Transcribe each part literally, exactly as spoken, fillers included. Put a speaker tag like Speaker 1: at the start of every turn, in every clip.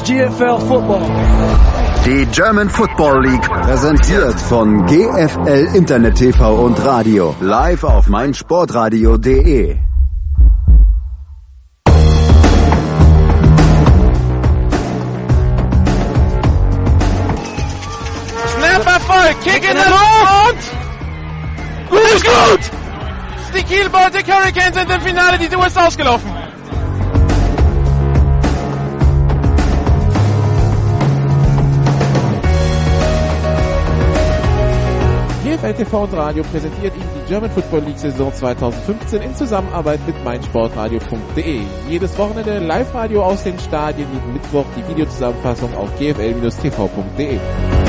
Speaker 1: G F L Football.
Speaker 2: Die German Football League, präsentiert von G F L Internet T V und Radio, live auf meinsportradio punkt de.
Speaker 3: Snap Erfolg, Kick in der Luft! Gut ist gut! Die Kiel Baltic Hurricanes sind im Finale, die Tour ist ausgelaufen.
Speaker 4: G F L T V und Radio präsentiert Ihnen die German Football League Saison zweitausendfünfzehn in Zusammenarbeit mit meinsportradio punkt de. Jedes Wochenende Live-Radio aus den Stadien, jeden Mittwoch die Videozusammenfassung auf g f l Bindestrich t v punkt de.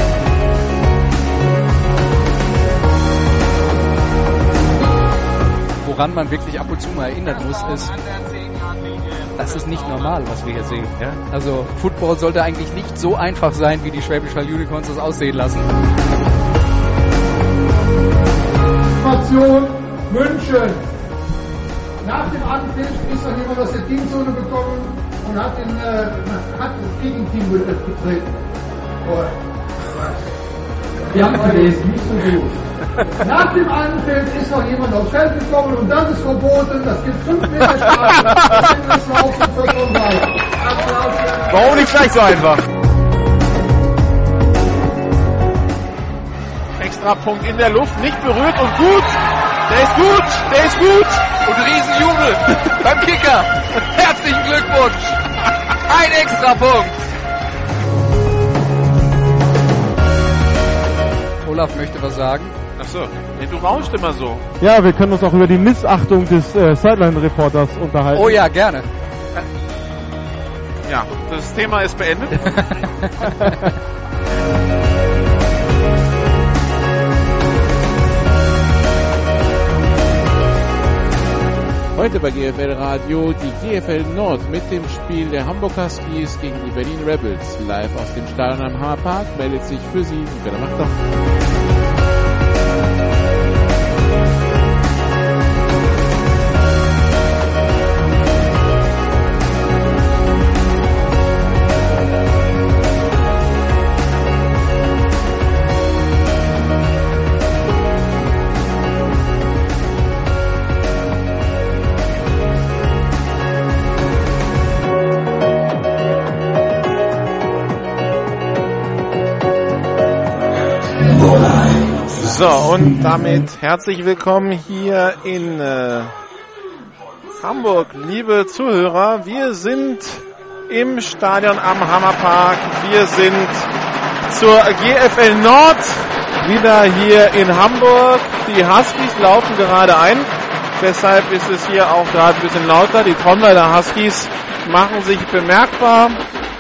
Speaker 5: Woran man wirklich ab und zu mal erinnern muss, ist, das ist nicht normal, was wir hier sehen. Ja? Also Football sollte eigentlich nicht so einfach sein, wie die Schwäbisch Hall Unicorns das aussehen lassen.
Speaker 6: Situation München. Nach dem Anpfiff ist noch jemand aus der Teamzone gekommen und hat, den, äh, hat das Gegenteam betreten. Oh. Wir haben es gelesen, nicht so gut. Nach dem Anpfiff ist noch jemand aufs Feld gekommen und das ist verboten. Das gibt fünf Meter Strafe.
Speaker 3: Warum nicht gleich so einfach? Extra Punkt in der Luft, nicht berührt und gut. Der ist gut, der ist gut.
Speaker 5: Und Riesenjubel beim Kicker. Herzlichen Glückwunsch. Ein Extrapunkt. Olaf möchte was sagen.
Speaker 3: Achso, nee, du rauschst immer so.
Speaker 7: Ja, wir können uns auch über die Missachtung des äh, Sideline-Reporters unterhalten.
Speaker 5: Oh ja, gerne.
Speaker 3: Ja, das Thema ist beendet.
Speaker 4: Heute bei G F L Radio die G F L Nord mit dem Spiel der Hamburg Huskies gegen die Berlin Rebels. Live aus dem Stadion am Hammerpark meldet sich für Sie Werner Machter.
Speaker 3: So, und damit herzlich willkommen hier in äh, Hamburg, liebe Zuhörer. Wir sind im Stadion am Hammerpark. Wir sind zur G F L Nord wieder hier in Hamburg. Die Huskies laufen gerade ein. Deshalb ist es hier auch gerade ein bisschen lauter. Die Trommler der Huskies machen sich bemerkbar.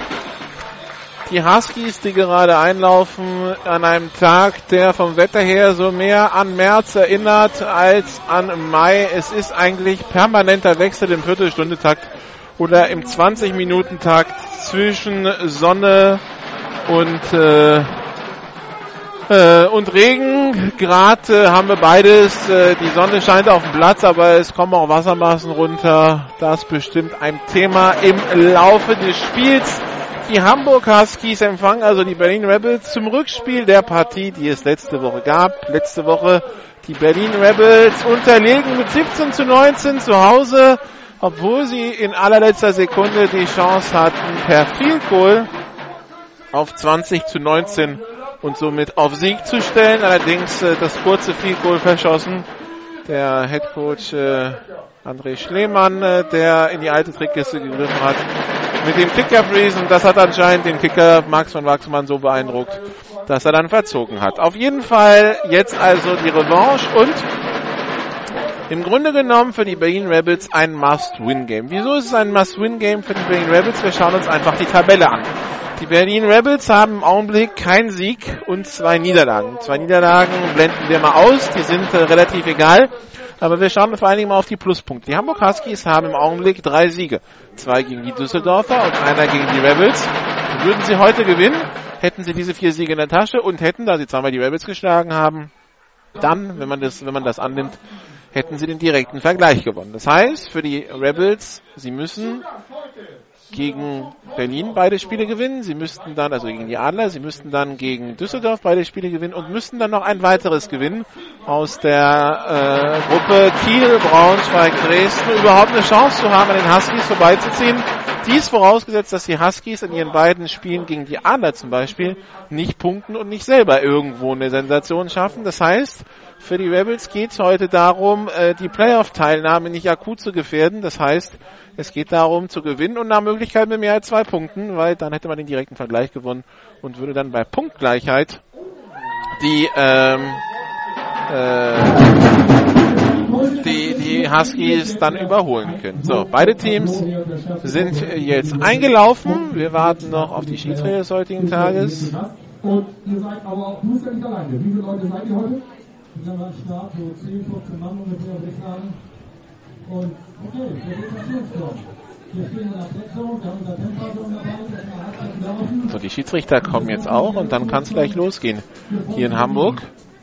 Speaker 3: Die Huskies, die gerade einlaufen an einem Tag, der vom Wetter her so mehr an März erinnert als an Mai. Es ist eigentlich permanenter Wechsel im Viertelstundentakt oder im zwanzig-Minuten-Takt zwischen Sonne und äh, äh, und Regen. Gerade äh, haben wir beides. Äh, die Sonne scheint auf dem Platz, aber es kommen auch Wassermassen runter. Das bestimmt ein Thema im Laufe des Spiels. Die Hamburg Huskies empfangen also die Berlin Rebels zum Rückspiel der Partie, die es letzte Woche gab. Letzte Woche die Berlin Rebels unterlegen mit siebzehn zu neunzehn zu Hause, obwohl sie in allerletzter Sekunde die Chance hatten, per Field Goal auf zwanzig zu neunzehn und somit auf Sieg zu stellen. Allerdings äh, das kurze Field Goal verschossen. Der Head Coach äh, André Schlemann, äh, der in die alte Trickkiste gegriffen hat, mit dem Kicker Freeze, und das hat anscheinend den Kicker Max von Wachsmann so beeindruckt, dass er dann verzogen hat. Auf jeden Fall jetzt also die Revanche und im Grunde genommen für die Berlin Rebels ein Must-Win-Game. Wieso ist es ein Must-Win-Game für die Berlin Rebels? Wir schauen uns einfach die Tabelle an. Die Berlin Rebels haben im Augenblick keinen Sieg und zwei Niederlagen. Zwei Niederlagen blenden wir mal aus, die sind äh, relativ egal. Aber wir schauen vor allen Dingen mal auf die Pluspunkte. Die Hamburg Huskies haben im Augenblick drei Siege. Zwei gegen die Düsseldorfer und einer gegen die Rebels. Würden sie heute gewinnen, hätten sie diese vier Siege in der Tasche und hätten, da sie zweimal die Rebels geschlagen haben, dann, wenn man das, wenn man das annimmt, hätten sie den direkten Vergleich gewonnen. Das heißt, für die Rebels, sie müssen gegen Berlin beide Spiele gewinnen. Sie müssten dann, also gegen die Adler, sie müssten dann gegen Düsseldorf beide Spiele gewinnen und müssten dann noch ein weiteres gewinnen aus der äh, Gruppe Kiel, Braunschweig, Dresden, überhaupt eine Chance zu haben, an den Huskies vorbeizuziehen. Dies vorausgesetzt, dass die Huskies in ihren beiden Spielen gegen die Adler zum Beispiel nicht punkten und nicht selber irgendwo eine Sensation schaffen. Das heißt, für die Rebels geht es heute darum, die Playoff-Teilnahme nicht akut zu gefährden. Das heißt, es geht darum zu gewinnen und nach Möglichkeit mit mehr als zwei Punkten, weil dann hätte man den direkten Vergleich gewonnen und würde dann bei Punktgleichheit die ähm, äh, die, die Huskies dann überholen können. So, beide Teams sind jetzt eingelaufen. Wir warten noch auf die Schiedsrichter des heutigen Tages.
Speaker 1: Und ihr seid aber auch, du bist ja nicht alleine. Wie viele Leute seid ihr heute? Wir haben einen Start, so zehn, fünfzehn Mann ungefähr, würde ich sagen. Und okay, wir sind Stationsturm. Wir stehen in der Abdeckung, wir haben unser Temperaturen dabei, das ist eine Halbzeit gelaufen.
Speaker 3: So, die Schiedsrichter kommen jetzt auch und dann kann es gleich losgehen. Hier in Hamburg.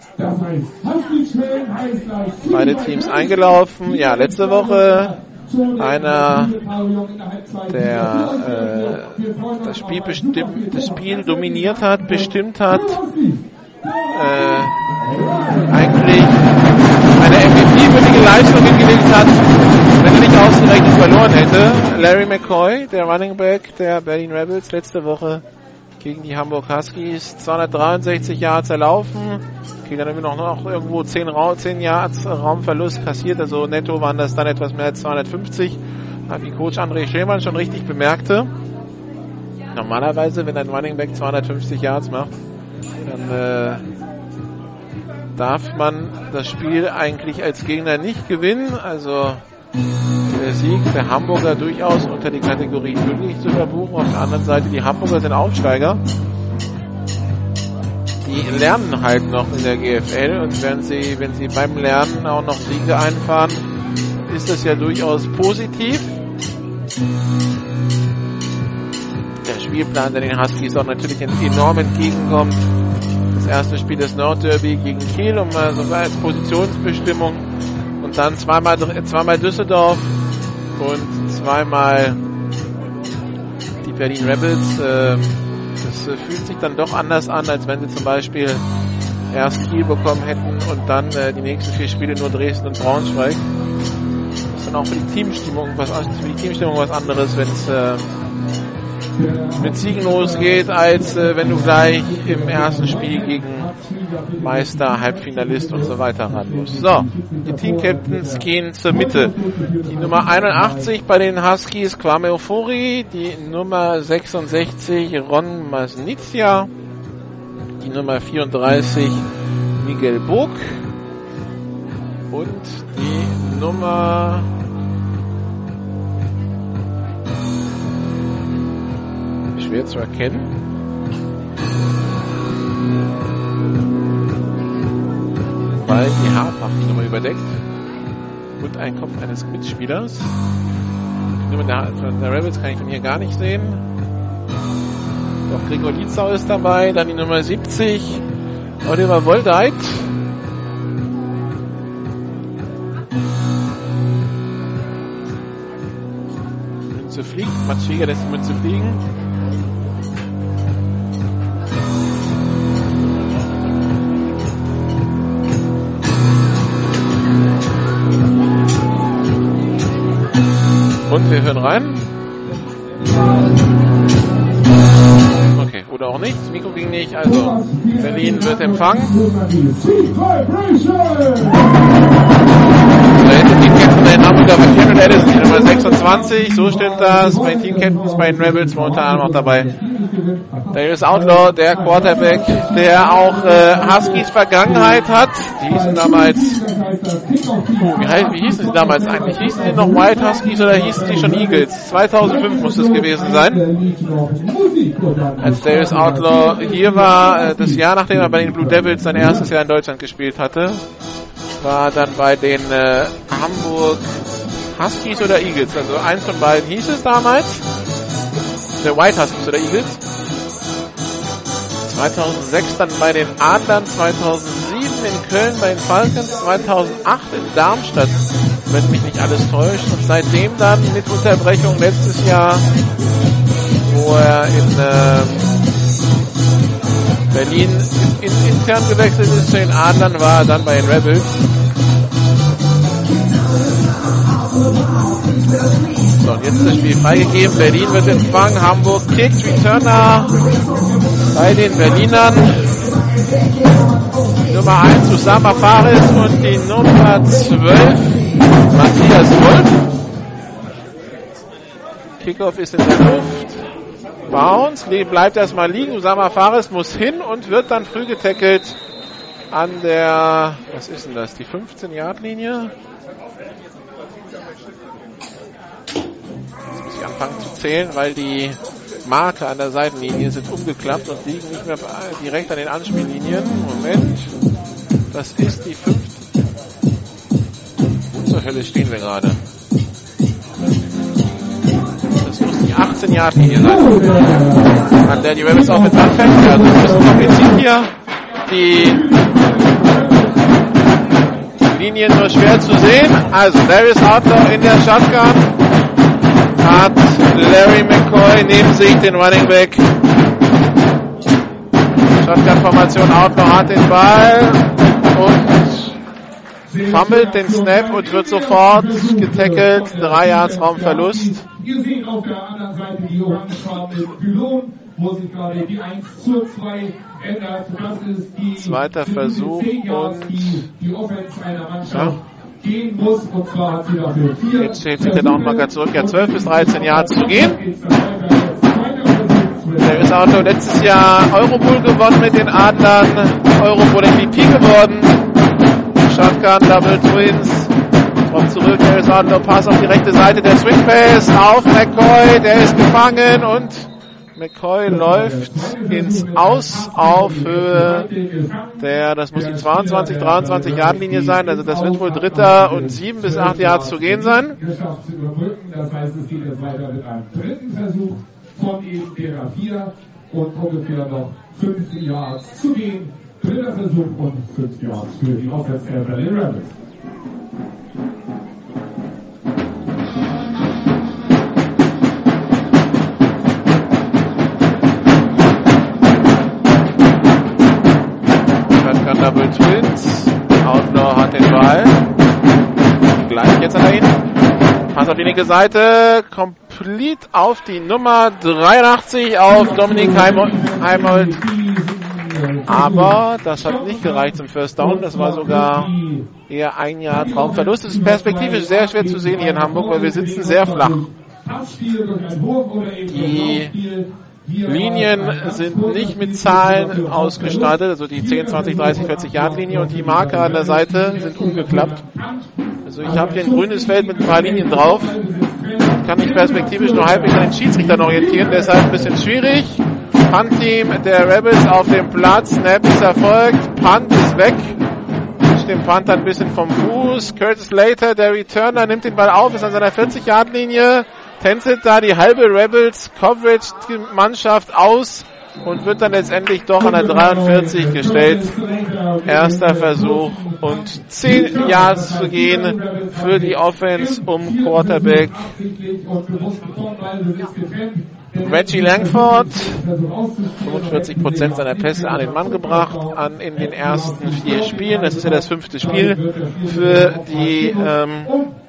Speaker 3: Beide Teams eingelaufen. Ja, letzte Woche einer, der äh, das, Spiel bestimmt, das Spiel dominiert hat, bestimmt hat, äh, eigentlich eine M V P-würdige Leistung hingelegt hat, wenn er nicht ausgerechnet verloren hätte. Larry McCoy, der Running Back der Berlin Rebels, letzte Woche gegen die Hamburg Huskies, zweihundertdreiundsechzig Yards erlaufen. Okay, dann haben wir noch, noch irgendwo zehn, Ra- zehn Yards Raumverlust kassiert, also netto waren das dann etwas mehr als zweihundertfünfzig, wie Coach André Schemann schon richtig bemerkte. Normalerweise, wenn ein Running Back zweihundertfünfzig Yards macht, dann äh, darf man das Spiel eigentlich als Gegner nicht gewinnen, also der Sieg der Hamburger durchaus unter die Kategorie möglich zu verbuchen. Auf der anderen Seite, die Hamburger sind Aufsteiger. Die lernen halt noch in der G F L und wenn sie, wenn sie beim Lernen auch noch Siege einfahren, ist das ja durchaus positiv. Der Spielplan, der den Huskies auch natürlich enorm entgegenkommt. Das erste Spiel des Nordderby gegen Kiel, um mal so als Positionsbestimmung. Und dann zweimal, zweimal Düsseldorf und zweimal die Berlin Rebels. Äh, das äh, fühlt sich dann doch anders an, als wenn sie zum Beispiel erst Kiel bekommen hätten und dann äh, die nächsten vier Spiele nur Dresden und Braunschweig. Das ist dann auch für die Teamstimmung was, für die Teamstimmung was anderes, wenn es äh, mit Siegen losgeht, als äh, wenn du gleich im ersten Spiel gegen Meister, Halbfinalist und so weiter ran musst. So, die Team-Captains gehen zur Mitte. Die Nummer einundachtzig bei den Huskies, Kwame Ofori, die Nummer sechsundsechzig, Ron Masnizia, die Nummer vierunddreißig, Miguel Bog und die Nummer schwer zu erkennen. Weil die Haarpracht die Nummer überdeckt. Und ein Kopf eines Mitspielers. Die Nummer der, der Rebels kann ich von hier gar nicht sehen. Doch Gregor Lietzau ist dabei. Dann die Nummer siebzig. Oliver Woldeit. Münze fliegt. Mats Schieger lässt die Münze fliegen. Und wir hören rein. Okay, oder auch nicht. Das Mikro ging nicht. Also, Berlin wird empfangen. Da hinten Team Captain in Hamburger bei Cameron Addison, die Nummer sechsundzwanzig. So stimmt das. Bei den Team Captains, bei den Rebels, momentan auch dabei. Darius Outlaw, der Quarterback, der auch äh, Huskies Vergangenheit hat. Die hießen damals, oh, wie, heißt, wie hießen sie damals eigentlich? Hießen sie noch White Huskies oder hießen sie schon Eagles? zweitausendfünf muss es gewesen sein. Als Darius Outlaw hier war, äh, das Jahr nachdem er bei den Blue Devils sein erstes Jahr in Deutschland gespielt hatte, war dann bei den äh, Hamburg Huskies oder Eagles. Also eins von beiden hieß es damals. Der White Huskies oder Eagles. zweitausendsechs dann bei den Adlern, zweitausendsieben in Köln bei den Falcons, zweitausendacht in Darmstadt, wenn mich nicht alles täuscht. Und seitdem dann mit Unterbrechung letztes Jahr wo er in ähm, Berlin in, in, intern gewechselt ist zu den Adlern, war er dann bei den Rebels. So, und jetzt ist das Spiel freigegeben. Berlin wird empfangen. Hamburg kickt. Returner bei den Berlinern. Nummer eins Usama Fares und die Nummer zwölf Matthias Wolf. Kickoff ist in der Luft. Bounce, bleibt erstmal liegen. Usama Fares muss hin und wird dann früh getackelt an der, was ist denn das, die fünfzehn-Yard-Linie? Jetzt muss ich anfangen zu zählen, weil die Marke an der Seitenlinie sind umgeklappt und liegen nicht mehr direkt an den Anspiellinien. Moment, das ist die fünfte. Wo zur Hölle stehen wir gerade? Das muss die achtzehn-Yard-Linie sein, an der die Rebels auch mit anfängt. Also ein bisschen kompliziert hier. Die Linien nur schwer zu sehen. Also Darius Outlaw in der Shotgun. Hat Larry McCoy neben sich den Running Back. Shotgun-Formation, Outlaw hat den Ball und fummelt den Snap und wird sofort getackelt. Drei Yards Raumverlust.
Speaker 1: Ihr seht auf der anderen Seite die orangefarbene Pylon, wo sich gerade die eins zu zwei ändert. Das ist die
Speaker 3: zweiter Versuch und
Speaker 1: die, die Offense einer Mannschaft. Ja. Gehen muss, und zwar hat sie dafür vier.
Speaker 3: Jetzt steht sich der Downmarker zurück, ja zwölf bis dreizehn Yards zu gehen. Der ist auch letztes Jahr Eurobowl gewonnen mit den Adlern, Eurobowl M V P geworden. Shotgun, Double Twins, kommt zurück, der ist Outlaw, Pass auf die rechte Seite, der Swing Pass auf McCoy, der ist gefangen und McCoy läuft ins Aus auf Höhe der, das muss die zweiundzwanzig, dreiundzwanzig Yard Linie sein, also das wird wohl dritter und sieben bis acht Yards zu gehen sein.
Speaker 1: Das heißt, es geht jetzt weiter mit einem dritten Versuch von eben der vier und ungefähr noch fünf Yards zu gehen. Dritter Versuch und fünf Yards für die Offense der Berlin Rebels.
Speaker 3: Double Twins. Outlaw hat den Ball. Gleich jetzt an ihn. Pass auf die linke Seite. Complete auf die Nummer dreiundachtzig auf Dominik Heimold. Aber das hat nicht gereicht zum First Down. Das war sogar eher ein Jahr Traumverlust. Das ist perspektivisch sehr schwer zu sehen hier in Hamburg, weil wir sitzen sehr flach. Die Linien sind nicht mit Zahlen ausgestattet, also die zehn, zwanzig, dreißig, vierzig Yard Linie und die Marker an der Seite sind umgeklappt. Also ich habe hier ein grünes Feld mit ein paar Linien drauf. Kann mich perspektivisch nur halbwegs an den Schiedsrichtern orientieren, deshalb ein bisschen schwierig. Punt-Team der Rebels auf dem Platz, Snap ist erfolgt, Punt ist weg. Ich dem Punt ein bisschen vom Fuß. Curtis Slater, der Returner, nimmt den Ball auf, ist an seiner vierzig Yard Linie. Tänzelt da die halbe Rebels Coverage-Mannschaft aus und wird dann letztendlich doch an der dreiundvierzig gestellt. Erster Versuch und zehn Yards zu gehen für die Offense um Quarterback Reggie Langford. fünfundvierzig Prozent seiner Pässe an den Mann gebracht an in den ersten vier Spielen. Das ist ja das fünfte Spiel für die ähm,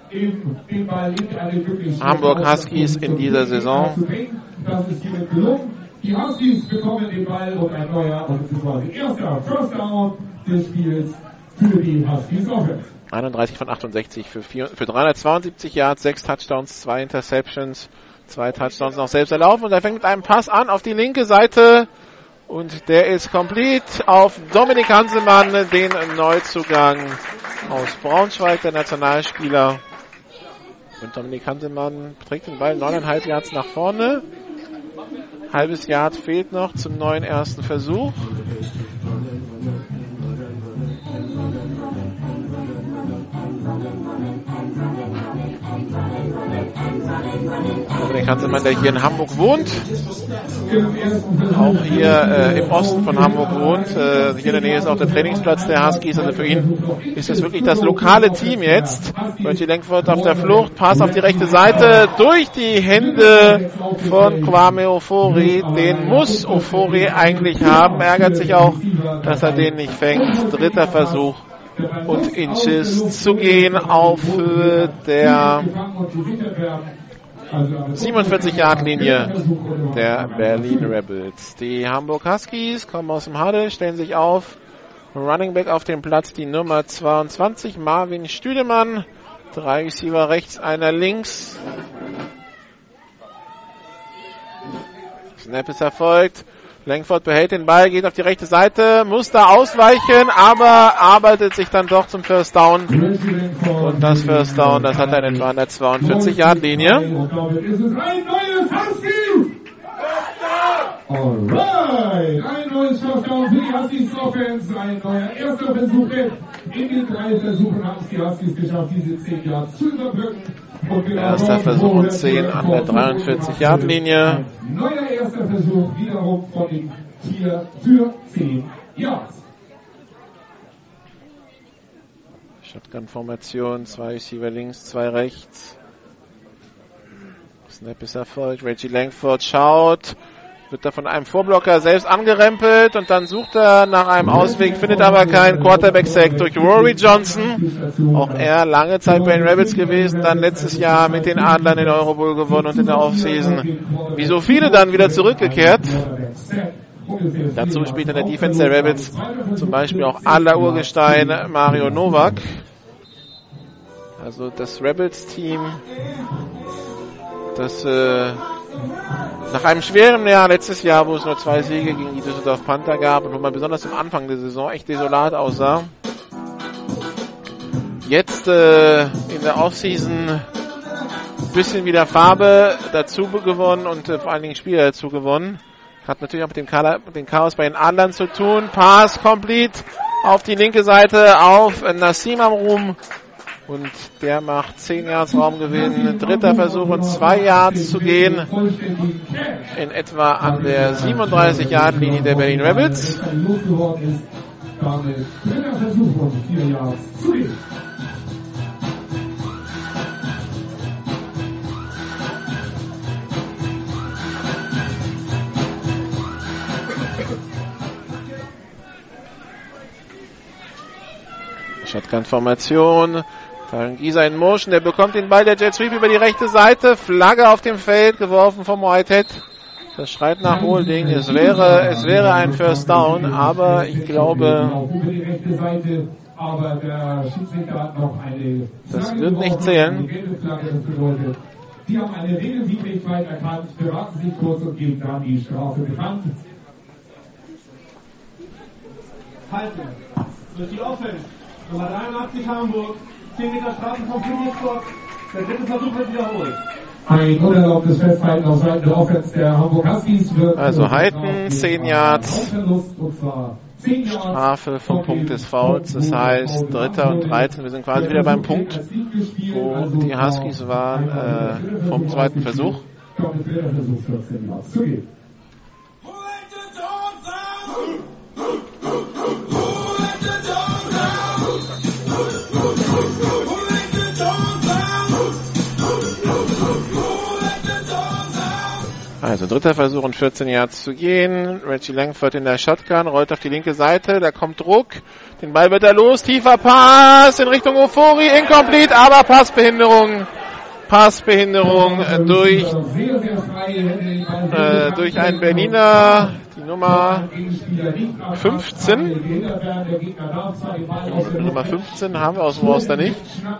Speaker 3: Hamburg Huskies in dieser Saison.
Speaker 1: Die Huskies bekommen den Ball und ein neuer und es ist quasi erster First Down des Spiels für die Huskies Offense.
Speaker 3: einunddreißig von achtundsechzig für, vier, für dreihundertzweiundsiebzig Yards, sechs Touchdowns, zwei Interceptions, zwei Touchdowns noch selbst erlaufen und er fängt mit einem Pass an auf die linke Seite und der ist complete auf Dominik Hansemann, den Neuzugang aus Braunschweig, der Nationalspieler. Und Dominik Hansemann trägt den Ball neuneinhalb Yards nach vorne. Halbes Yard fehlt noch zum neuen ersten Versuch. Dominik Hanselmann, der hier in Hamburg wohnt, auch hier äh, im Osten von Hamburg wohnt. Äh, hier in der Nähe ist auch der Trainingsplatz der Huskies. Also für ihn ist das wirklich das lokale Team jetzt. Reggie Langford auf der Flucht, Pass auf die rechte Seite, durch die Hände von Kwame Ofori. Den muss Ofori eigentlich haben. Ärgert sich auch, dass er den nicht fängt. Dritter Versuch und Inches zu gehen auf Höhe der siebenundvierzig-Yard-Linie der Berlin Rebels. Die Hamburg Huskies kommen aus dem Huddle, stellen sich auf. Running Back auf dem Platz, die Nummer zweiundzwanzig, Marvin Stüdemann. Drei Receiver rechts, einer links. Snap ist erfolgt. Langford behält den Ball, geht auf die rechte Seite, muss da ausweichen, aber arbeitet sich dann doch zum First Down. Und das First Down, das hat er in etwa an der zweiundvierzig-Yard-Linie.
Speaker 1: Alright, ein neues First Down für die Huskies Offense, ein neuer erster Versuch. In den drei Versuchen haben es die Huskies geschafft, diese zehn Yards zu überbrücken.
Speaker 3: Erster Versuch und zehn an der dreiundvierzig-Yard-Linie.
Speaker 1: Neuer erster Versuch, wiederum von den Tier für zehn Yards.
Speaker 3: Shotgun-Formation, zwei Receiver links, zwei rechts. Snap ist erfolgt. Reggie Langford schaut, wird da von einem Vorblocker selbst angerempelt und dann sucht er nach einem Ausweg, findet aber keinen. Quarterback-Sack durch Rory Johnson. Auch er lange Zeit bei den Rebels gewesen, dann letztes Jahr mit den Adlern in Euro Bowl gewonnen und in der Offseason wie so viele dann wieder zurückgekehrt. Dazu spielt in der Defense der Rebels zum Beispiel auch aller Urgestein Mario Novak. Also das Rebels-Team, das äh, nach einem schweren Jahr letztes Jahr, wo es nur zwei Siege gegen die Düsseldorf Panther gab und wo man besonders am Anfang der Saison echt desolat aussah, jetzt äh, in der Offseason ein bisschen wieder Farbe dazu gewonnen und äh, vor allen Dingen Spieler dazu gewonnen. Hat natürlich auch mit dem, Ka- mit dem Chaos bei den Adlern zu tun. Pass complete auf die linke Seite auf Nassim Amrum. Und der macht zehn Yards Raumgewinn. Dritter Versuch und zwei Yards zu gehen. In etwa an der siebenunddreißig-Yard-Linie der Berlin Rebels. Shotgun-Formation. Farin Gieser in Motion, der bekommt den Ball, der Jet Sweep über die rechte Seite, Flagge auf dem Feld, geworfen vom Whitehead. Das schreit nach Holding. Es wäre, es wäre ein First Down, aber ich glaube, das wird nicht zählen.
Speaker 1: Die haben eine Regelwidrigkeit erkannt, beraten sich kurz und geben dann die Strafe bekannt.
Speaker 8: Halten. Durch die Offense. Nummer dreiundachtzig Hamburg. zehn Meter Strafen vom Fünf-Spot. Der dritte Versuch wird wiederholt.
Speaker 1: Ein unerlaubtes Festhalten auf Seiten der Offense der Hamburg Huskies wird.
Speaker 3: Also halten, zehn Yards. Strafe vom Punkt des Fouls. Das heißt, Dritter und dreizehn. Wir sind quasi wieder beim Punkt, wo die Huskies waren äh, vom zweiten Versuch. Also dritter Versuch und vierzehn Yards zu gehen. Reggie Langford in der Shotgun, rollt auf die linke Seite, da kommt Druck. Den Ball wird er los, tiefer Pass in Richtung Ofori, incomplete, aber Passbehinderung. Passbehinderung durch, äh, durch einen Berliner, die Nummer fünfzehn. Die Nummer fünfzehn haben wir aus dem Roster nicht.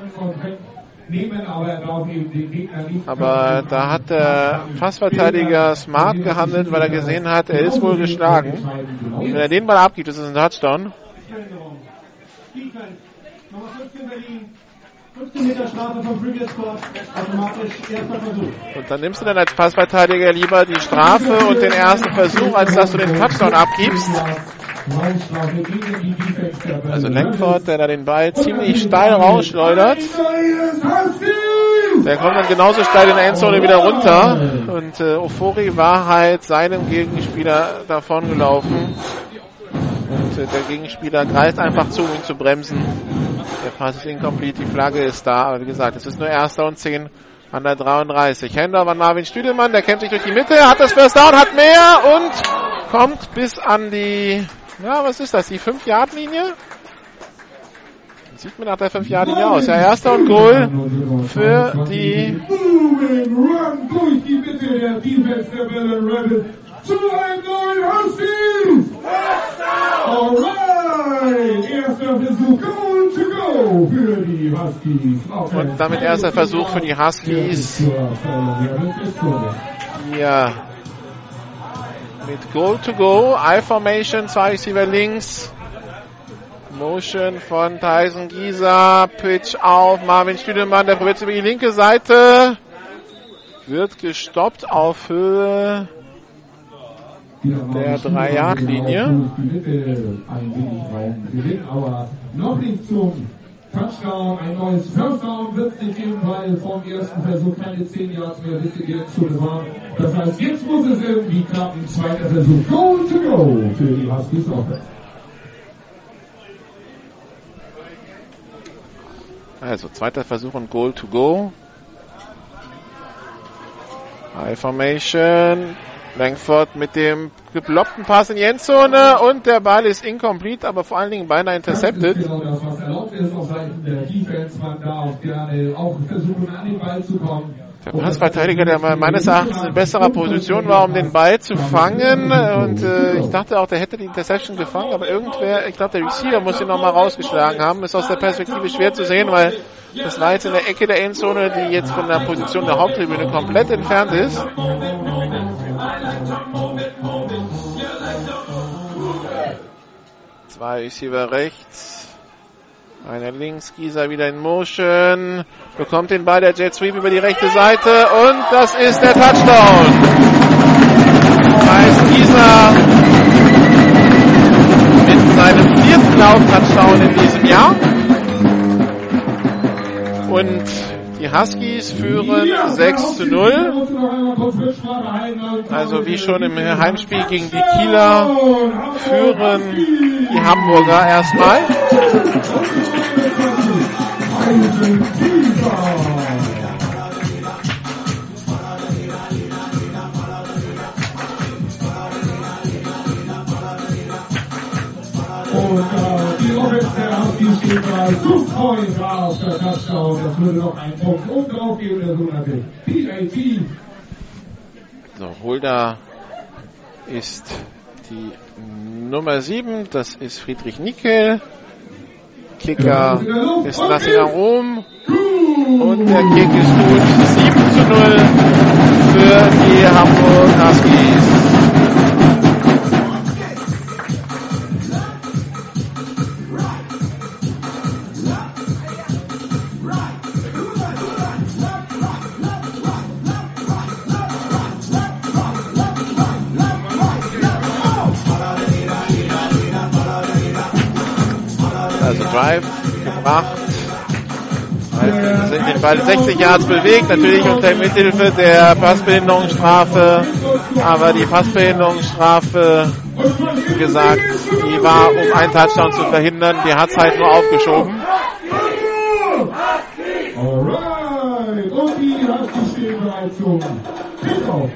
Speaker 3: Aber da hat der Passverteidiger smart gehandelt, weil er gesehen hat, er ist wohl geschlagen. Wenn er den Ball abgibt, ist es ein Touchdown. Und dann nimmst du dann als Passverteidiger lieber die Strafe und den ersten Versuch, als dass du den Touchdown abgibst. Also Langford, der da den Ball ziemlich steil rausschleudert. Der kommt dann genauso steil in der Endzone wieder runter. Und äh, Ofori war halt seinem Gegenspieler davongelaufen. Und äh, der Gegenspieler greift einfach zu, um ihn zu bremsen. Der Pass ist incomplete, die Flagge ist da. Aber wie gesagt, es ist nur erster und zehn an der dreiunddreißig. Handover an Marvin Stüdemann, der kämpft sich durch die Mitte, hat das First Down, hat mehr und kommt bis an die, ja, was ist das, die fünf-Yard-Linie? Sieht mir nach der fünf-Yard-Linie aus. Ja, erster und Goal für die
Speaker 1: Run durch die Mitte der Defense der Berlin Rebels zu einem neuen Huskies! Alright! Erster Versuch, Goal to go für die Huskies.
Speaker 3: Und damit erster Versuch für die Huskies. Hier mit Goal to go. I-Formation, zwei Receiver links. Motion von Tyson Gieser. Pitch auf Marvin Stüdemann. Der probiert über die linke Seite. Wird gestoppt auf Höhe der drei-Yard-Linie.
Speaker 1: Aber noch nicht zum Touchdown. Ein neues First Down wird es nicht geben, weil vom ersten Versuch keine zehn Yards mehr bis in die Endzone waren. Das heißt, jetzt muss es irgendwie klappen. Zweiter Versuch. Goal to go für die Huskies Offense.
Speaker 3: Also, zweiter Versuch und Goal to go. High Formation. Langford mit dem geblockten Pass in die Endzone und der Ball ist incomplete, aber vor allen Dingen beinahe intercepted.
Speaker 1: Genau das, was erlaubt ist auf Seiten der Defense. Man darf gerne auch versuchen, an den Ball zu kommen.
Speaker 3: Der Passverteidiger, der meines Erachtens in besserer Position war, um den Ball zu fangen. Und äh, ich dachte auch, der hätte die Interception gefangen, aber irgendwer, ich glaube, der Receiver muss ihn nochmal rausgeschlagen haben. Ist aus der Perspektive schwer zu sehen, weil das war jetzt in der Ecke der Endzone, die jetzt von der Position der Haupttribüne komplett entfernt ist. Zwei Receiver rechts, einer links, Gieser wieder in Motion, bekommt den Ball, der Jet Sweep über die rechte Seite und das ist der Touchdown. Tyson Gieser mit seinem vierten Lauf-Touchdown in diesem Jahr. Und die Huskies führen sechs zu null. Also wie schon im Heimspiel gegen die Kieler führen die Hamburger erstmal.
Speaker 1: Und äh, die Offense der Huskies steht bei fünf Points auf der Touchdown. Das würde noch einen Punkt oben drauf geben, der sogenannte P A T.
Speaker 3: So, Holder ist die Nummer sieben, das ist Friedrich Nickel. Kicker ist Lassina Rom. Und der Kick ist gut. sieben zu null für die Hamburg Huskies. Also Drive gebracht. Sind den Ball sechzig Yards bewegt, natürlich unter Mithilfe der Passbehinderungsstrafe. Aber die Passbehinderungsstrafe, wie gesagt, die war, um einen Touchdown zu verhindern. Die hat es halt nur aufgeschoben.
Speaker 1: Alright, und die Huskies stehen bereit zum Kickoff.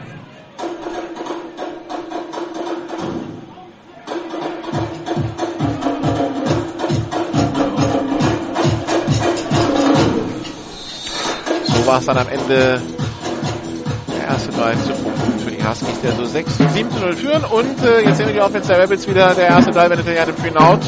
Speaker 3: War es dann am Ende der erste Drive zu Punkten für die Huskies, der so sechs zu sieben zu null führen. Und äh, jetzt sehen wir die Offense der Rebels wieder. Der erste Drive endet ja dem Free Out.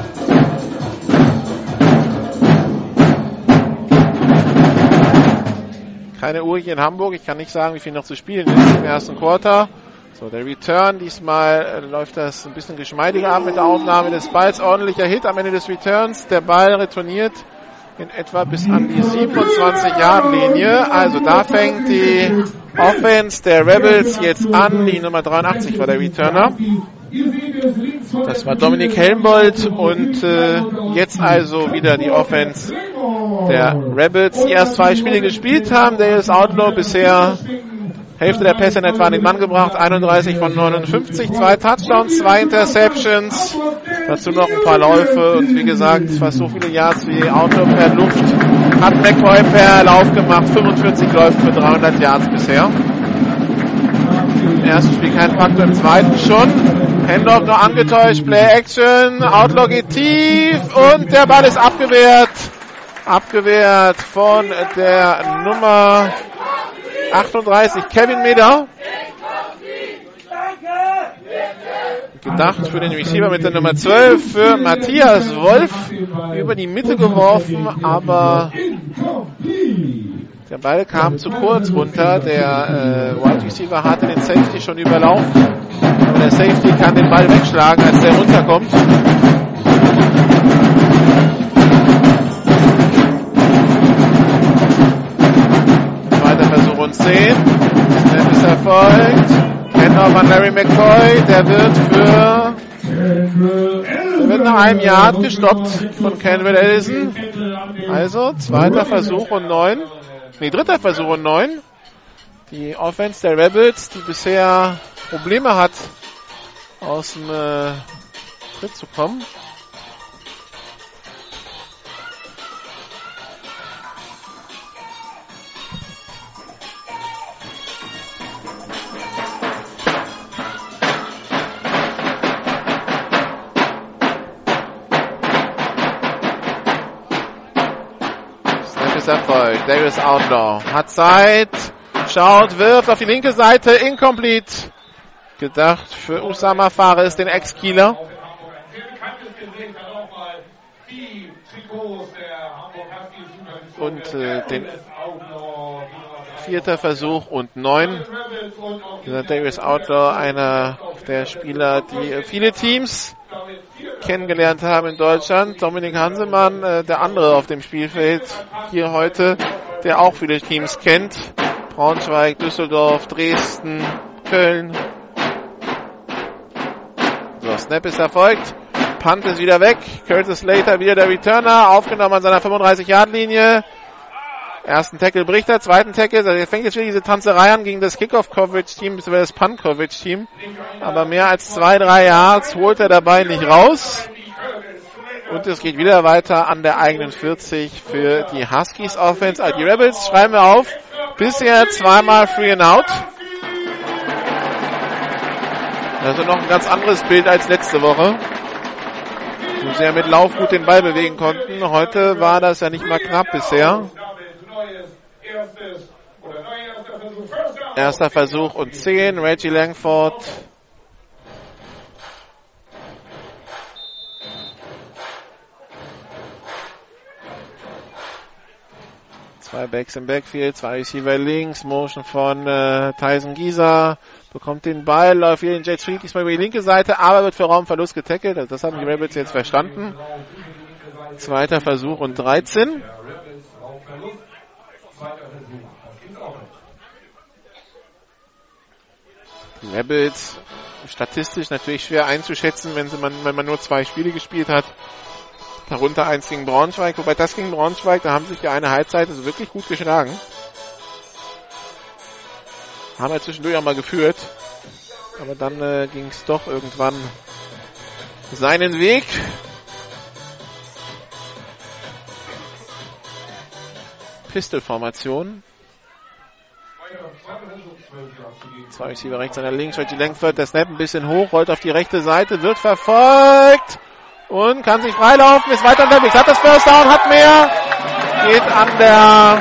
Speaker 3: Keine Uhr hier in Hamburg. Ich kann nicht sagen, wie viel noch zu spielen ist im ersten Quarter. So, der Return. Diesmal äh, läuft das ein bisschen geschmeidiger ab mit der Aufnahme des Balls. Ordentlicher Hit am Ende des Returns. Der Ball retourniert in etwa bis an die siebenundzwanzig-Yard-Linie. Also da fängt die Offense der Rebels jetzt an. Die Nummer dreiundachtzig war der Returner. Das war Dominik Helmbold und äh, jetzt also wieder die Offense der Rebels, die erst zwei Spiele gespielt haben. Darius Outlaw bisher Hälfte der Pässe in etwa an den Mann gebracht, einunddreißig von neunundfünfzig, zwei Touchdowns, zwei Interceptions, dazu noch ein paar Läufe und wie gesagt, fast so viele Yards wie Outlaw per Luft hat McCoy per Lauf gemacht, fünfundvierzig Läufe für dreihundert Yards bisher. Im ersten Spiel kein Faktor, im zweiten schon. Hendorf noch angetäuscht, Play Action, Outlaw geht tief und der Ball ist abgewehrt. Abgewehrt von der Nummer achtunddreißig, Kevin Meder. Gedacht für den Receiver mit der Nummer zwölf, für Matthias Wolf. Über die Mitte geworfen, aber der Ball kam zu kurz runter. Der äh, Wide Receiver hatte den Safety schon überlaufen. Aber der Safety kann den Ball wegschlagen, als der runterkommt. Zweiter Versuch und zehn. Snap ist erfolgt. Handoff an Larry McCoy. Der wird für der wird nach einem Yard gestoppt von Kenville Ellison. Also zweiter Versuch und neun. Nee, dritter Versuch und neun. Die Offense der Rebels, die bisher Probleme hat, aus dem äh, Tritt zu kommen. Erfolg. Darius Outlaw hat Zeit, schaut, wirft auf die linke Seite, incomplete. Gedacht für Usama Fares, den Ex-Kieler. Und äh, den vierter Versuch und neun. Darius Outlaw, einer der Spieler, die viele Teams kennengelernt haben in Deutschland. Dominik Hansemann, äh, der andere auf dem Spielfeld hier heute, der auch viele Teams kennt. Braunschweig, Düsseldorf, Dresden, Köln. So, Snap ist erfolgt. Punt ist wieder weg. Curtis Slater wieder der Returner, aufgenommen an seiner fünfunddreißig-Yard-Linie. Ersten Tackle bricht er, zweiten Tackle, also er fängt jetzt wieder diese Tanzerei an gegen das Kickoff-Coverage-Team, bzw. das Punt-Coverage-Team. Aber mehr als zwei, drei Yards holt er dabei nicht raus. Und es geht wieder weiter an der eigenen vierzig für die Huskies Offense. Also die Rebels, schreiben wir auf, bisher zweimal Free and Out. Also noch ein ganz anderes Bild als letzte Woche, wo sie ja mit Lauf gut den Ball bewegen konnten. Heute war das ja nicht mal knapp bisher. Erster Versuch und zehn. Reggie Langford. Zwei Backs im Backfield, zwei Receiver links. Motion von äh, Tyson Gieser. Bekommt den Ball, läuft hier in Jet Street diesmal über die linke Seite, aber wird für Raumverlust getackelt. Also das haben die Rebels jetzt verstanden. Zweiter Versuch und dreizehn. Die Rebels statistisch natürlich schwer einzuschätzen, wenn, sie man, wenn man nur zwei Spiele gespielt hat. Darunter eins gegen Braunschweig, wobei das gegen Braunschweig, da haben sich die eine Halbzeit also wirklich gut geschlagen. Haben wir zwischendurch auch mal geführt. Aber dann äh, ging es doch irgendwann seinen Weg. Pistol-Formation. Zwei Receiver rechts, einer links. Reggie Langford, der Snap ein bisschen hoch, rollt auf die rechte Seite, wird verfolgt und kann sich freilaufen, ist weiter unterwegs, hat das First Down, hat mehr, geht an der,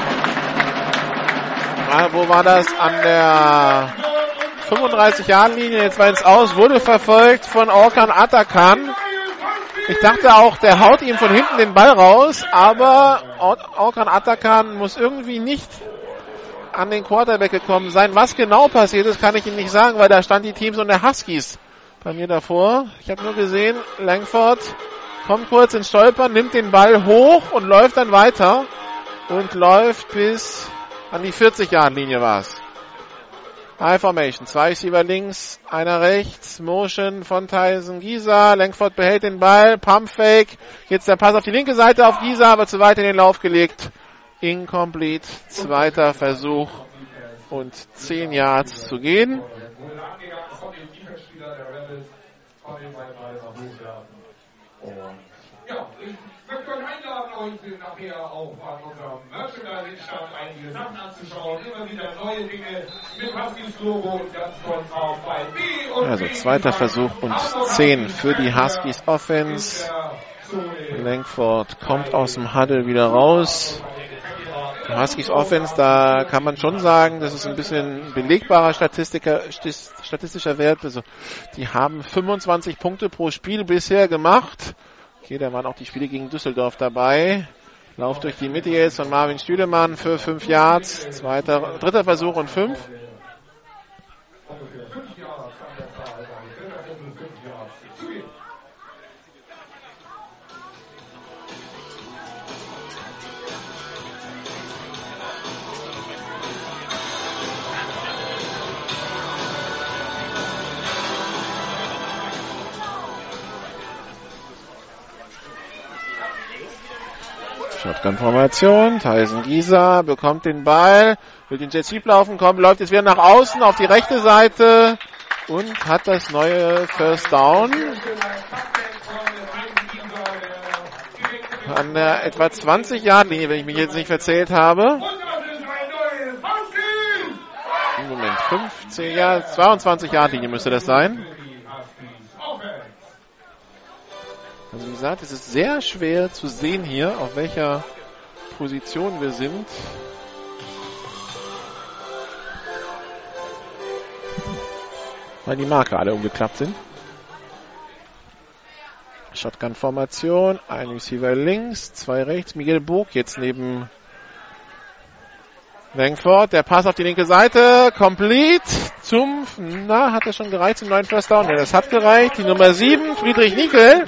Speaker 3: ah, wo war das, an der fünfunddreißig-Yard-Linie, jetzt war es aus, wurde verfolgt von Orkan Atakan. Ich dachte auch, der haut ihm von hinten den Ball raus, aber Orkan Atakan muss irgendwie nicht an den Quarterback gekommen sein. Was genau passiert ist, kann ich Ihnen nicht sagen, weil da stand die Teams und der Huskies bei mir davor. Ich habe nur gesehen, Langford kommt kurz ins Stolpern, nimmt den Ball hoch und läuft dann weiter und läuft bis an die vierzig-Yard-Linie war es. High Formation. Zwei Receiver links, einer rechts. Motion von Tyson Giza. Langford behält den Ball. Pump Fake. Jetzt der Pass auf die linke Seite auf Giza, aber zu weit in den Lauf gelegt. Incomplete. Zweiter Versuch und zehn Yards zu gehen.
Speaker 9: Ja, ich möchte euch einladen, euch nachher auch an unserem Merchandising-Stand einige Sachen anzuschauen. Immer wieder neue Dinge mit Huskies Logo und ganz stolz auf bei B und
Speaker 3: Also zweiter Versuch und zehn für die Huskies Offense. Langford kommt aus dem Huddle wieder raus. Die Huskies Offense, da kann man schon sagen, das ist ein bisschen belegbarer Statistiker, statistischer Wert. Also die haben fünfundzwanzig Punkte pro Spiel bisher gemacht. Okay, da waren auch die Spiele gegen Düsseldorf dabei. Lauf durch die Mitte jetzt von Marvin Stülemann für fünf Yards. Zweiter, dritter Versuch und fünf. Shotgun-Formation. Tyson Giza bekommt den Ball, will den Jet Sweep laufen, kommt, läuft jetzt wieder nach außen auf die rechte Seite und hat das neue First Down. An der etwa zwanzig Yard Linie, wenn ich mich jetzt nicht verzählt habe. Moment, fünfzehn Yard, zweiundzwanzig Yard Linie müsste das sein. Also wie gesagt, es ist sehr schwer zu sehen hier, auf welcher Position wir sind. Weil die Marker alle umgeklappt sind. Shotgun-Formation, ein Receiver links, zwei rechts. Miguel Burg jetzt neben Langford. Der Pass auf die linke Seite, complete zum, na, hat er schon gereicht zum neuen First Down? Ja, das hat gereicht. Die Nummer sieben, Friedrich Nickel.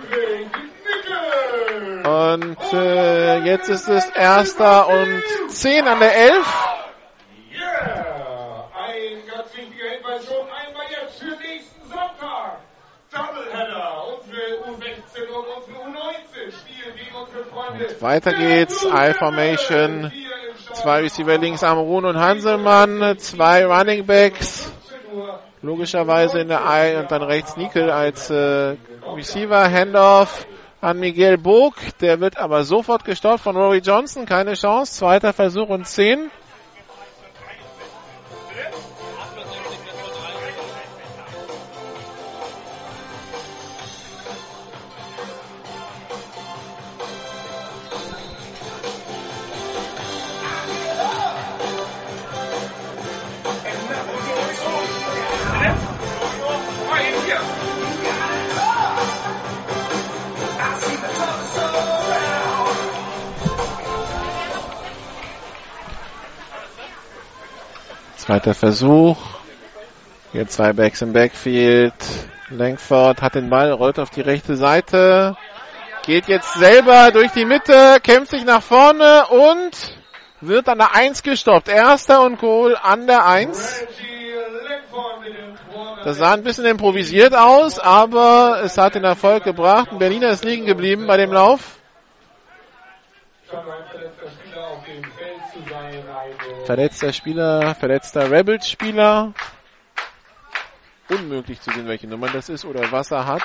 Speaker 3: Und äh, jetzt ist es erster und zehn an der elf.
Speaker 9: Yeah! Ein ganz wichtiger Hinweis schon einmal jetzt für nächsten Sonntag. Doubleheader. Unsere U sechzehn und unsere U neunzehn spielen gegen unsere Freunde.
Speaker 3: Und weiter geht's. I-Formation. Zwei Receiver links, Amrun und Hanselmann. Zwei Running Backs. Logischerweise in der I und dann rechts Nickel als äh, Receiver. Handoff an Miguel Burg, der wird aber sofort gestoppt von Rory Johnson, keine Chance, zweiter Versuch und zehn. Zweiter Versuch. Hier zwei Backs im Backfield. Langford hat den Ball, rollt auf die rechte Seite. Geht jetzt selber durch die Mitte, kämpft sich nach vorne und wird an der eins gestoppt. Erster und Goal an der eins. Das sah ein bisschen improvisiert aus, aber es hat den Erfolg gebracht. Ein Berliner ist liegen geblieben bei dem Lauf. Verletzter Spieler, verletzter Rebels-Spieler. Unmöglich zu sehen, welche Nummer das ist oder was er hat.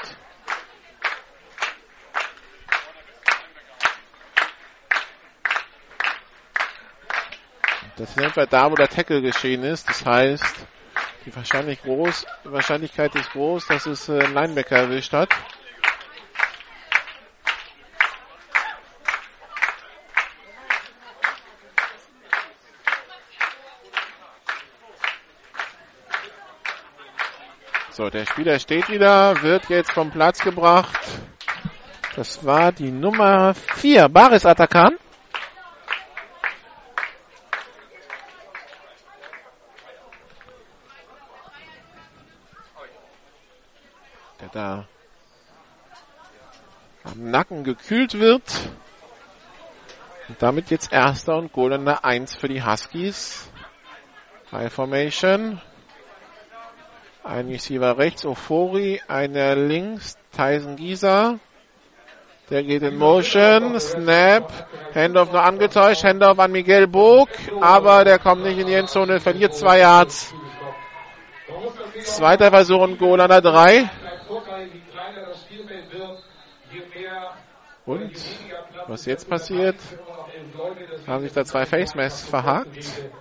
Speaker 3: Das ist einfach da, wo der Tackle geschehen ist. Das heißt, die wahrscheinlich groß, Wahrscheinlichkeit ist groß, dass es ein Linebacker erwischt hat. So, der Spieler steht wieder, wird jetzt vom Platz gebracht. Das war die Nummer vier, Baris Atakan. Der da am Nacken gekühlt wird. Und damit jetzt erster und Goal an der eins für die Huskies. High Formation. Ein Receiver rechts, Ofori, einer links, Tyson Gieser. Der geht in Motion, Snap, Handoff nur angetäuscht, Handoff an Miguel Bog, aber der kommt nicht in die Endzone, verliert zwei Yards. Zweiter Versuch und Goal an der drei. Und was jetzt passiert? Haben sich da zwei Face Masks verhakt.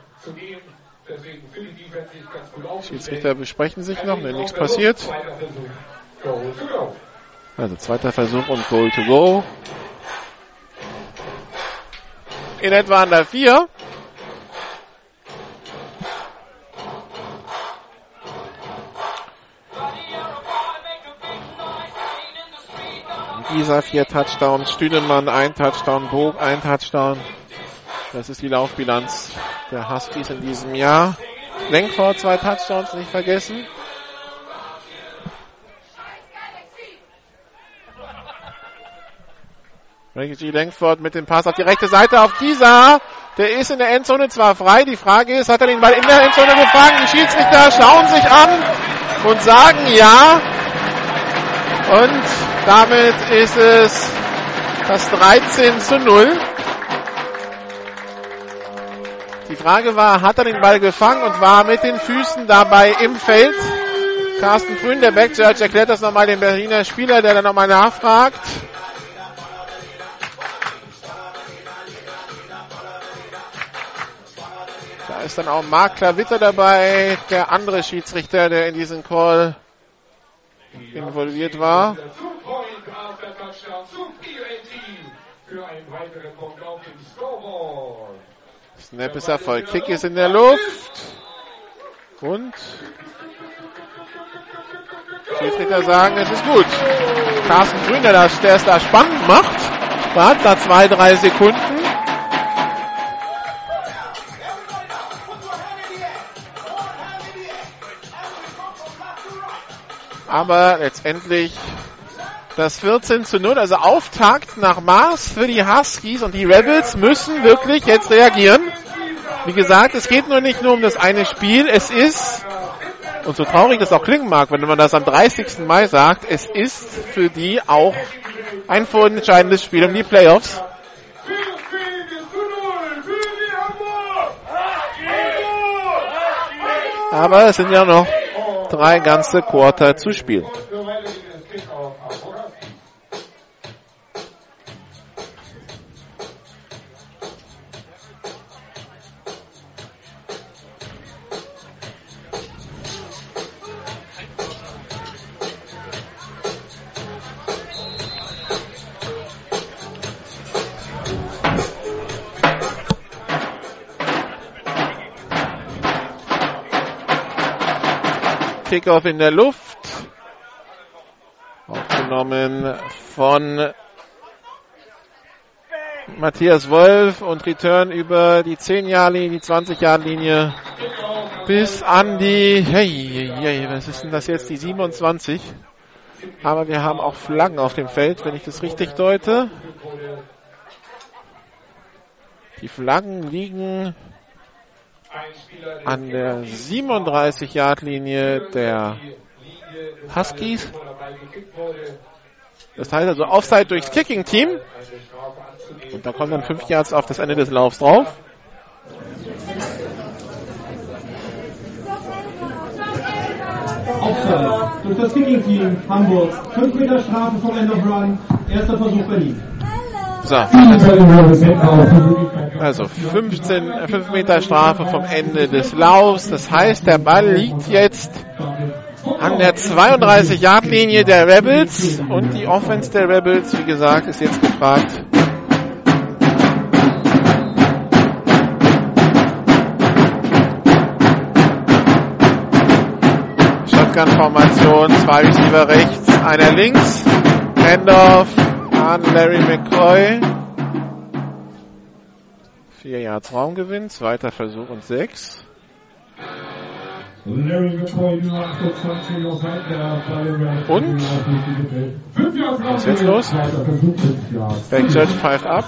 Speaker 3: Schiedsrichter besprechen sich noch, wenn nichts passiert. Also zweiter Versuch und Goal to go. In etwa an der vier. Gieser vier Touchdowns, Stünemann ein Touchdown, Bog ein Touchdown. Das ist die Laufbilanz der Huskies in diesem Jahr. Langford zwei Touchdowns, nicht vergessen. Reggie Langford mit dem Pass auf die rechte Seite auf Gieser. Der ist in der Endzone zwar frei. Die Frage ist, hat er den Ball in der Endzone gefangen? Die Schiedsrichter schauen sich an und sagen ja. Und damit ist es das dreizehn zu null. Die Frage war, hat er den Ball gefangen und war mit den Füßen dabei im Feld? Carsten Grün, der Backjudge, erklärt das nochmal dem Berliner Spieler, der dann nochmal nachfragt. Da ist dann auch Marc Klavitter dabei, der andere Schiedsrichter, der in diesen Call involviert war. Snap ist Erfolg. Kick ist in der Luft. Und Schiedsrichter sagen, es ist gut. Carsten Grün, der das, der es da spannend macht, wartet da zwei, drei Sekunden. Aber letztendlich das vierzehn zu null, also Auftakt nach Maß für die Huskies, und die Rebels müssen wirklich jetzt reagieren. Wie gesagt, es geht nur nicht nur um das eine Spiel, es ist, und so traurig das auch klingen mag, wenn man das am dreißigsten Mai sagt, es ist für die auch ein vorentscheidendes Spiel um die Playoffs. Aber es sind ja noch drei ganze Quarter zu spielen. Kickoff in der Luft. Aufgenommen von Matthias Wolf und Return über die zehn-Yard-Linie, die zwanzig-Yard-Linie bis an die, hey, hey, was ist denn das jetzt, die siebenundzwanzig. Aber wir haben auch Flaggen auf dem Feld, wenn ich das richtig deute. Die Flaggen liegen an der siebenunddreißig-Yard-Linie der Huskies. Das heißt also Offside durchs Kicking-Team. Und da kommen dann fünf Yards auf das Ende des Laufs drauf.
Speaker 8: Offside durch das Kicking-Team Hamburg. fünf Meter Strafe vom End of Run. Erster Versuch Berlin.
Speaker 3: So. Also fünfzehn, fünf Meter Strafe vom Ende des Laufs. Das heißt, der Ball liegt jetzt an der zweiunddreißig-Yard-Linie der Rebels. Und die Offense der Rebels, wie gesagt, ist jetzt gefragt. Shotgun-Formation, zwei Receiver rechts, einer links. Handoff an Larry McCoy. Vier Yards Raumgewinn, zweiter Versuch und sechs. Und? Was ist jetzt los? Backjudge pfeift ab.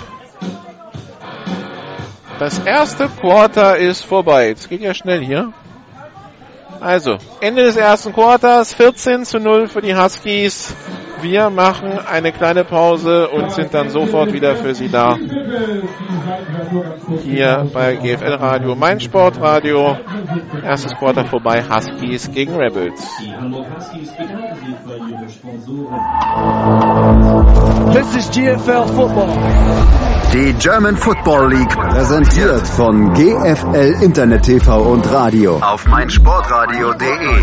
Speaker 3: Das erste Quarter ist vorbei. Es geht ja schnell hier. Also, Ende des ersten Quarters, vierzehn zu null für die Huskies. Wir machen eine kleine Pause und sind dann sofort wieder für Sie da. Hier bei G F L Radio, mein Sportradio. Erstes Quarter vorbei, Huskies gegen Rebels.
Speaker 10: Die Hamburg Huskies bedanken sich bei ihren Sponsoren.
Speaker 11: This is G F L Football.
Speaker 2: Die German Football League, präsentiert von G F L Internet T V und Radio auf meinsportradio punkt de.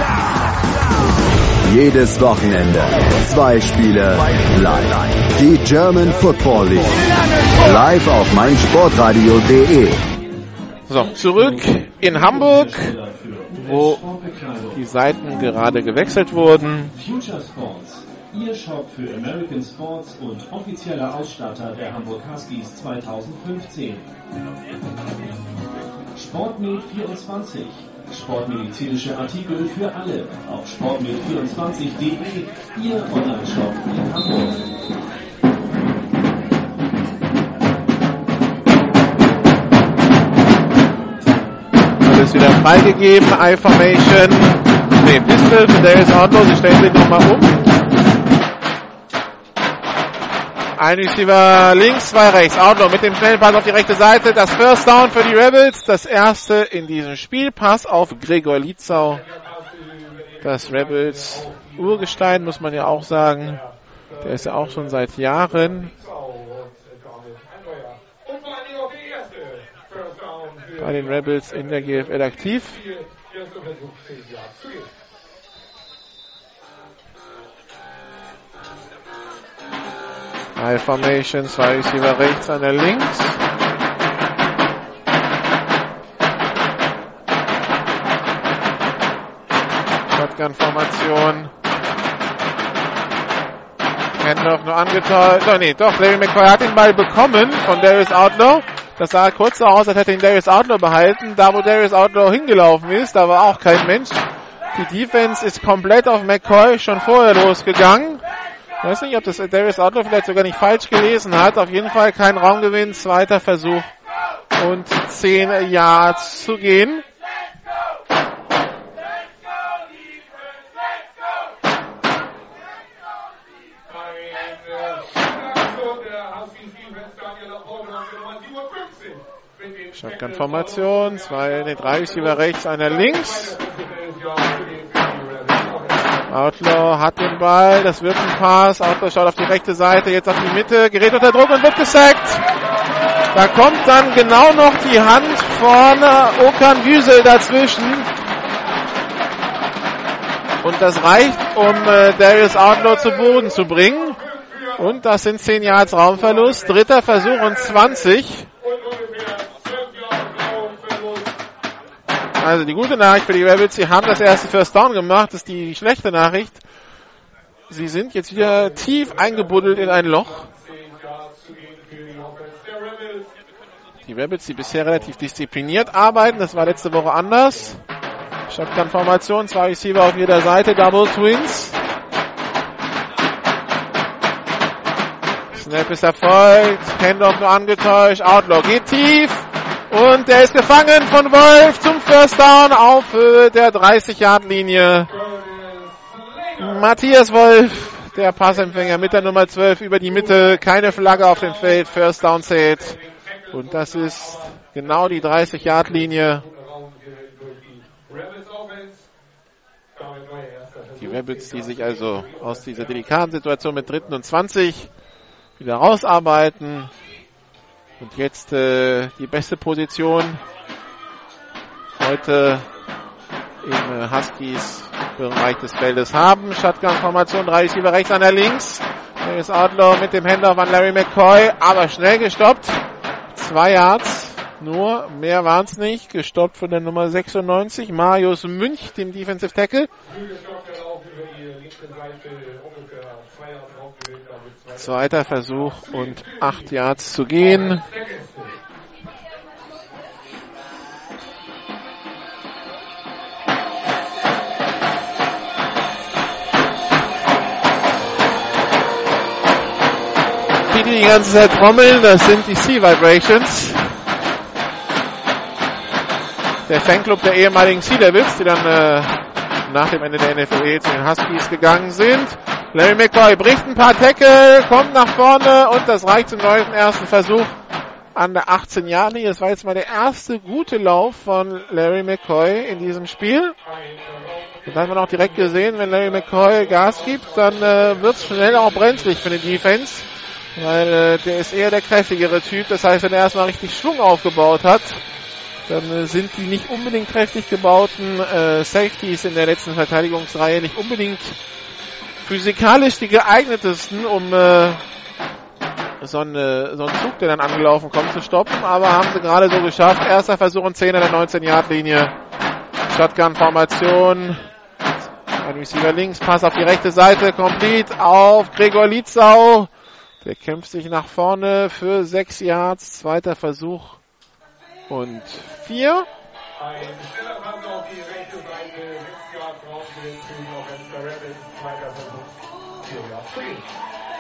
Speaker 2: Jedes Wochenende zwei Spiele live. Die German Football League live auf meinsportradio punkt de.
Speaker 3: So, zurück in Hamburg, wo die Seiten gerade gewechselt wurden.
Speaker 10: Future Sports, Ihr Shop für American Sports und offizieller Ausstatter der Hamburg Huskies zweitausendfünfzehn. Sportmed vierundzwanzig, sportmedizinische Artikel für alle auf sportmed vierundzwanzig punkt de, Ihr Online-Shop in Hamburg.
Speaker 3: Ist wieder freigegeben, I-Formation, ne, Pistol für Darius Outlaw, sie stellen sich nochmal um. Ein Receiver links, zwei rechts, Outlaw mit dem schnellen Pass auf die rechte Seite, das First Down für die Rebels, das erste in diesem Spiel, Pass auf Gregor Lietzau, das Rebels Urgestein, muss man ja auch sagen, der ist ja auch schon seit Jahren bei den Rebels in der G F L aktiv. High Formation, zwei Receiver rechts, einer links. Shotgun-Formation. Handoff nur angetäuscht. Oh nee, doch, Larry McCoy hat den Ball bekommen von Darius Outlaw. Das sah kurz so aus, als hätte ihn Darius Outlaw behalten. Da, wo Darius Outlaw hingelaufen ist, da war auch kein Mensch. Die Defense ist komplett auf McCoy schon vorher losgegangen. Ich weiß nicht, ob das Darius Outlaw vielleicht sogar nicht falsch gelesen hat. Auf jeden Fall kein Raumgewinn. Zweiter Versuch und zehn Yards zu gehen. Shotgun-Formation, zwei, ne, drei Receiver rechts, einer links. Outlaw hat den Ball, das wird ein Pass. Outlaw schaut auf die rechte Seite, jetzt auf die Mitte, gerät unter Druck und wird gesackt. Da kommt dann genau noch die Hand von Okan Güsel dazwischen. Und das reicht, um äh, Darius Outlaw zu Boden zu bringen. Und das sind zehn Yards Raumverlust. Dritter Versuch und zwanzig. Also die gute Nachricht für die Rebels, sie haben das erste First Down gemacht. Das ist die schlechte Nachricht. Sie sind jetzt wieder tief eingebuddelt in ein Loch. Die Rebels, die bisher relativ diszipliniert arbeiten, das war letzte Woche anders. Shotgun-Formation, zwei Receiver auf jeder Seite, Double Twins. Snap ist erfolgt, Handoff nur angetäuscht, Outlaw geht tief. Und der ist gefangen von Wolf zum First Down auf Höhe der dreißig-Yard-Linie. Matthias Wolf, der Passempfänger mit der Nummer zwölf über die Mitte. Keine Flagge auf dem Feld, First Down zählt. Und das ist genau die dreißig-Yard-Linie. Die Rebels, die sich also aus dieser delikaten Situation mit dritten und zwanzig wieder rausarbeiten. Und jetzt äh, die beste Position heute im äh, Huskies Bereich des Feldes haben. Shotgun-Formation, drei Receiver rechts, einer links. Hier ist Outlaw mit dem Handoff an Larry McCoy, aber schnell gestoppt. Zwei Yards, nur, mehr waren es nicht. Gestoppt von der Nummer sechsundneunzig, Marius Münch, dem Defensive Tackle. Zweiter Versuch und acht Yards zu gehen. Die, die die ganze Zeit trommeln, das sind die Sea Vibrations. der Fanclub der ehemaligen Sea Devils, die dann äh, nach dem Ende der N F L E zu den Huskies gegangen sind. Larry McCoy bricht ein paar Tackle, kommt nach vorne und das reicht zum neuen ersten Versuch an der achtzehn-Yard-Linie. Das war jetzt mal der erste gute Lauf von Larry McCoy in diesem Spiel. Und da hat man auch direkt gesehen, wenn Larry McCoy Gas gibt, dann äh, wird es schnell auch brenzlig für die Defense, weil äh, der ist eher der kräftigere Typ. Das heißt, wenn er erstmal richtig Schwung aufgebaut hat, dann äh, sind die nicht unbedingt kräftig gebauten äh, Safeties in der letzten Verteidigungsreihe nicht unbedingt physikalisch die geeignetesten, um äh, so, eine, so einen Zug, der dann angelaufen kommt, zu stoppen. Aber haben sie gerade so geschafft. Erster Versuch und zehn an der neunzehn-Yard-Linie. Shotgun-Formation. Ein Receiver links, Pass auf die rechte Seite, complete auf Gregor Lietzau. Der kämpft sich nach vorne für sechs Yards. Zweiter Versuch und vier.
Speaker 9: Ein schneller Pass auf die rechte Seite, sechs Yards rausgehen für die Offense der Rebels. Zweiter Versuch, vier Yards zu gehen.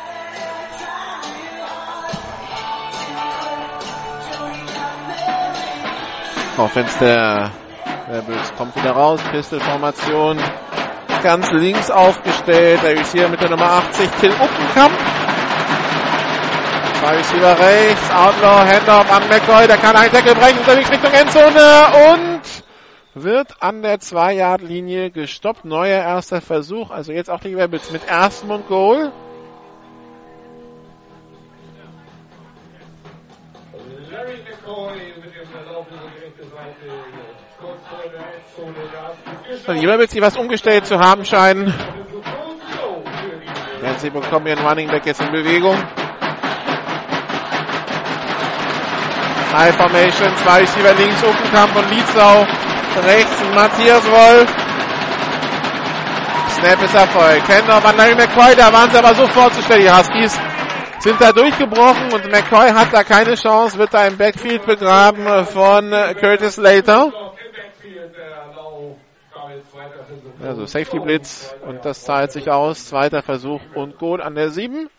Speaker 3: Offense der Rebels kommt wieder raus, Pistol-Formation. Ganz links aufgestellt, der Receiver mit der Nummer achtzig, Till Uppenkamp. Zwei Receiver rechts, Outlaw, Handoff an McCoy, der kann einen Tackle brechen, unterwegs Richtung Endzone und wird an der zwei-Yard-Linie gestoppt. Neuer erster Versuch, also jetzt auch die Rebels mit erstem und Goal.
Speaker 9: Larry McCoy mit dem Verlauf über die rechte Seite, kurz vor der Endzone.
Speaker 3: Die Rebels, die was umgestellt zu haben scheinen. Ja, sie bekommen ihren Running Back jetzt in Bewegung. High Formation, zwei Receiver links, Uppenkamp und Lietzau. Rechts Matthias Wolf. Snap ist Erfolg. Handoff an Larry McCoy, da waren sie aber so vorzustellen. Die Huskies sind da durchgebrochen und McCoy hat da keine Chance, wird da im Backfield begraben von Curtis Later. Also Safety Blitz und das zahlt sich aus. Zweiter Versuch und Goal an der sieben.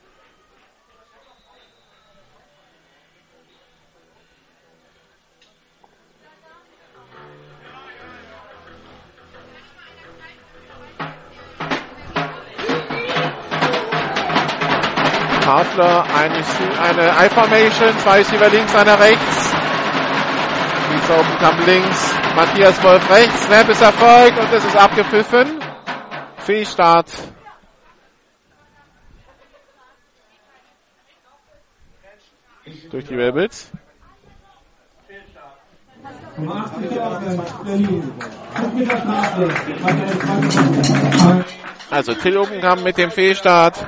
Speaker 3: Hartler, eine, eine I-Formation, zwei Receiver links, einer rechts. Lietzau Uppenkamp links, Matthias Wolf rechts, Snap ist Erfolg und es ist abgepfiffen. Fehlstart. Durch die Rebels. Also Till Uppenkamp mit dem Fehlstart.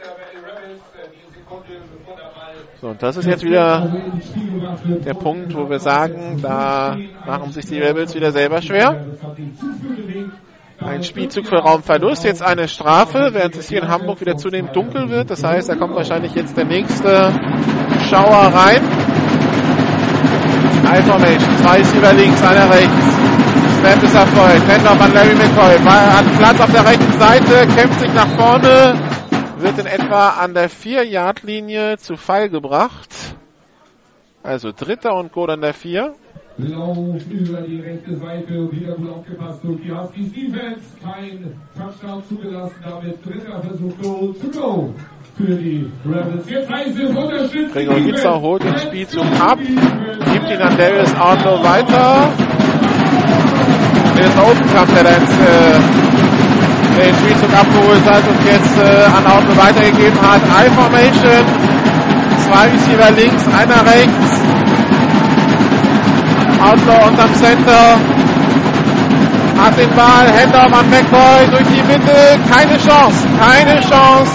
Speaker 3: So, und das ist jetzt wieder der Punkt, wo wir sagen, da machen sich die Rebels wieder selber schwer. Ein Spielzug für Raumverlust, jetzt eine Strafe, während es hier in Hamburg wieder zunehmend dunkel wird. Das heißt, da kommt wahrscheinlich jetzt der nächste Schauer rein. I-Formation, zwei Receiver links, einer rechts. Snap ist Erfolg. Handoff an Larry McCoy. Hat Platz auf der rechten Seite, kämpft sich nach vorne. Wird in etwa an der vier-Yard-Linie zu Fall gebracht. Also dritter und Goal an der vier.
Speaker 1: Lauf über die rechte Seite und wieder gut aufgepasst durch die Huskies Defense. Kein Touchdown zugelassen, damit dritter Versuch Goal to go für die Rebels. Jetzt heißt es Unterstützung.
Speaker 3: Gregor Lietzau holt den Spielzug ab, gibt ihn an Darius Outlaw weiter. Der ist Uppenkamp, der da jetzt äh, den Spielzug abgeholt hat und jetzt äh, an Outlaw weitergegeben hat. I-Formation, zwei Receiver links, einer rechts. Outlaw unterm Center, hat den Ball, Handoff an McCoy durch die Mitte, keine Chance, keine Chance.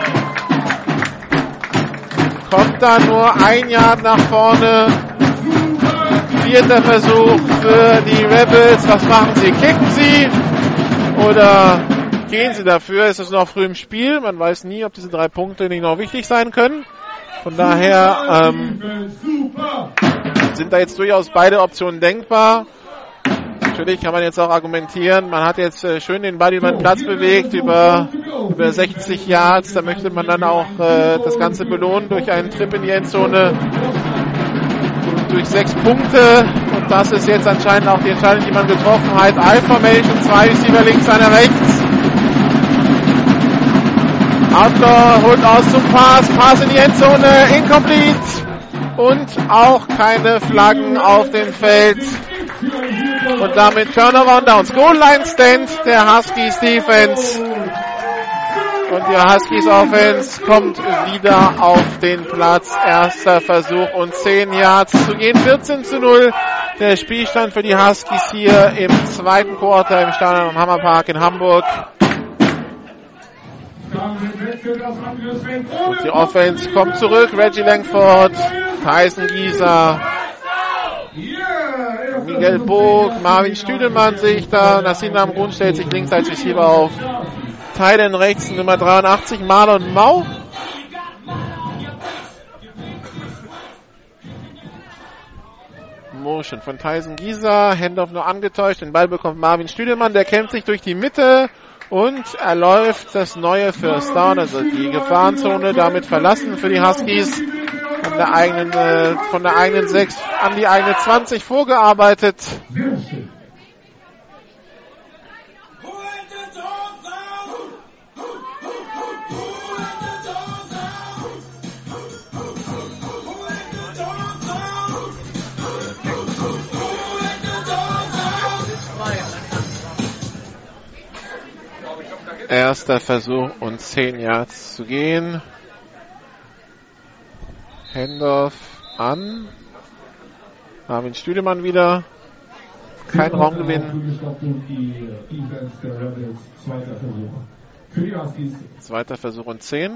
Speaker 3: Kommt da nur ein Yard nach vorne. Vierter Versuch für die Rebels. Was machen sie? Kicken sie oder gehen sie dafür? Es ist noch früh im Spiel. Man weiß nie, ob diese drei Punkte nicht noch wichtig sein können. Von daher ähm, sind da jetzt durchaus beide Optionen denkbar. Natürlich kann man jetzt auch argumentieren, man hat jetzt äh, schön den Ball über den Platz bewegt, über, über sechzig Yards. Da möchte man dann auch äh, das Ganze belohnen durch einen Trip in die Endzone, durch sechs Punkte. Und Und das ist jetzt anscheinend auch die Entscheidung, die man getroffen hat. I-Formation, zwei Receiver links, einer rechts. Outlaw holt aus zum Pass, Pass in die Endzone, incomplete. Und auch keine Flaggen auf dem Feld. Und damit Turnover und Downs. Goal-Line-Stand der Huskies Defense. Und die Huskies Offense kommt wieder auf den Platz. Erster Versuch und zehn Yards zu gehen. vierzehn zu null. Der Spielstand für die Huskies hier im zweiten Quarter im Stadion am Hammerpark in Hamburg. Und die Offense kommt zurück. Reggie Langford, Tyson Gieser, Miguel Bog, Marvin Stüdelmann sehe ich da. Nassim Amrun stellt sich links als Receiver auf. Tyden rechts, Nummer dreiundachtzig, Marlon Mau. Motion von Tyson Gieser. Handoff nur angetäuscht. Den Ball bekommt Marvin Stüdelmann. Der kämpft sich durch die Mitte. Und er läuft das neue First Down, also die Gefahrenzone damit verlassen für die Huskies. Von der eigenen, äh, von der eigenen sechs an die eigene zwanzig vorgearbeitet. Erster Versuch und zehn Yards zu gehen. Handoff an Marvin Stüdemann wieder. Kein Raumgewinn. Zweiter Versuch und zehn.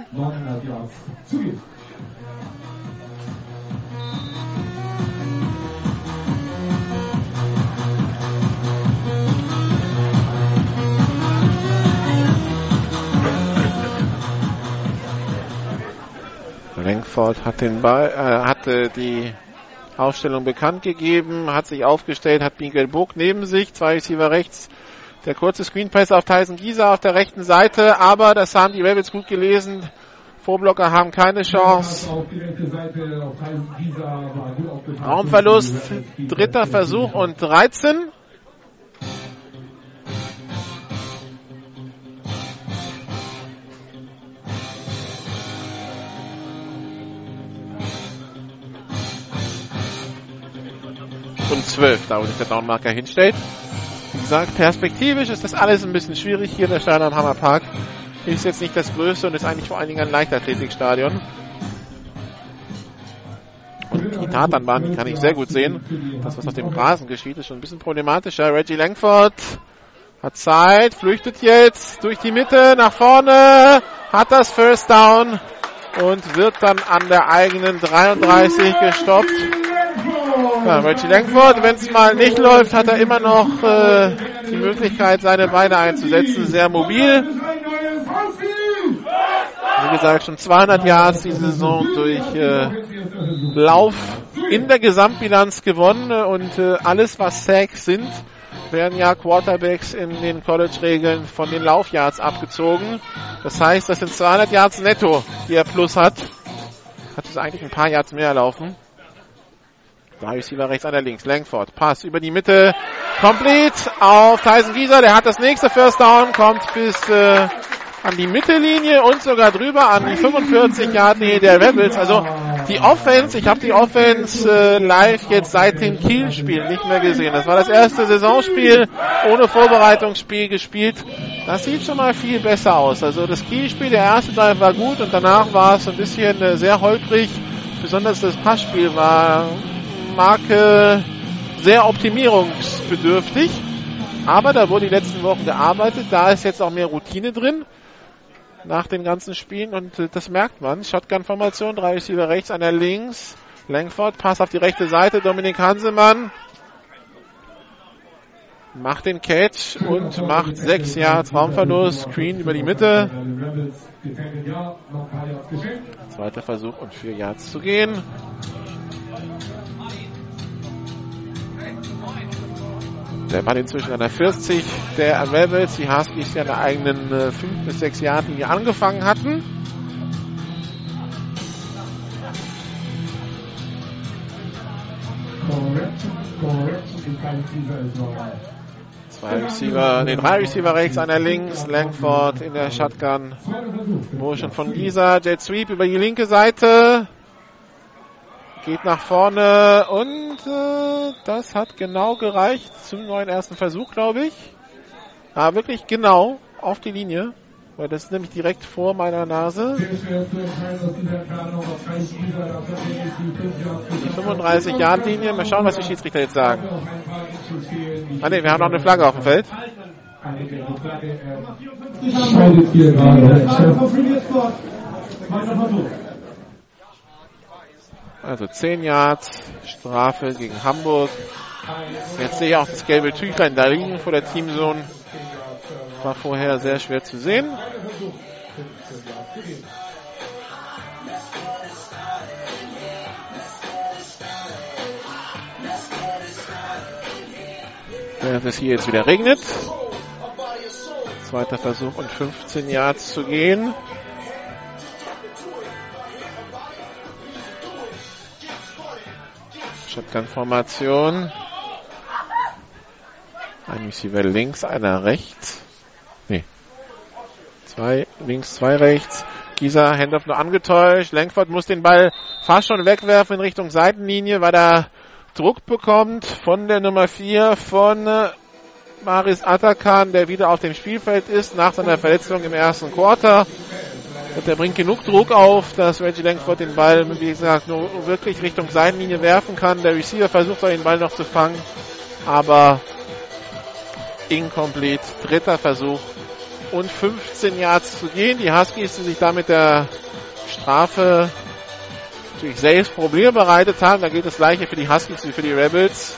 Speaker 3: Langford hat den Ball, äh, hatte die Aufstellung bekannt gegeben, hat sich aufgestellt, hat Miguel Bog neben sich, zwei Receiver rechts, der kurze Screen Pass auf Tyson Gieser auf der rechten Seite, aber das haben die Rebels gut gelesen. Vorblocker haben keine Chance. Raumverlust, dritter Versuch und dreizehn. Und zwölf, da wo sich der Downmarker hinstellt. Wie gesagt, perspektivisch ist das alles ein bisschen schwierig hier in der Stadion am Hammerpark. Ist jetzt nicht das größte und ist eigentlich vor allen Dingen ein Leichtathletikstadion. Und die Tatanbahn, die kann ich sehr gut sehen. Das, was auf dem Rasen geschieht, ist schon ein bisschen problematischer. Reggie Langford hat Zeit, flüchtet jetzt durch die Mitte nach vorne, hat das First Down und wird dann an der eigenen dreiunddreißig gestoppt. Ja, Reggie Langford, wenn es mal nicht läuft, hat er immer noch äh, die Möglichkeit, seine Beine einzusetzen. Sehr mobil. Wie gesagt, schon zweihundert Yards diese Saison durch äh, Lauf in der Gesamtbilanz gewonnen. Und äh, alles, was Sacks sind, werden ja Quarterbacks in den College-Regeln von den Laufyards abgezogen. Das heißt, das sind zweihundert Yards netto, die er plus hat. Hat es eigentlich ein paar Yards mehr laufen. Da ist Receiver rechts, einer links. Langford, Pass über die Mitte. Complete auf Tyson Gieser. Der hat das nächste First Down, kommt bis äh, an die Mittellinie und sogar drüber an die fünfundvierzig Yard Nähe der Rebels. Also die Offense, ich habe die Offense äh, live jetzt seit dem Kiel-Spiel nicht mehr gesehen. Das war das erste Saisonspiel ohne Vorbereitungsspiel gespielt. Das sieht schon mal viel besser aus. Also das Kiel-Spiel, der erste Drive war gut und danach war es ein bisschen äh, sehr holprig. Besonders das Passspiel war Marke sehr optimierungsbedürftig, aber da wurde die letzten Wochen gearbeitet, da ist jetzt auch mehr Routine drin nach den ganzen Spielen und äh, das merkt man. Shotgun-Formation, drei Receiver rechts, einer links, Langford, Pass auf die rechte Seite, Dominik Hansemann macht den Catch und macht sechs Yards Raumverlust, Screen über die Mitte. Zweiter Versuch und vier Yards zu gehen. Der Ball inzwischen an der vierzig der Rebels. Die Huskies, die an der eigenen äh, fünf bis sechs Yard Linie angefangen hatten. Zwei Receiver, nee, drei Receiver rechts, einer links, Langford in der Shotgun. Motion von Giza, Jet Sweep über die linke Seite. Geht nach vorne und äh, das hat genau gereicht zum neuen ersten Versuch, glaube ich. Ah, wirklich genau auf die Linie, weil das ist nämlich direkt vor meiner Nase. Die fünfunddreißig Yard Linie. Mal schauen, was die Schiedsrichter jetzt sagen. Ah ne, wir haben noch eine Flagge auf dem Feld. Also zehn Yards Strafe gegen Hamburg. Jetzt sehe ich auch das gelbe Tüchlein da liegen vor der Teamzone. War vorher sehr schwer zu sehen. Während es hier jetzt wieder regnet. Zweiter Versuch und fünfzehn Yards zu gehen. Shotgun-Formation. Ein Receiver links, einer rechts. Nee. Zwei links, zwei rechts. Giza, Handoff nur angetäuscht. Langford muss den Ball fast schon wegwerfen in Richtung Seitenlinie, weil er Druck bekommt von der Nummer vier von äh, Maris Atakan, der wieder auf dem Spielfeld ist nach seiner Verletzung im ersten Quarter. Und der bringt genug Druck auf, dass Reggie Langford den Ball, wie gesagt, nur wirklich Richtung Seitenlinie werfen kann. Der Receiver versucht den Ball noch zu fangen, aber incomplete. Dritter Versuch und fünfzehn Yards zu gehen. Die Huskies, die sich damit der Strafe natürlich selbst Probleme bereitet haben. Da gilt das gleiche für die Huskies wie für die Rebels.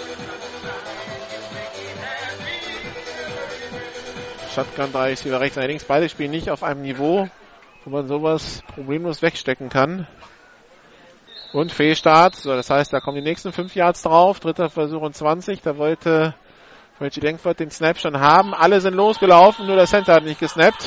Speaker 3: Shotgun drei Receiver rechts und links. Beide spielen nicht auf einem Niveau, wo man sowas problemlos wegstecken kann. Und Fehlstart. So, das heißt, da kommen die nächsten fünf Yards drauf. Dritter Versuch und zwanzig. Da wollte Reggie Langford den Snap schon haben. Alle sind losgelaufen, nur der Center hat nicht gesnappt.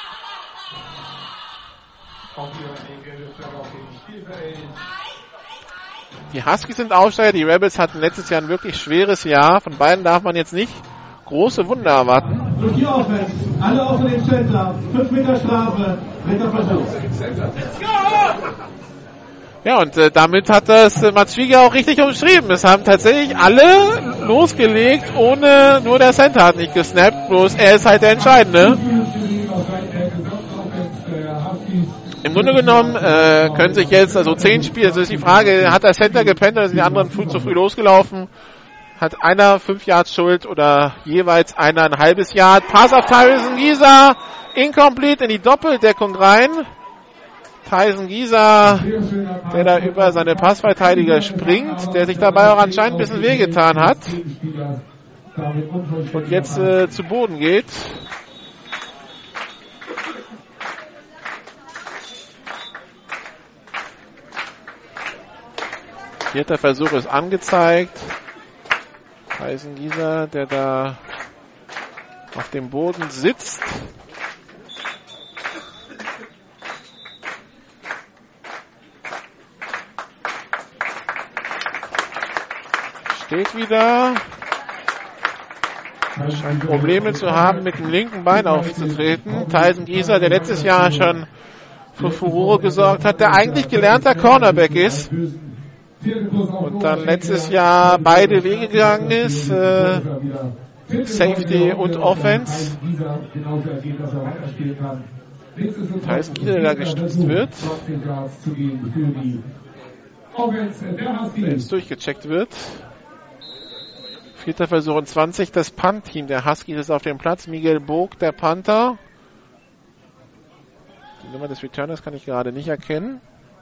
Speaker 3: Die Huskies sind Aufsteiger. Die Rebels hatten letztes Jahr ein wirklich schweres Jahr. Von beiden darf man jetzt nicht große Wunder erwarten.
Speaker 8: Durch die Offense. Alle auf den Center. fünf Meter Strafe. Dritter Versuch.
Speaker 3: Ja, und äh, damit hat das äh, Mats Schwieger auch richtig umschrieben. Es haben tatsächlich alle losgelegt, ohne, nur der Center hat nicht gesnappt, bloß er ist halt der Entscheidende. Im Grunde genommen äh, können sich jetzt, also zehn Spiele, also ist die Frage, hat der Center gepennt oder sind die anderen früh, zu früh losgelaufen? Hat einer fünf Yards Schuld oder jeweils einer ein halbes Yard? Pass auf Tyson Giza, incomplete in die Doppeldeckung rein. Tyson Giza, der da über seine Passverteidiger springt, der sich dabei auch anscheinend ein bisschen wehgetan hat und jetzt äh, zu Boden geht. Vierter Versuch ist angezeigt. Tyson Giza, der da auf dem Boden sitzt. Steht wieder. Scheint Probleme zu haben, mit dem linken Bein aufzutreten. Tyson Giza, der letztes Jahr schon für Furore gesorgt hat, der eigentlich gelernter Cornerback ist. Und dann letztes Jahr beide Wege gegangen ist. Äh, Safety und Offense. Tyson Giza, der da gestützt wird. Der jetzt durchgecheckt wird. Vierter Versuch und zwanzig. Das Punt-Team der Huskies ist auf dem Platz. Miguel Bog, der Panther. Die Nummer des Returners kann ich gerade nicht erkennen.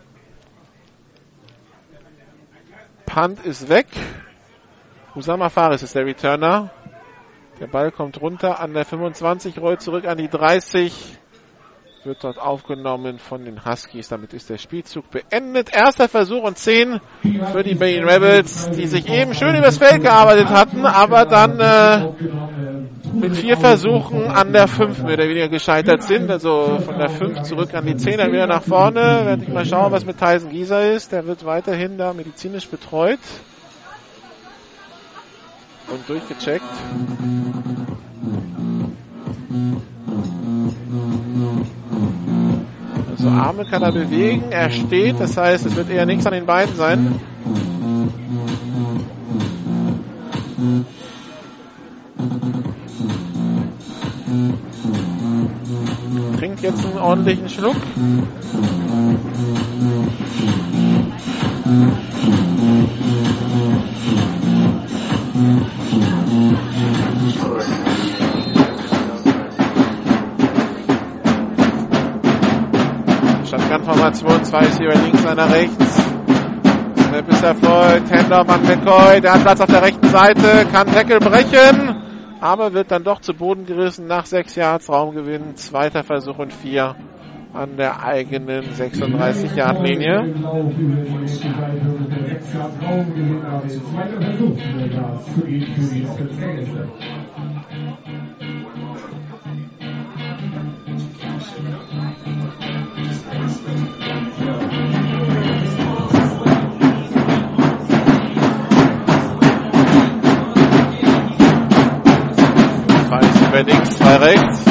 Speaker 3: Punt ist weg. Usama Faris ist der Returner. Der Ball kommt runter an der fünfundzwanzig, rollt zurück an die dreißig. Wird dort aufgenommen von den Huskies. Damit ist der Spielzug beendet. Erster Versuch und zehn für die Berlin Rebels, die sich eben schön übers Feld gearbeitet hatten, aber dann äh, mit vier Versuchen an der fünf mehr oder weniger gescheitert sind. Also von der fünf zurück an die zehn, dann wieder nach vorne. Werde ich mal schauen, was mit Tyson Giza ist. Der wird weiterhin da medizinisch betreut. und durchgecheckt. Also Arme kann er bewegen, er steht, das heißt, es wird eher nichts an den Beinen sein. Trinkt jetzt einen ordentlichen Schluck. Standardformation, zwei ist hier links, einer rechts. Snap ist erfolgt, Handoff an McCoy, der hat Platz auf der rechten Seite, kann Tackle brechen, aber wird dann doch zu Boden gerissen nach sechs Yards Raumgewinn, zweiter Versuch und vier an der eigenen sechsunddreißig Yard Linie. Zwei links, zwei rechts.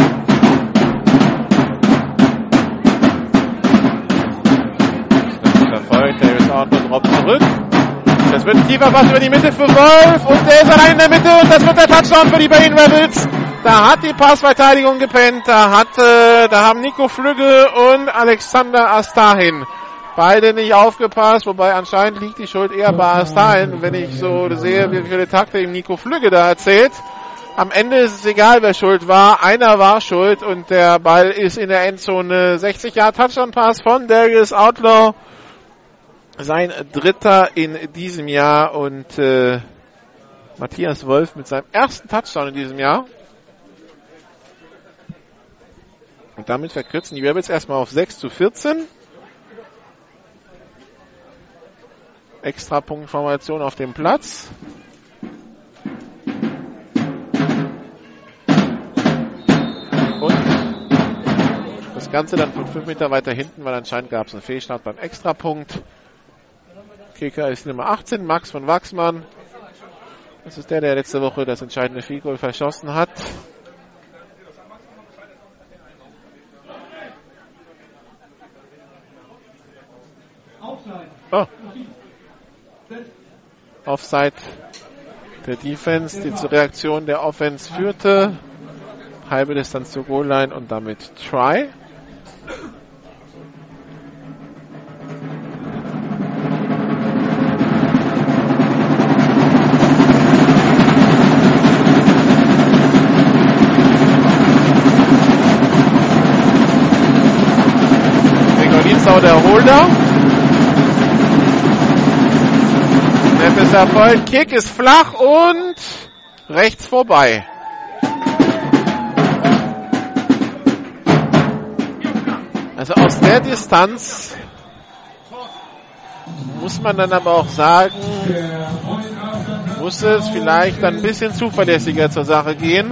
Speaker 3: Verfolgt, Davis Outlaw droppt zurück. Das wird ein tiefer Pass über die Mitte für Wolf und der ist allein in der Mitte und das wird der Touchdown für die Berlin Rebels. Da hat die Passverteidigung gepennt, da hat, äh, da haben Nico Flügge und Alexander Astahin beide nicht aufgepasst, wobei anscheinend liegt die Schuld eher bei Astahin, wenn ich so sehe, wie viele Takte ihm Nico Flügge da erzählt. Am Ende ist es egal, wer schuld war. Einer war schuld und der Ball ist in der Endzone. sechzig Yard Touchdown-Pass von Darius Outlaw. Sein dritter in diesem Jahr und äh, Matthias Wolf mit seinem ersten Touchdown in diesem Jahr. Und damit verkürzen die Rebels erstmal auf sechs zu vierzehn. Extrapunktformation auf dem Platz. Und das Ganze dann von fünf Meter weiter hinten, weil anscheinend gab es einen Fehlstart beim Extrapunkt. Kicker ist Nummer achtzehn, Max von Wachsmann. Das ist der, der letzte Woche das entscheidende Field Goal verschossen hat. Oh. Offside der Defense, die zur Reaktion der Offense führte. Halbe Distanz zur Goal-Line und damit Try. Gregorinzau der Holder. Snap ist erfolgt, Kick ist flach und rechts vorbei. Also aus der Distanz muss man dann aber auch sagen, muss es vielleicht ein bisschen zuverlässiger zur Sache gehen.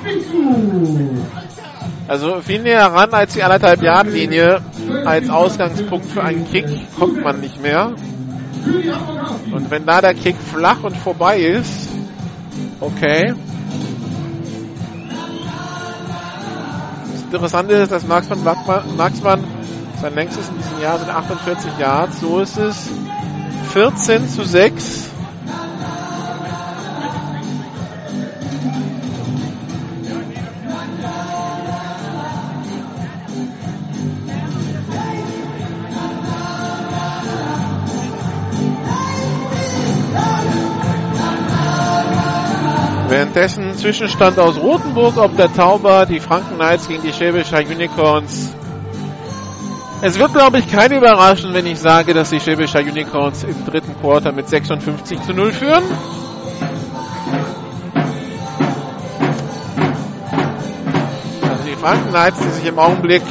Speaker 3: Also viel näher ran als die anderthalb Yard Linie als Ausgangspunkt für einen Kick kommt man nicht mehr. Und wenn da der Kick flach und vorbei ist, okay. Interessant ist, dass Max von Wachsmann sein längstes in diesem Jahr sind achtundvierzig Yards. So ist es vierzehn zu sechs. Währenddessen Zwischenstand aus Rothenburg ob der Tauber, die Franken Knights gegen die Schwäbischer Unicorns. Es wird, glaube ich, keine überraschen, wenn ich sage, dass die Schwäbischer Unicorns im dritten Quarter mit sechsundfünfzig zu null führen. Also die Franken Knights, die sich im Augenblick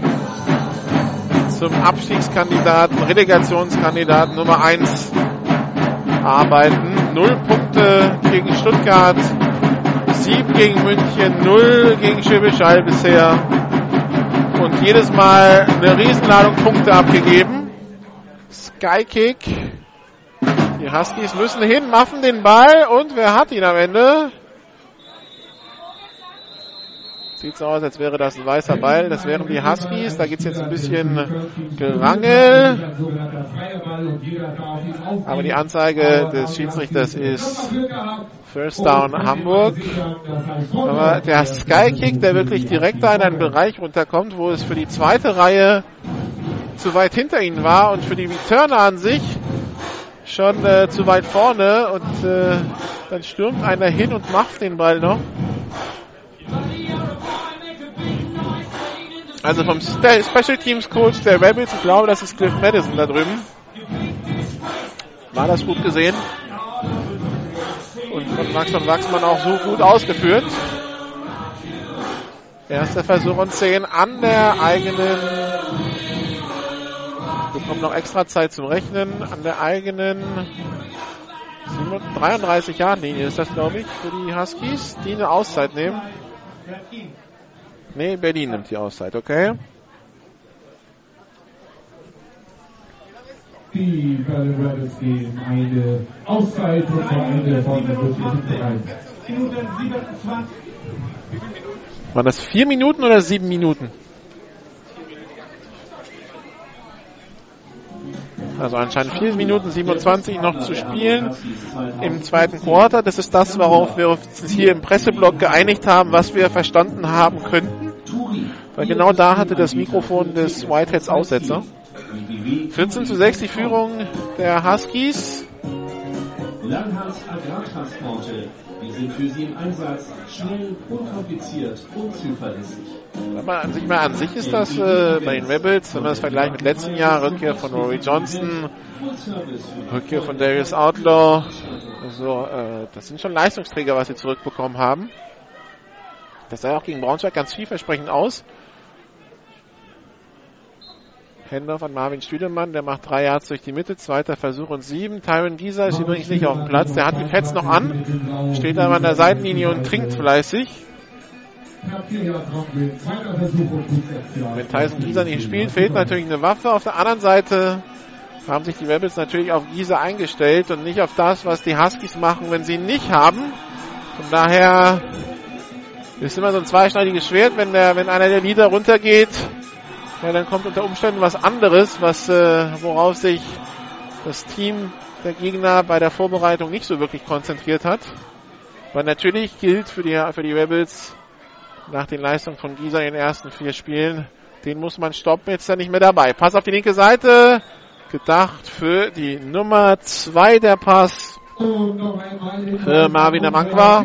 Speaker 3: zum Abstiegskandidaten, Relegationskandidaten Nummer eins arbeiten. Null Punkte gegen Stuttgart, sieben gegen München, null gegen Schwäbisch Hall bisher und jedes Mal eine Riesenladung Punkte abgegeben. Skykick, die Die Huskies müssen hin, machen den Ball und wer hat ihn am Ende? Sieht so aus, als wäre das ein weißer Ball. Das wären die Huskies. Da gibt es jetzt ein bisschen Gerangel. Aber die Anzeige des Schiedsrichters ist First Down Hamburg. Aber der Skykick, der wirklich direkt da in einen Bereich runterkommt, wo es für die zweite Reihe zu weit hinter ihnen war und für die Returner an sich schon äh, zu weit vorne. Und äh, dann stürmt einer hin und macht den Ball noch. Also vom Special Teams Coach der Rebels, ich glaube, das ist Cliff Madison da drüben. War das gut gesehen. Und von Max von Wachsmann auch so gut ausgeführt. Erster Versuch und zehn an der eigenen. Wir bekommen noch extra Zeit zum Rechnen. An der eigenen dreiunddreißig Yard Linie ist das, glaube ich, für die Huskies, die eine Auszeit nehmen. Nee, Berlin nimmt die Auszeit, okay.
Speaker 1: Die Berlin Rebels geben eine Auszeit und zwar eine von
Speaker 3: Waren das vier Minuten oder sieben Minuten? Also anscheinend vier Minuten siebenundzwanzig noch zu spielen im zweiten Quarter. Das ist das, worauf wir uns hier im Presseblock geeinigt haben, was wir verstanden haben könnten. Weil genau da hatte das Mikrofon des Whiteheads Aussetzer. vierzehn zu sechs die Führung der Huskies.
Speaker 10: Langhans Agrartransporte, die sind für Sie im Einsatz, schnell, unkompliziert und zuverlässig.
Speaker 3: Aber an sich, mal an sich ist das äh, bei den Rebels, wenn man das vergleicht mit letzten Jahr, Rückkehr von Rory Johnson, Rückkehr von Darius Outlaw, also äh, das sind schon Leistungsträger, was sie zurückbekommen haben. Das sah auch gegen Braunschweig ganz vielversprechend aus. Handoff an Marvin Stüdemann, der macht drei Yards durch die Mitte, zweiter Versuch und sieben. Tyron Gieser ist übrigens nicht auf dem Platz, der hat die Pads noch an, steht aber an der Seitenlinie und trinkt fleißig. Wenn Tyson Gieser nicht spielt, fehlt natürlich eine Waffe. Auf der anderen Seite haben sich die Rebels natürlich auf Gieser eingestellt und nicht auf das, was die Huskies machen, wenn sie ihn nicht haben. Von daher ist immer so ein zweischneidiges Schwert, wenn der, wenn einer der Leader runtergeht. Ja, dann kommt unter Umständen was anderes, was, äh, worauf sich das Team der Gegner bei der Vorbereitung nicht so wirklich konzentriert hat. Weil natürlich gilt für die, für die Rebels nach den Leistungen von Gieser in den ersten vier Spielen, den muss man stoppen, jetzt ist er nicht mehr dabei. Pass auf die linke Seite, gedacht für die Nummer zwei der Pass. Für Marvin Amankwa.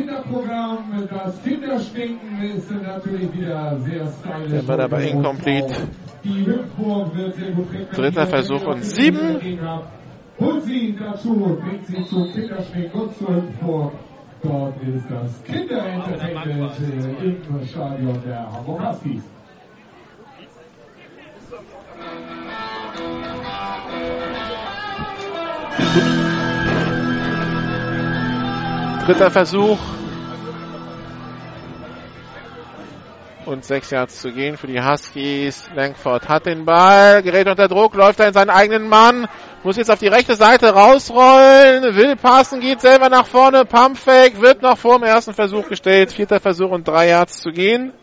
Speaker 3: Der war dabei incomplete. Dritter Versuch und sieben.
Speaker 1: Und sie dazu bringt sie zum Kinderschwingen und zur Hüpfburg. Dort ist das Kinderentertainment im Stadion der Hamburg Huskies.
Speaker 3: Dritter Versuch. Und sechs Yards zu gehen für die Huskies. Langford hat den Ball, gerät unter Druck, läuft er in seinen eigenen Mann, muss jetzt auf die rechte Seite rausrollen, will passen, geht selber nach vorne, Pumpfake, wird noch vor dem ersten Versuch gestellt. Vierter Versuch und drei Yards zu gehen.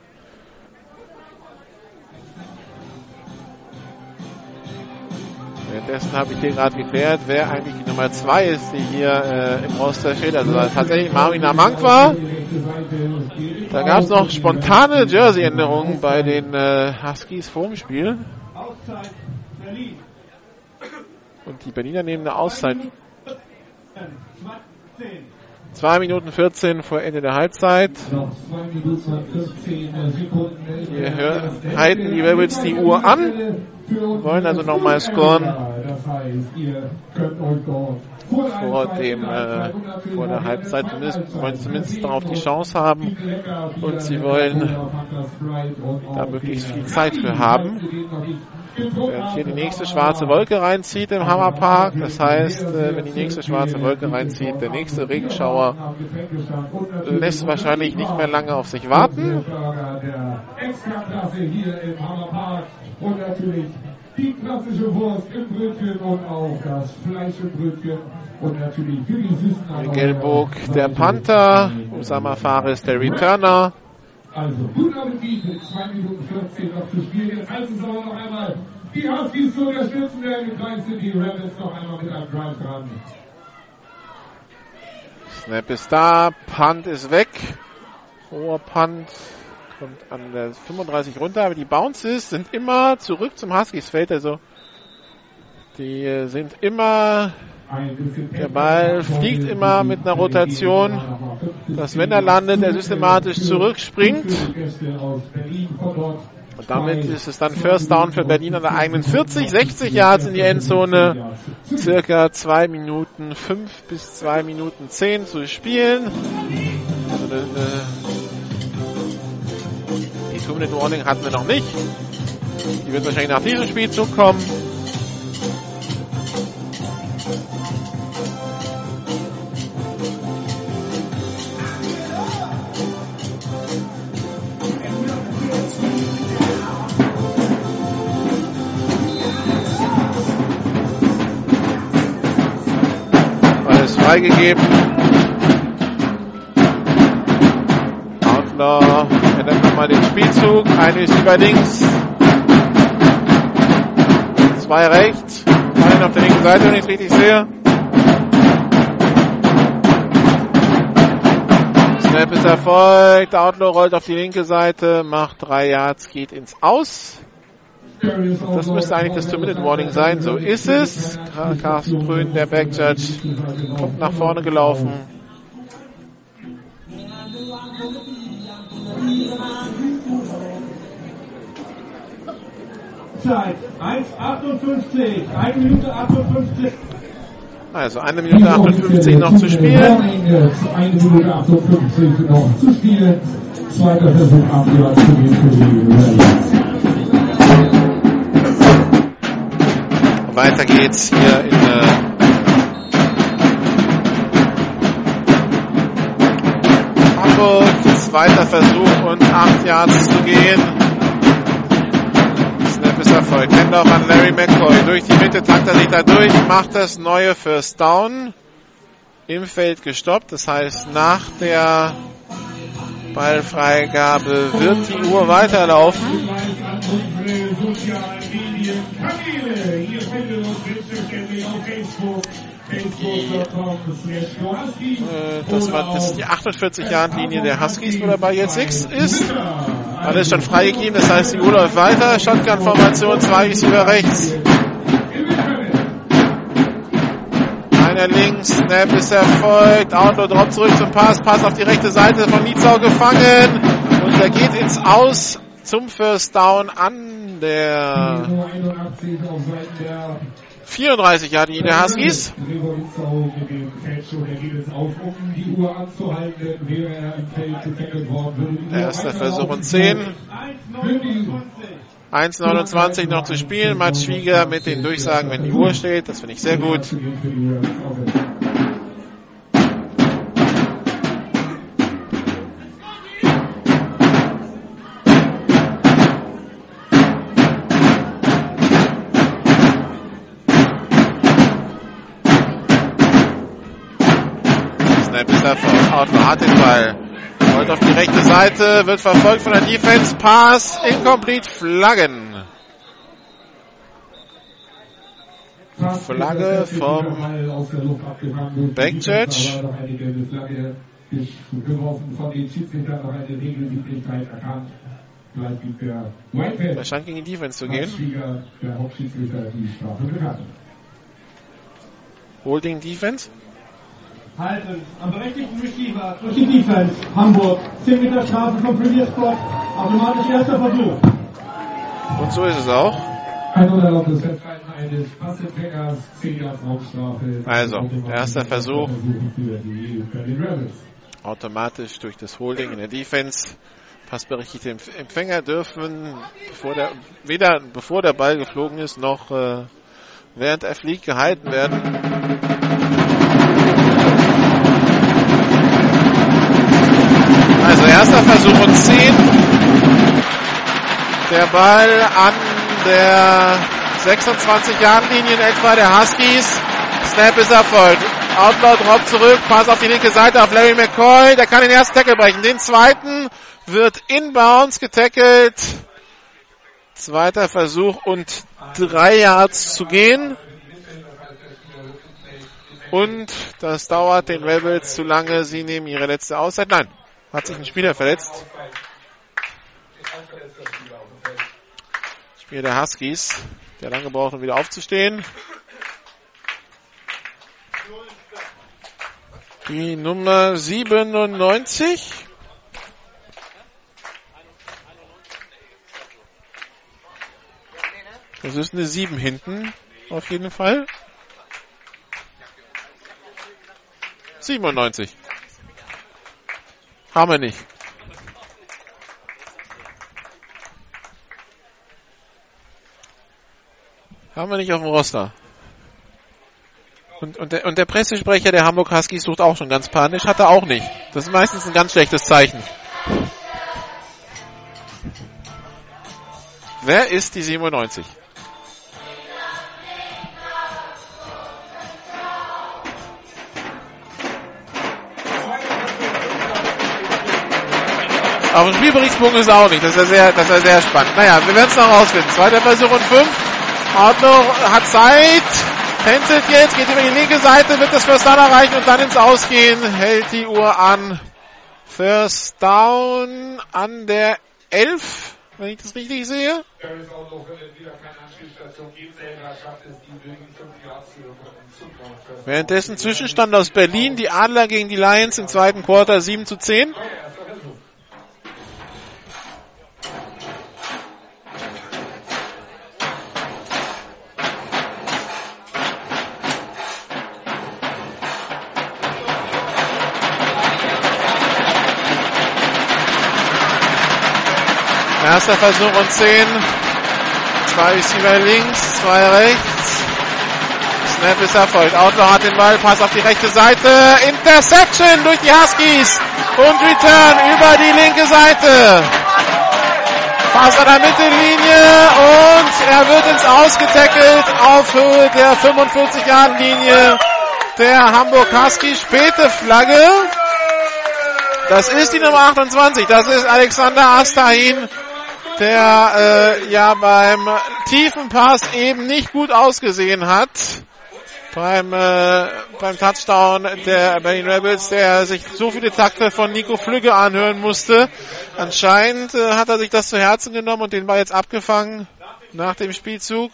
Speaker 3: Währenddessen habe ich hier gerade geklärt, wer eigentlich die Nummer zwei ist, die hier äh, im Roster steht. Also tatsächlich Marvin Amankwa. Da gab es noch spontane Jersey-Änderungen bei den äh, Huskies vor dem Spiel. Und die Berliner nehmen eine Auszeit. zwei Minuten vierzehn vor Ende der Halbzeit. Hier hör, halten die Rebels die Uhr an. Wollen also nochmal scoren. Vor dem, äh, vor der Halbzeit zumindest, wollen zumindest darauf die Chance haben. Und sie wollen da möglichst viel Zeit für haben. Während hier die nächste schwarze Wolke reinzieht im Hammerpark. Das heißt, äh, wenn die nächste schwarze Wolke reinzieht, der nächste Regenschauer lässt wahrscheinlich nicht mehr lange auf sich warten.
Speaker 1: Und natürlich die klassische Wurst im Brötchen und auch das Fleisch im Brötchen. Und natürlich für die Süßen.
Speaker 3: Gelburg der Panther, Usama Fares der Returner.
Speaker 1: Also, guten Appetit mit zwei Minuten vierzehn noch zu spielen. Jetzt heißt es aber noch einmal, die Huskies zu unterstützen, der gekleidet sind, die Rebels noch einmal mit einem Drive dran.
Speaker 3: Snap ist da, Punt ist weg. Hoher Punt kommt an der fünfunddreißig runter, aber die Bounces sind immer zurück zum Huskies-Feld, also die sind immer, der Ball fliegt immer mit einer Rotation, dass wenn er landet, er systematisch zurückspringt. Und damit ist es dann First Down für Berlin an der eigenen vierzig, sechzig Yards in die Endzone. Circa zwei Minuten fünf bis zwei Minuten zehn zu spielen. Also eine, die Two-Minute-Warning hatten wir noch nicht. Die wird wahrscheinlich nach diesem Spielzug kommen. Freigegeben. Outlaw ändert nochmal den Spielzug. Eine ist über links. Zwei rechts. Einen auf der linken Seite, wenn ich es richtig sehe. Snap ist erfolgt. Outlaw rollt auf die linke Seite, macht drei Yards, geht ins Aus. Das müsste eigentlich das Two-Minute-Warning sein. So ist es. Carsten Brün, der Backjudge, kommt nach vorne gelaufen.
Speaker 8: Zeit eins achtundfünfzig. eine Minute achtundfünfzig.
Speaker 3: Also eine Minute achtundfünfzig noch zu spielen.
Speaker 1: eine Minute achtundfünfzig noch zu spielen. Zweiter Versuch ab, die zu gehen für die
Speaker 3: Weiter geht's hier in äh, Hamburg. Zweiter Versuch und acht Yards zu gehen. Snap ist erfolgt. Handoff an Larry McCoy. Durch die Mitte tackt er sich da durch, macht das neue First Down. Im Feld gestoppt. Das heißt, nach der Ballfreigabe wird die Uhr weiterlaufen. Das war das ist die achtundvierzig Yard Linie der Huskies, wo der Ball jetzt sechs ist. Alles schon freigegeben, das heißt, die Uhr läuft weiter. Shotgun-Formation, zwei Receiver rechts. Einer links, Snap ist erfolgt. Outlaw Drop zurück zum Pass, Pass auf die rechte Seite von Nietzau gefangen. Und er geht ins Aus zum First Down an der vierunddreißig Yard Linie der Huskies. Erster Versuch und zehn. eins neunundzwanzig noch zu spielen. Matt Schwieger mit den Durchsagen, wenn die Uhr steht. Das finde ich sehr gut. Snap ist erfolgt. Outlaw hat den Ball. Rollt auf die rechte Seite, wird verfolgt von der Defense. Pass, incomplete, Flaggen. Flagge vom Backjudge. Er scheint gegen die Defense zu gehen. Holding Defense.
Speaker 8: Halten am berechtigten Receiver durch die Defense. Hamburg. zehn Meter Strafe vom Premier Spot. Automatisch erster Versuch.
Speaker 3: Und so ist es auch. Also, erster Versuch. Automatisch durch das Holding in der Defense. Passberechtigte Empfänger dürfen, bevor der, weder bevor der Ball geflogen ist, noch äh, während er fliegt, gehalten werden. Also erster Versuch und zehn. Der Ball an der sechsundzwanzig Yard Linie in etwa der Huskies. Snap ist erfolgt. Outlaw droppt zurück, Pass auf die linke Seite auf Larry McCoy, der kann den ersten Tackle brechen. Den zweiten wird inbounds getackelt. Zweiter Versuch und drei Yards zu gehen. Und das dauert den Rebels zu lange. Sie nehmen ihre letzte Auszeit. Nein, hat sich ein Spieler verletzt. Spieler der Huskies, der lange braucht, um wieder aufzustehen. Die Nummer siebenundneunzig. Das ist eine sieben hinten, auf jeden Fall. siebenundneunzig. Haben wir nicht. Haben wir nicht auf dem Roster. Und, und, der, und der Pressesprecher der Hamburg Huskies sucht auch schon ganz panisch. Hat er auch nicht. Das ist meistens ein ganz schlechtes Zeichen. Wer ist die siebenundneunzig? Auf dem Spielberichtsbogen ist er auch nicht. Das ist ja sehr, das ist ja sehr spannend. Naja, wir werden es noch rausfinden. Zweiter Versuch und fünf. Ordnung hat Zeit. Tänzelt jetzt, geht über die linke Seite, wird das First Down erreichen und dann ins Ausgehen. Hält die Uhr an. First Down an der elf, wenn ich das richtig sehe. Währenddessen Zwischenstand aus Berlin. Die Adler gegen die Lions im zweiten Quarter sieben zu zehn. Erster Versuch und zehn. Zwei Receiver links, zwei rechts. Snap ist erfolgt. Outlaw hat den Ball, Pass auf die rechte Seite. Interception durch die Huskies. Und Return über die linke Seite. Pass an der Mittellinie und er wird ins Aus getackelt auf Höhe der fünfundvierzig-Yard-Linie der Hamburg Huskies. Späte Flagge. Das ist die Nummer achtundzwanzig. Das ist Alexander Astahin, der äh, ja beim tiefen Pass eben nicht gut ausgesehen hat. Beim äh, beim Touchdown der Berlin Rebels, der sich so viele Takte von Nico Flügge anhören musste. Anscheinend äh, hat er sich das zu Herzen genommen und den Ball jetzt abgefangen nach dem Spielzug.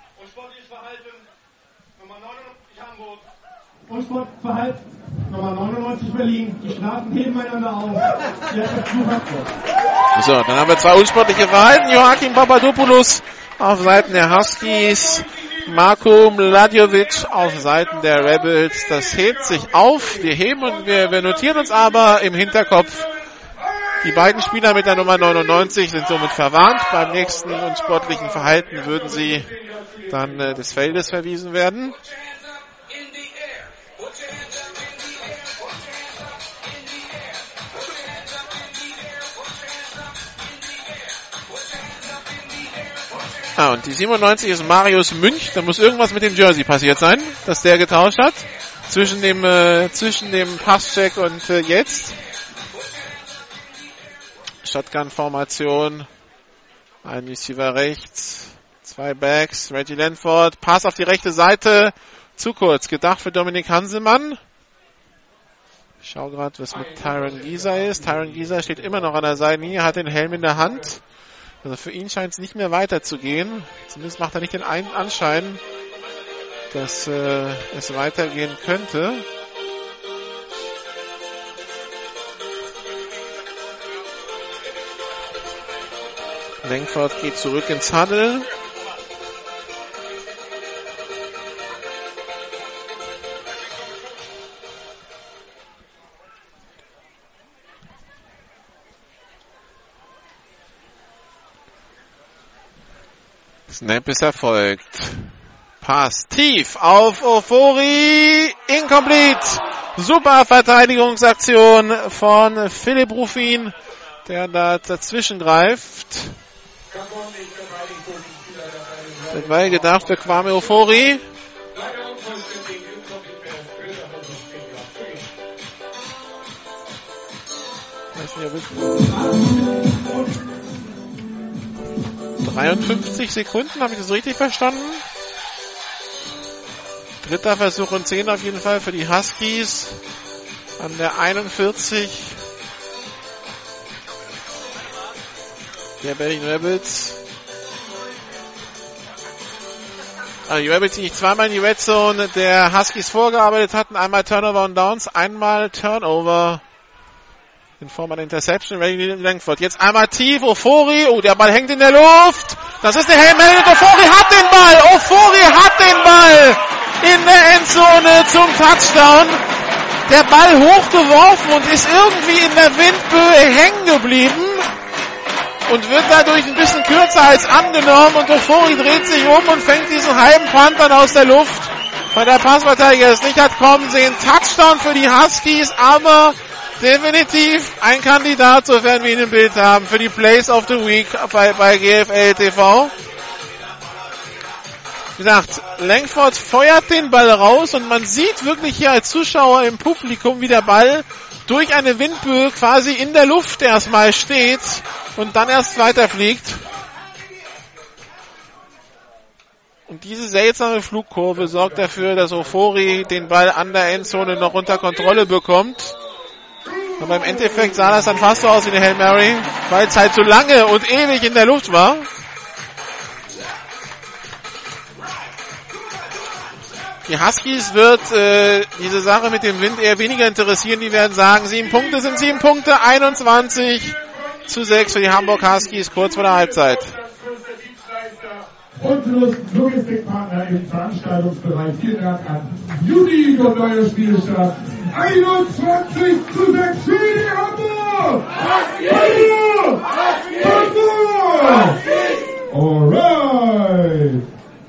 Speaker 8: Unsportverhalten Nummer neunundneunzig Berlin. Die Strafen heben einander auf.
Speaker 3: So, dann haben wir zwei unsportliche Verhalten. Joachim Papadopoulos auf Seiten der Huskies. Marko Mladjovic auf Seiten der Rebels. Das hebt sich auf. Wir heben und wir, wir notieren uns aber im Hinterkopf. Die beiden Spieler mit der Nummer neunundneunzig sind somit verwarnt. Beim nächsten unsportlichen Verhalten würden sie dann äh, des Feldes verwiesen werden. Ah, und die siebenundneunzig ist Marius Münch. Da muss irgendwas mit dem Jersey passiert sein, dass der getauscht hat. Zwischen dem, äh, zwischen dem Passcheck und äh, jetzt. Shotgun-Formation. Ein Receiver rechts. Zwei Backs. Reggie Lanford. Pass auf die rechte Seite. Zu kurz. Gedacht für Dominik Hanselmann. Ich schau gerade, was mit Tyron Gieser ist. Tyron Gieser steht immer noch an der Seitenlinie, hat den Helm in der Hand. Also für ihn scheint es nicht mehr weiterzugehen. Zumindest macht er nicht den Anschein, dass äh, es weitergehen könnte. Langford geht zurück ins Huddle. Snap ist erfolgt. Pass tief auf Ofori. Incomplete. Super Verteidigungsaktion von Philipp Ruffin, der da dazwischen greift. Der Ball gedacht für Kwame Ofori. weiß nicht, ob ich dreiundfünfzig Sekunden, habe ich das richtig verstanden? Dritter Versuch und zehn auf jeden Fall für die Huskies. An der einundvierzig der Berlin Rebels. Also die Rebels, die nicht zweimal in die Red Zone der Huskies vorgearbeitet hatten. Einmal Turnover und Downs, einmal Turnover in Form einer Interception. Langford. Jetzt einmal tief, Ofori. Oh, der Ball hängt in der Luft. Das ist der Hail Mary. Ofori hat den Ball. Ofori hat den Ball in der Endzone zum Touchdown. Der Ball hochgeworfen und ist irgendwie in der Windböe hängen geblieben und wird dadurch ein bisschen kürzer als angenommen und Ofori dreht sich um und fängt diesen halben Punt dann aus der Luft, weil der Passverteidiger es nicht hat kommen sehen. Touchdown für die Huskies, aber definitiv ein Kandidat, sofern wir ihn im Bild haben, für die Plays of the Week bei, bei G F L T V. Wie gesagt, Langford feuert den Ball raus und man sieht wirklich hier als Zuschauer im Publikum, wie der Ball durch eine Windböe quasi in der Luft erstmal steht und dann erst weiterfliegt. Und diese seltsame Flugkurve sorgt dafür, dass Ofori den Ball an der Endzone noch unter Kontrolle bekommt. Aber im Endeffekt sah das dann fast so aus wie eine Hail Mary, weil es halt so lange und ewig in der Luft war. Die Huskies wird äh, diese Sache mit dem Wind eher weniger interessieren. Die werden sagen, sieben Punkte sind sieben Punkte, einundzwanzig zu sechs für die Hamburg Huskies, kurz vor der Halbzeit.
Speaker 1: Und Logistikpartner im Veranstaltungsbereich. Vielen Dank an Juni und neuer Spielstand. einundzwanzig zu sechs für die Hamburg! Hamburg! Hamburg! Alright!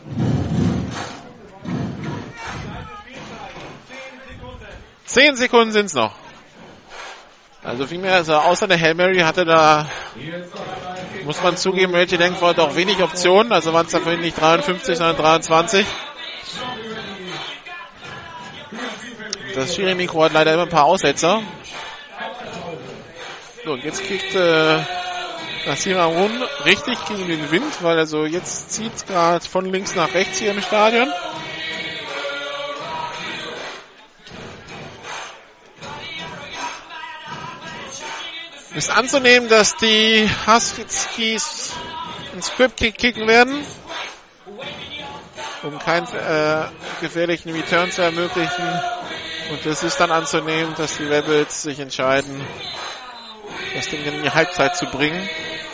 Speaker 3: Zehn Sekunden sind's noch. Also viel mehr, also außer der Hail Mary hatte da, muss man zugeben, Reggie Langford auch wenig Optionen. Also waren es da vorhin nicht dreiundfünfzig, sondern dreiundzwanzig. Das Schiri-Mikro hat leider immer ein paar Aussetzer. So, und jetzt kriegt äh, Nasir Harun richtig gegen den Wind, weil also jetzt zieht es gerade von links nach rechts hier im Stadion. Ist anzunehmen, dass die Huskies einen Script-Kick kicken werden, um keinen äh, gefährlichen Return zu ermöglichen. Und es ist dann anzunehmen, dass die Rebels sich entscheiden, das Ding in die Halbzeit zu bringen.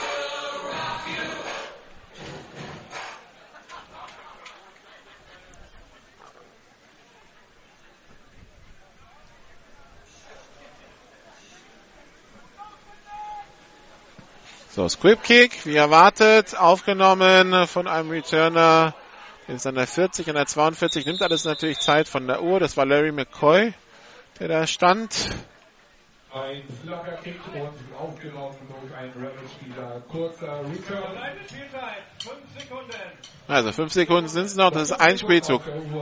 Speaker 3: So, Script Kick, wie erwartet, aufgenommen von einem Returner. Jetzt an der vierzig, an der zweiundvierzig, nimmt alles natürlich Zeit von der Uhr. Das war Larry McCoy, der da stand.
Speaker 9: Ein flacher Kick und aufgenommen durch einen Rebel-Spieler. Kurzer Return. fünf Sekunden.
Speaker 3: Also fünf Sekunden sind es noch, das ist ein Spielzug.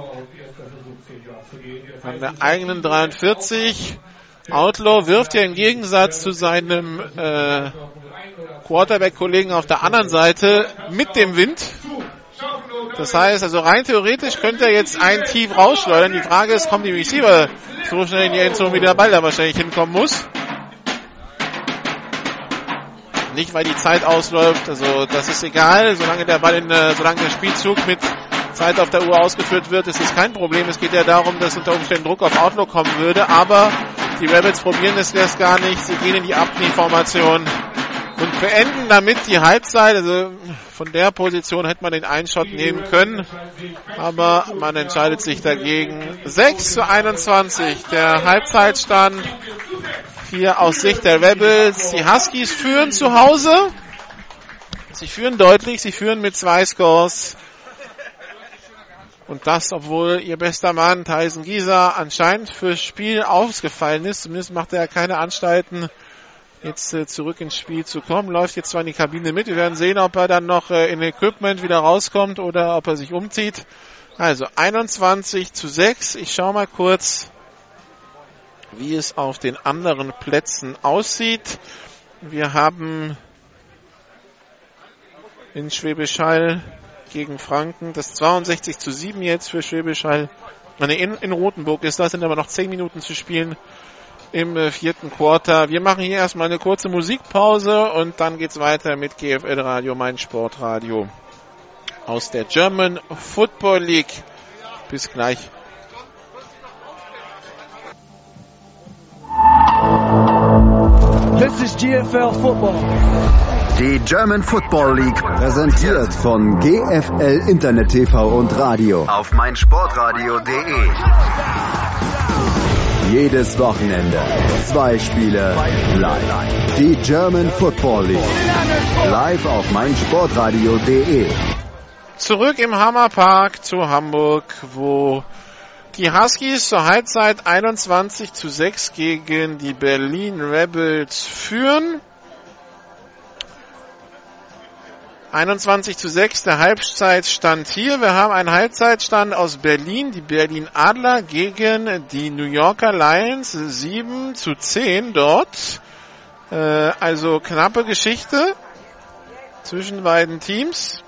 Speaker 3: An der eigenen dreiundvierzig. Outlaw wirft ja im Gegensatz zu seinem äh, Quarterback-Kollegen auf der anderen Seite mit dem Wind. Das heißt, also rein theoretisch könnte er jetzt einen tief rausschleudern. Die Frage ist, kommen die Receiver so schnell in die Endzone, wie der Ball da wahrscheinlich hinkommen muss. Nicht, weil die Zeit ausläuft, also das ist egal, solange der Ball in, äh, solange der Spielzug mit Zeit auf der Uhr ausgeführt wird, ist es kein Problem. Es geht ja darum, dass unter Umständen Druck auf Outlaw kommen würde, aber die Rebels probieren es erst gar nicht, sie gehen in die Abknieformation und beenden damit die Halbzeit. Also von der Position hätte man den Einshot nehmen können, aber man entscheidet sich dagegen. sechs zu einundzwanzig, der Halbzeitstand hier aus Sicht der Rebels. Die Huskies führen zu Hause. Sie führen deutlich, sie führen mit zwei Scores. Und das, obwohl ihr bester Mann, Tyson Gieser, anscheinend fürs Spiel ausgefallen ist. Zumindest macht er keine Anstalten, jetzt äh, zurück ins Spiel zu kommen. Läuft jetzt zwar in die Kabine mit. Wir werden sehen, ob er dann noch äh, in Equipment wieder rauskommt oder ob er sich umzieht. Also einundzwanzig zu sechs. Ich schaue mal kurz, wie es auf den anderen Plätzen aussieht. Wir haben in Schwäbisch Hall gegen Franken das zweiundsechzig zu sieben jetzt für Schwäbisch Hall. In, in Rothenburg ist das, sind aber noch zehn Minuten zu spielen im äh, vierten Quarter. Wir machen hier erstmal eine kurze Musikpause und dann geht's weiter mit G F L Radio, mein Sportradio aus der German Football League. Bis gleich.
Speaker 11: This is G F L Football.
Speaker 2: Die German Football League, präsentiert von G F L Internet T V und Radio auf meinsportradio punkt de. Jedes Wochenende zwei Spiele live. Die German Football League live auf meinsportradio punkt de.
Speaker 3: Zurück im Hammerpark zu Hamburg, wo die Huskies zur Halbzeit einundzwanzig zu sechs gegen die Berlin Rebels führen. einundzwanzig zu sechs, der Halbzeitstand hier. Wir haben einen Halbzeitstand aus Berlin. Die Berlin Adler gegen die New Yorker Lions. sieben zu zehn dort. Äh, also knappe Geschichte zwischen beiden Teams.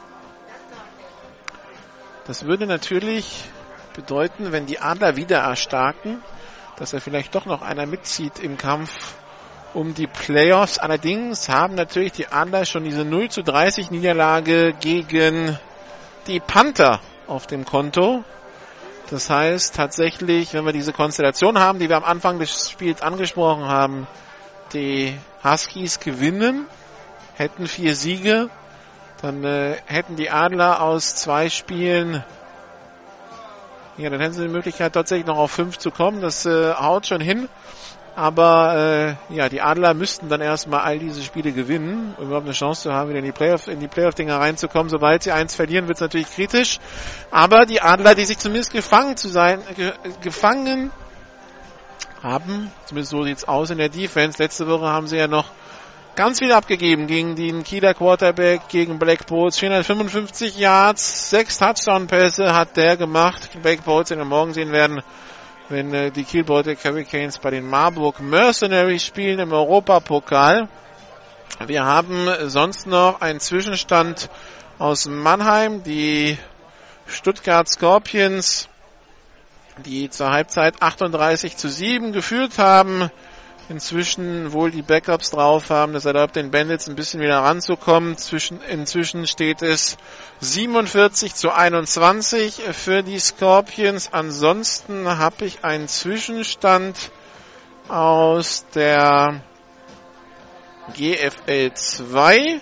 Speaker 3: Das würde natürlich bedeuten, wenn die Adler wieder erstarken, dass er vielleicht doch noch einer mitzieht im Kampf um die Playoffs. Allerdings haben natürlich die Adler schon diese null zu dreißig Niederlage gegen die Panther auf dem Konto. Das heißt tatsächlich, wenn wir diese Konstellation haben, die wir am Anfang des Spiels angesprochen haben, die Huskies gewinnen, hätten vier Siege, dann äh, hätten die Adler aus zwei Spielen, ja, dann hätten sie die Möglichkeit tatsächlich noch auf fünf zu kommen. Das äh, haut schon hin. Aber äh, ja, die Adler müssten dann erstmal all diese Spiele gewinnen, um überhaupt eine Chance zu haben, wieder in die Playoff, in die Playoff-Dinger reinzukommen. Sobald sie eins verlieren, wird es natürlich kritisch. Aber die Adler, die sich zumindest gefangen zu sein, ge- gefangen haben, zumindest so sieht's aus in der Defense. Letzte Woche haben sie ja noch ganz viel abgegeben gegen den Kieler Quarterback, gegen Black Bolts. vierhundertfünfundfünfzig Yards, sechs Touchdown-Pässe hat der gemacht. Black Bolts, den wir morgen sehen werden, wenn äh, die Kiel Baltic Hurricanes bei den Marburg Mercenaries spielen im Europapokal. Wir haben sonst noch einen Zwischenstand aus Mannheim. Die Stuttgart Scorpions, die zur Halbzeit achtunddreißig zu sieben geführt haben, inzwischen wohl die Backups drauf haben. Das erlaubt den Bandits ein bisschen wieder ranzukommen. Zwischen, inzwischen steht es siebenundvierzig zu einundzwanzig für die Scorpions. Ansonsten habe ich einen Zwischenstand aus der G F L zwei.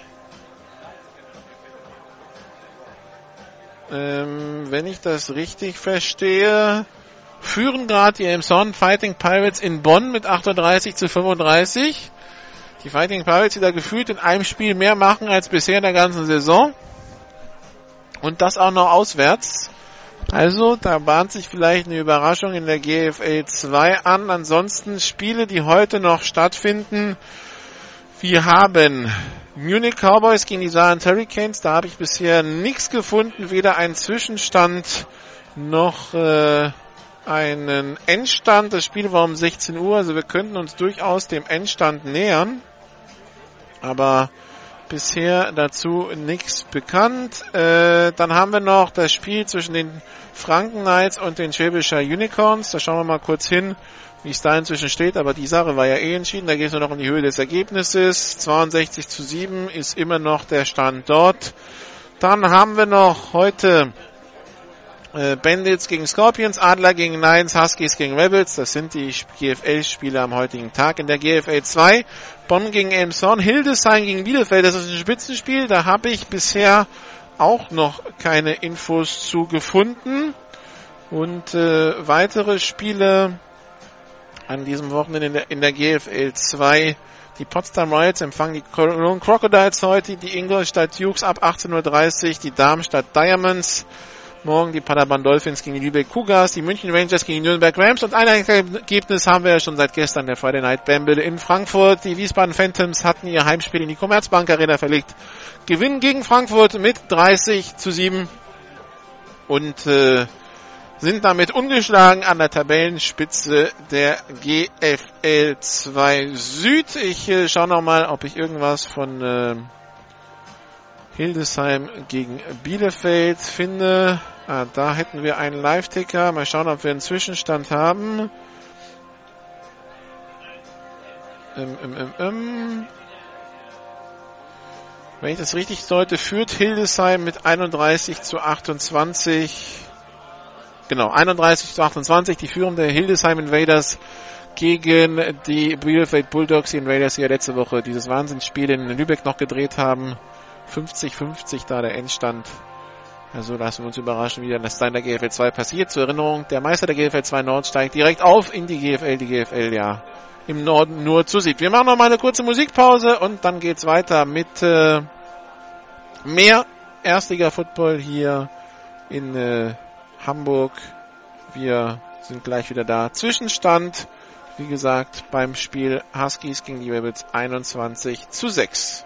Speaker 3: Ähm, wenn ich das richtig verstehe, führen gerade die Elmshorn Fighting Pirates in Bonn mit achtunddreißig zu fünfunddreißig. Die Fighting Pirates, die da gefühlt in einem Spiel mehr machen als bisher in der ganzen Saison. Und das auch noch auswärts. Also, da bahnt sich vielleicht eine Überraschung in der G F L zwei an. Ansonsten Spiele, die heute noch stattfinden. Wir haben Munich Cowboys gegen die Saarland Hurricanes. Da habe ich bisher nichts gefunden. Weder einen Zwischenstand noch äh, einen Endstand. Das Spiel war um sechzehn Uhr, also wir könnten uns durchaus dem Endstand nähern. Aber bisher dazu nichts bekannt. Äh, dann haben wir noch das Spiel zwischen den Franken Knights und den Schwäbischer Unicorns. Da schauen wir mal kurz hin, wie es da inzwischen steht. Aber die Sache war ja eh entschieden. Da geht es nur noch um die Höhe des Ergebnisses. zweiundsechzig zu sieben ist immer noch der Stand dort. Dann haben wir noch heute Bandits gegen Scorpions, Adler gegen Lions, Huskies gegen Rebels. Das sind die G F L-Spiele am heutigen Tag. In der G F L zwei, Bonn gegen Elmshorn, Hildesheim gegen Bielefeld. Das ist ein Spitzenspiel. Da habe ich bisher auch noch keine Infos zu gefunden. Und äh, weitere Spiele an diesem Wochenende in der, in der G F L zwei. Die Potsdam Royals empfangen die Cologne Crocodiles heute, die Ingolstadt Dukes ab achtzehn Uhr dreißig, die Darmstadt Diamonds. Morgen die Paderborn Dolphins gegen die Lübeck Cougars, die München Rangers gegen die Nürnberg Rams. Und ein Ergebnis haben wir ja schon seit gestern, der Friday Night Bamble in Frankfurt. Die Wiesbaden Phantoms hatten ihr Heimspiel in die Commerzbank Arena verlegt. Gewinn gegen Frankfurt mit dreißig zu sieben. Und äh, sind damit ungeschlagen an der Tabellenspitze der G F L zwei Süd. Ich äh, schaue nochmal, ob ich irgendwas von äh, Hildesheim gegen Bielefeld finde. Ah, da hätten wir einen Live-Ticker. Mal schauen, ob wir einen Zwischenstand haben. Ähm, ähm, ähm, ähm. Wenn ich das richtig deute, führt Hildesheim mit einunddreißig zu achtundzwanzig. Genau, einunddreißig zu achtundzwanzig. Die Führung der Hildesheim Invaders gegen die Bielefeld Bulldogs. Die Invaders, die ja letzte Woche dieses Wahnsinnsspiel in Lübeck noch gedreht haben. fünfzig fünfzig da der Endstand. Also lassen wir uns überraschen, wie dann das da in der G F L zwei passiert. Zur Erinnerung, der Meister der G F L zwei Nord steigt direkt auf in die G F L. Die G F L ja im Norden nur zu sieht. Wir machen noch mal eine kurze Musikpause und dann geht's weiter mit äh, mehr Erstliga-Football hier in äh, Hamburg. Wir sind gleich wieder da. Zwischenstand, wie gesagt, beim Spiel Huskies gegen die Rebels einundzwanzig zu sechs.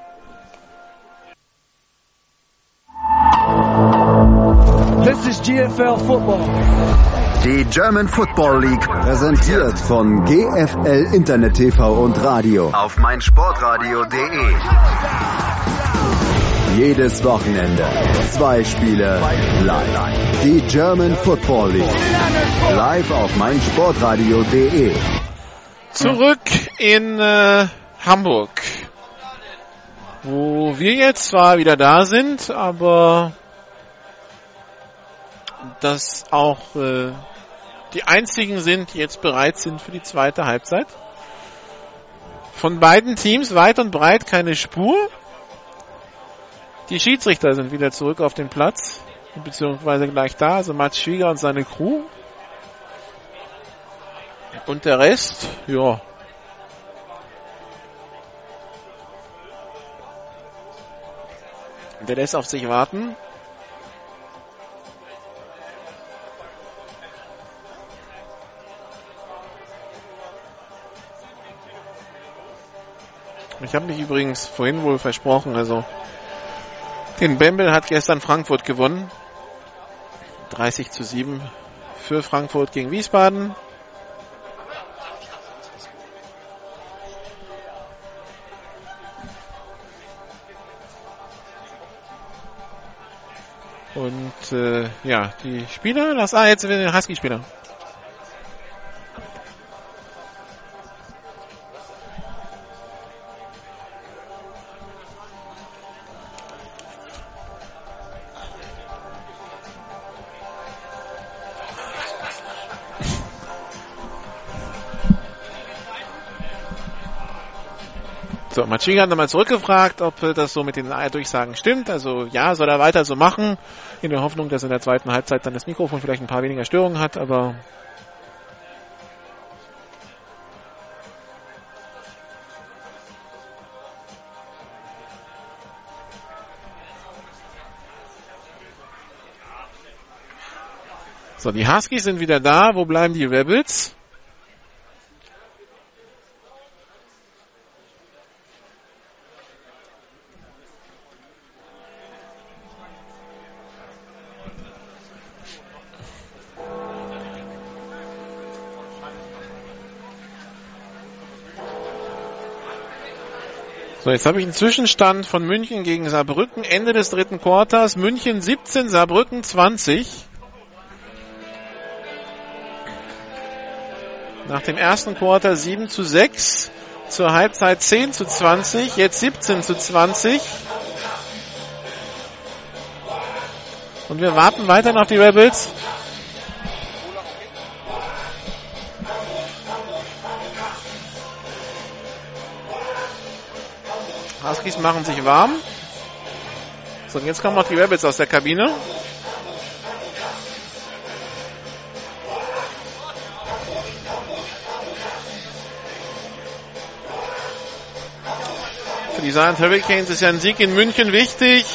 Speaker 11: This is G F L Football.
Speaker 2: Die German Football League, präsentiert von G F L Internet T V und Radio auf meinsportradio punkt de. Jedes Wochenende zwei Spiele live. Die German Football League live auf meinsportradio punkt de.
Speaker 3: Zurück in äh, Hamburg, wo wir jetzt zwar wieder da sind, aber dass auch äh, die einzigen sind, die jetzt bereit sind für die zweite Halbzeit. Von beiden Teams weit und breit keine Spur. Die Schiedsrichter sind wieder zurück auf den Platz, beziehungsweise gleich da, also Mats Schwieger und seine Crew. Und der Rest, ja. Der lässt auf sich warten. Ich habe mich übrigens vorhin wohl versprochen, also den Bembel hat gestern Frankfurt gewonnen. dreißig zu sieben für Frankfurt gegen Wiesbaden. Und äh, ja, die Spieler, das ah, jetzt sind wir den Husky-Spieler. So, Matschiga hat nochmal zurückgefragt, ob das so mit den Durchsagen stimmt. Also ja, soll er weiter so machen, in der Hoffnung, dass in der zweiten Halbzeit dann das Mikrofon vielleicht ein paar weniger Störungen hat, aber so, die Huskies sind wieder da. Wo bleiben die Rebels? So, jetzt habe ich einen Zwischenstand von München gegen Saarbrücken. Ende des dritten Quarters. München siebzehn, Saarbrücken zwanzig. Nach dem ersten Quarter sieben zu sechs. Zur Halbzeit zehn zu zwanzig. Jetzt siebzehn zu zwanzig. Und wir warten weiter auf die Rebels. Huskies machen sich warm. So, und jetzt kommen auch die Rebels aus der Kabine. Für die Saarland Hurricanes ist ja ein Sieg in München wichtig.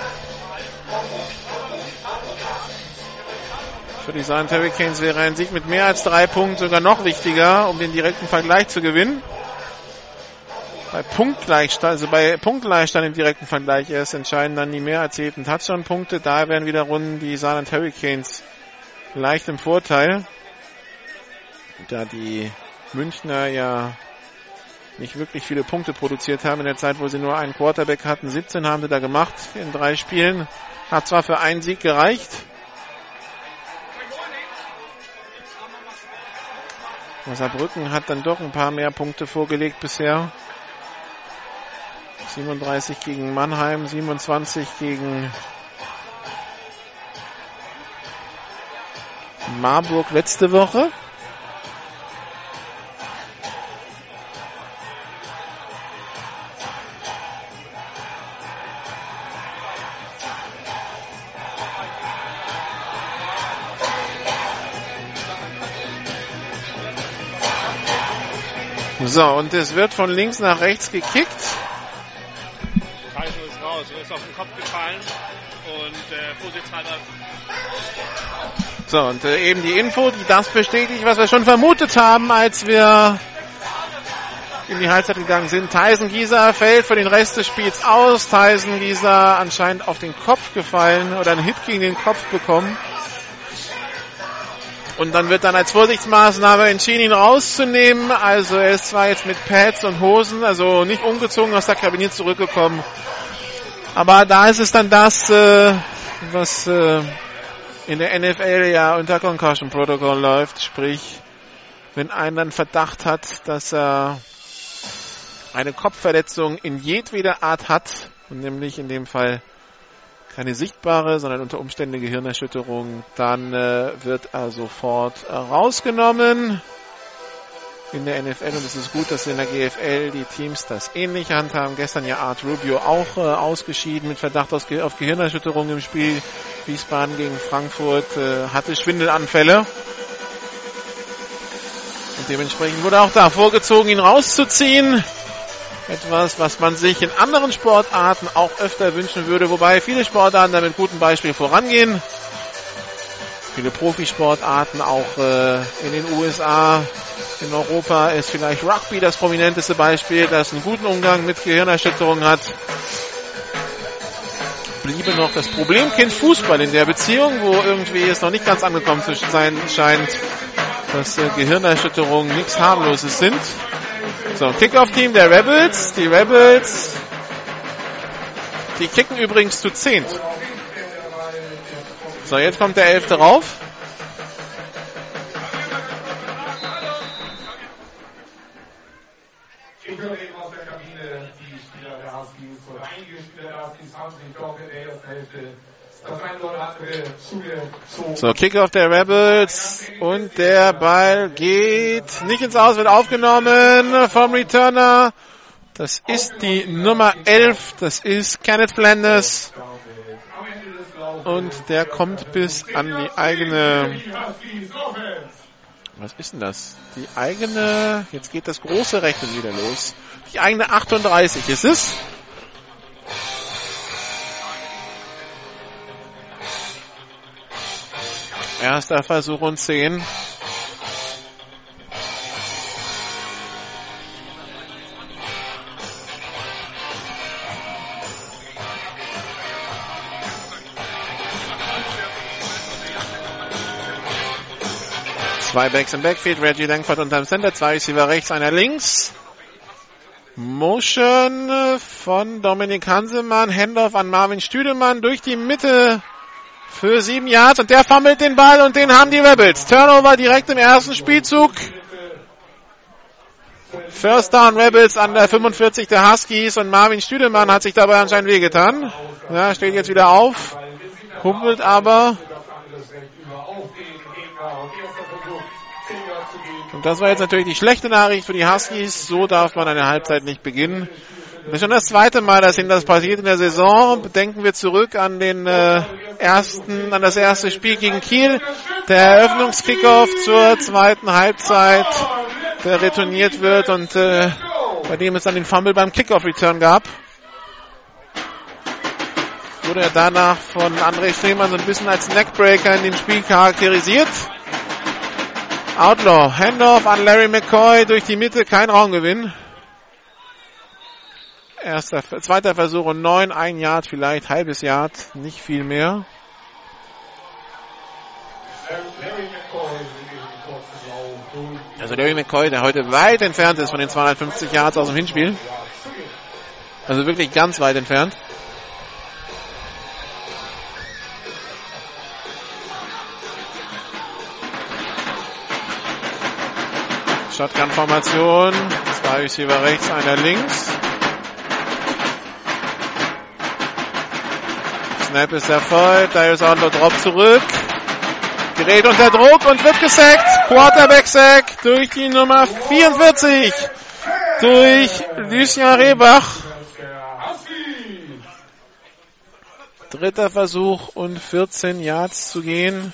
Speaker 3: Für die Saarland Hurricanes wäre ein Sieg mit mehr als drei Punkten sogar noch wichtiger, um den direkten Vergleich zu gewinnen. Bei Punktgleichstand, also bei Punktgleichstand im direkten Vergleich erst entscheiden dann die mehr erzielten Touchdown-Punkte. Da werden wiederum die Saarland Hurricanes leicht im Vorteil, da die Münchner ja nicht wirklich viele Punkte produziert haben in der Zeit, wo sie nur einen Quarterback hatten. siebzehn haben sie da gemacht in drei Spielen. Hat zwar für einen Sieg gereicht. Saarbrücken hat dann doch ein paar mehr Punkte vorgelegt bisher. siebenunddreißig gegen Mannheim, siebenundzwanzig gegen Marburg letzte Woche. So, und es wird von links nach rechts gekickt.
Speaker 12: Tyson ist raus, er ist auf den Kopf gefallen und äh, vorsichtshalber.
Speaker 3: So, und äh, eben die Info, die das bestätigt, was wir schon vermutet haben, als wir in die Halbzeit gegangen sind. Tyson Gieser fällt für den Rest des Spiels aus. Tyson Gieser anscheinend auf den Kopf gefallen oder einen Hit gegen den Kopf bekommen. Und dann wird dann als Vorsichtsmaßnahme entschieden, ihn rauszunehmen. Also er ist zwar jetzt mit Pads und Hosen, also nicht umgezogen aus der Kabine zurückgekommen. Aber da ist es dann das, äh, was äh, in der N F L ja unter Concussion Protocol läuft. Sprich, wenn einer einen Verdacht hat, dass er eine Kopfverletzung in jedweder Art hat, und nämlich in dem Fall keine sichtbare, sondern unter Umständen Gehirnerschütterung, dann äh, wird er sofort äh, rausgenommen in der N F L. Und es ist gut, dass in der G F L die Teams das ähnlich handhaben. Gestern ja Art Rubio auch äh, ausgeschieden mit Verdacht auf, Ge- auf Gehirnerschütterung im Spiel. Wiesbaden gegen Frankfurt äh, hatte Schwindelanfälle. Und dementsprechend wurde auch da vorgezogen, ihn rauszuziehen. Etwas, was man sich in anderen Sportarten auch öfter wünschen würde, wobei viele Sportarten da mit gutem Beispiel vorangehen. Viele Profisportarten, auch äh, in den U S A, in Europa ist vielleicht Rugby das prominenteste Beispiel, das einen guten Umgang mit Gehirnerschütterung hat. Bliebe noch das Problemkind Fußball in der Beziehung, wo irgendwie es noch nicht ganz angekommen zu sein scheint, dass äh, Gehirnerschütterungen nichts Harmloses sind. So, Kickoff-Team der Rebels. Die Rebels, die kicken übrigens zu zehn. So, jetzt kommt der Elfte rauf.
Speaker 9: Ich höre eben aus der Kabine, die Spieler der Huskies oder einige Spieler der Huskies haben sich doch in der ersten Hälfte das eine oder andere zugezogen.
Speaker 3: So, Kickoff der Rebels und der Ball geht nicht ins Aus, wird aufgenommen vom Returner. Das ist die Nummer elf, das ist Kenneth Flanders. Und der kommt bis an die eigene... Was ist denn das? Die eigene... Jetzt geht das große Rechnen wieder los. Die eigene achtunddreißig ist es. Erster Versuch und zehn. Zwei Backs im Backfield, Reggie Langford unterm Center, zwei Receiver rechts, einer links. Motion von Dominik Hansemann, Handoff an Marvin Stüdemann durch die Mitte für sieben Yards und der fummelt den Ball und den haben die Rebels. Turnover direkt im ersten Spielzug. First Down Rebels an der fünfundvierzig der Huskies und Marvin Stüdemann hat sich dabei anscheinend wehgetan. Ja, steht jetzt wieder auf, humpelt aber. Und das war jetzt natürlich die schlechte Nachricht für die Huskies. So darf man eine Halbzeit nicht beginnen. Das ist schon das zweite Mal, dass ihnen das passiert in der Saison. Denken wir zurück an den äh, ersten, an das erste Spiel gegen Kiel. Der Eröffnungskickoff zur zweiten Halbzeit, der retourniert wird und äh, bei dem es dann den Fumble beim Kickoff-Return gab. Wurde er danach von André Streemann so ein bisschen als Neckbreaker in dem Spiel charakterisiert. Outlaw, Handoff an Larry McCoy durch die Mitte, kein Raumgewinn. Erster, zweiter Versuch und neun, ein Yard vielleicht, halbes Yard, nicht viel mehr. Also Larry McCoy, der heute weit entfernt ist von den zweihundertfünfzig Yards aus dem Hinspiel. Also wirklich ganz weit entfernt. Shotgun-Formation. Zwei Receiver rechts, einer links. Snap ist erfolgt. Darius Outlaw droppt zurück. Gerät unter Druck und wird gesackt. Quarterback-Sack durch die Nummer vierundvierzig. Durch Lucien Rehbach. Dritter Versuch und vierzehn Yards zu gehen.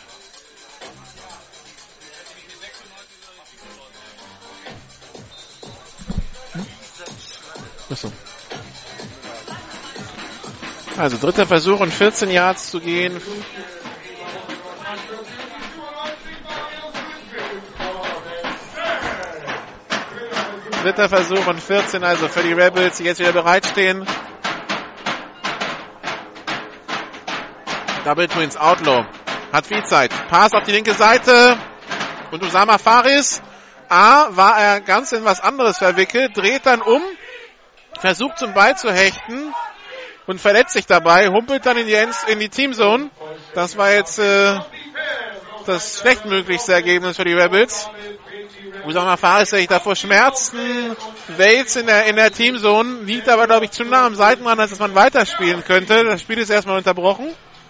Speaker 3: Achso. Also dritter Versuch und vierzehn Yards zu gehen. Dritter Versuch und vierzehn, also für die Rebels, die jetzt wieder bereitstehen. Double Twins, Outlaw. Hat viel Zeit. Pass auf die linke Seite. Und Usama Faris. A, war er ganz in was anderes verwickelt, dreht dann um, versucht zum Ball zu hechten und verletzt sich dabei, humpelt dann in die, End- in die Teamzone. Das war jetzt äh, das schlechtmöglichste Ergebnis für die Rebels. Usama Faris sich davor Schmerzen, Wales in der, in der Teamzone, liegt aber, glaube ich, zu nah am Seitenrand, als dass man weiterspielen könnte. Das Spiel ist erstmal unterbrochen.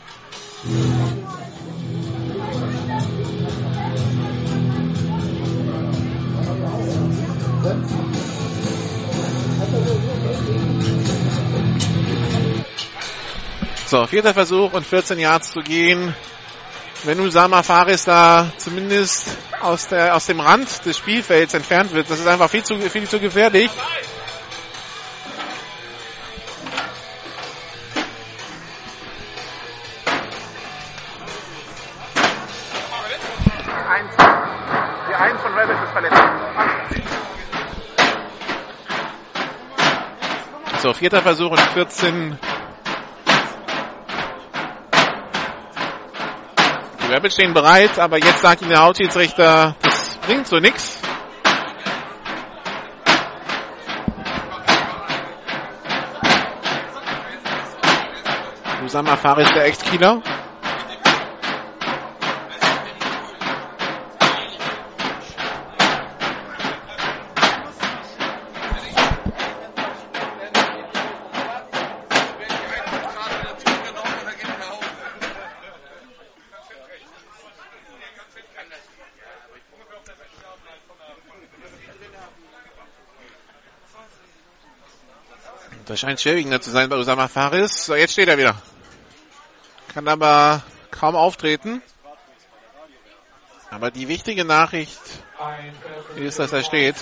Speaker 3: So, vierter Versuch und vierzehn Yards zu gehen. Wenn Usama Faris da zumindest aus, der, aus dem Rand des Spielfelds entfernt wird, das ist einfach viel zu, viel zu gefährlich. Die Eins von Rebels ist verletzt. So, vierter Versuch und vierzehn. Die Rebels stehen bereit, aber jetzt sagt ihnen der Hauptschiedsrichter, das bringt so nix. Usama Faris, der Ex-Kieler. Das scheint schwerwiegender zu sein bei Usama Faris. So, jetzt steht er wieder. Kann aber kaum auftreten. Aber die wichtige Nachricht ist, dass er steht.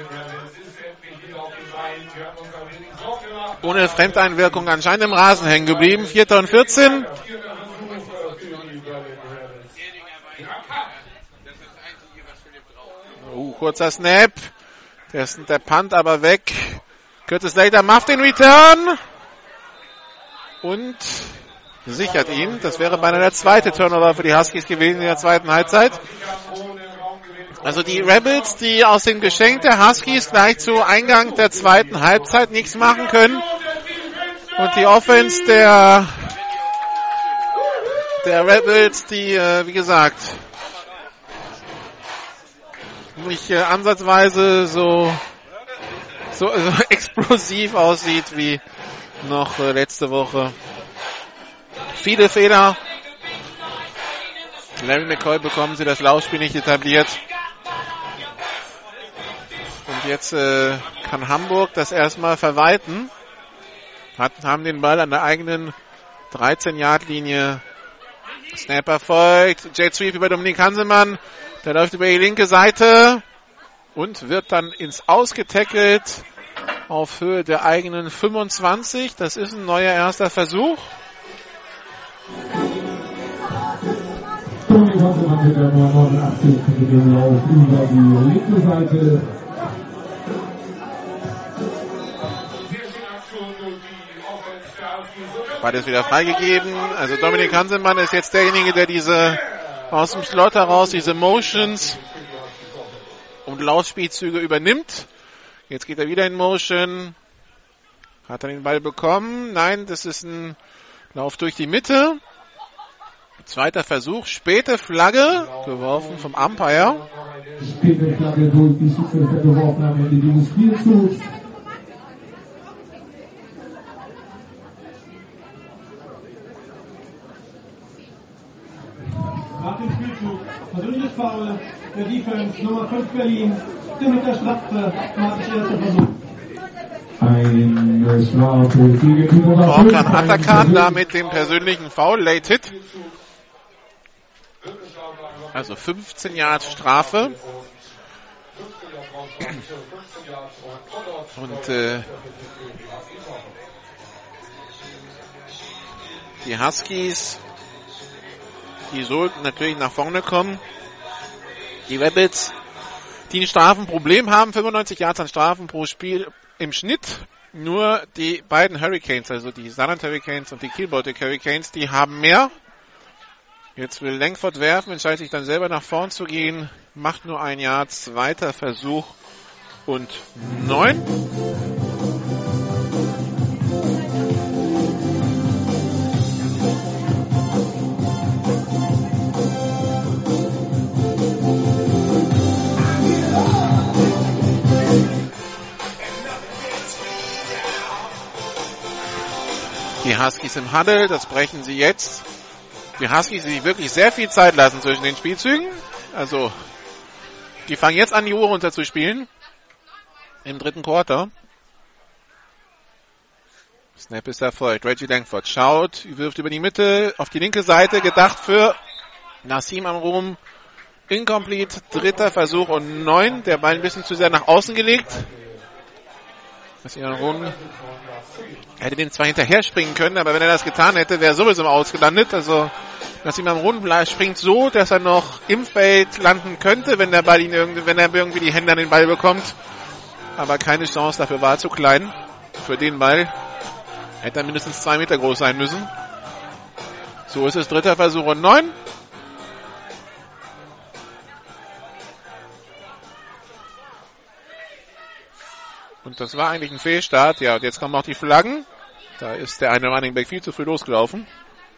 Speaker 3: Ohne Fremdeinwirkung anscheinend im Rasen hängen geblieben. Vierter und vierzehn. Uh, kurzer Snap. Der ist der Punt aber weg. Curtis Slater macht den Return und sichert ihn. Das wäre beinahe der zweite Turnover für die Huskies gewesen in der zweiten Halbzeit. Also die Rebels, die aus dem Geschenk der Huskies gleich zu Eingang der zweiten Halbzeit nichts machen können. Und die Offense der, der Rebels, die, äh, wie gesagt, nicht äh, ansatzweise so So, so explosiv aussieht wie noch äh, letzte Woche. Viele Fehler. Larry McCoy bekommen sie das Laufspiel nicht etabliert. Und jetzt äh, kann Hamburg das erstmal verwalten. Hat, haben den Ball an der eigenen dreizehn-Yard-Linie. Snap erfolgt. Jet Sweep über Dominik Hanselmann. Der läuft über die linke Seite. Und wird dann ins Aus getackelt auf Höhe der eigenen fünfundzwanzig. Das ist ein neuer erster Versuch.
Speaker 1: Dominik Hanselmann mit der Nummer neunundachtzig mit dem Lauf über die linke Seite.
Speaker 3: Beides wieder freigegeben. Also Dominik Hanselmann ist jetzt derjenige, der diese aus dem Slot heraus, diese Motions, um und Laufspielzüge übernimmt. Jetzt geht er wieder in Motion. Hat er den Ball bekommen? Nein, das ist ein Lauf durch die Mitte. Zweiter Versuch, späte Flagge, geworfen vom Umpire.
Speaker 1: Späte Flagge durch die Schiedsrichter geworfen am Ende dieses Spielzugs.
Speaker 8: Nach dem Spielzug, persönliches Foul der Defense, Nummer fünf Berlin, der mit der Strafe, Martin erster Versuch.
Speaker 1: Eine Strafe gegen
Speaker 3: Orkan Atakan da mit dem persönlichen Foul, Late Hit. Also fünfzehn Yard Strafe. Und äh, die Huskies, die sollten natürlich nach vorne kommen. Die Rebels, die ein Strafenproblem haben, fünfundneunzig Yards an Strafen pro Spiel im Schnitt. Nur die beiden Hurricanes, also die Saarland Hurricanes und die Kiel Baltic Hurricanes, die haben mehr. Jetzt will Langford werfen, entscheidet sich dann selber nach vorn zu gehen, macht nur ein Jahr, zweiter Versuch und neun. Die Huskies im Huddle, das brechen sie jetzt. Die Huskies, die sich wirklich sehr viel Zeit lassen zwischen den Spielzügen. Also, die fangen jetzt an, die Uhr runterzuspielen. Im dritten Quarter. Snap ist erfolgt. Reggie Langford schaut, wirft über die Mitte, auf die linke Seite, gedacht für Nassim Amrum. Incomplete, dritter Versuch und neun. Der Ball ein bisschen zu sehr nach außen gelegt. Nassim Amrum hätte den zwar hinterher springen können, aber wenn er das getan hätte, wäre er sowieso im Aus gelandet. Also Nassim Amrum springt so, dass er noch im Feld landen könnte, wenn der Ball ihn irgendwie, wenn er irgendwie die Hände an den Ball bekommt. Aber keine Chance, dafür war er zu klein. Für den Ball hätte er mindestens zwei Meter groß sein müssen. So ist es, dritter Versuch und neun. Und das war eigentlich ein Fehlstart. Ja, und jetzt kommen auch die Flaggen. Da ist der eine Running Back viel zu früh losgelaufen.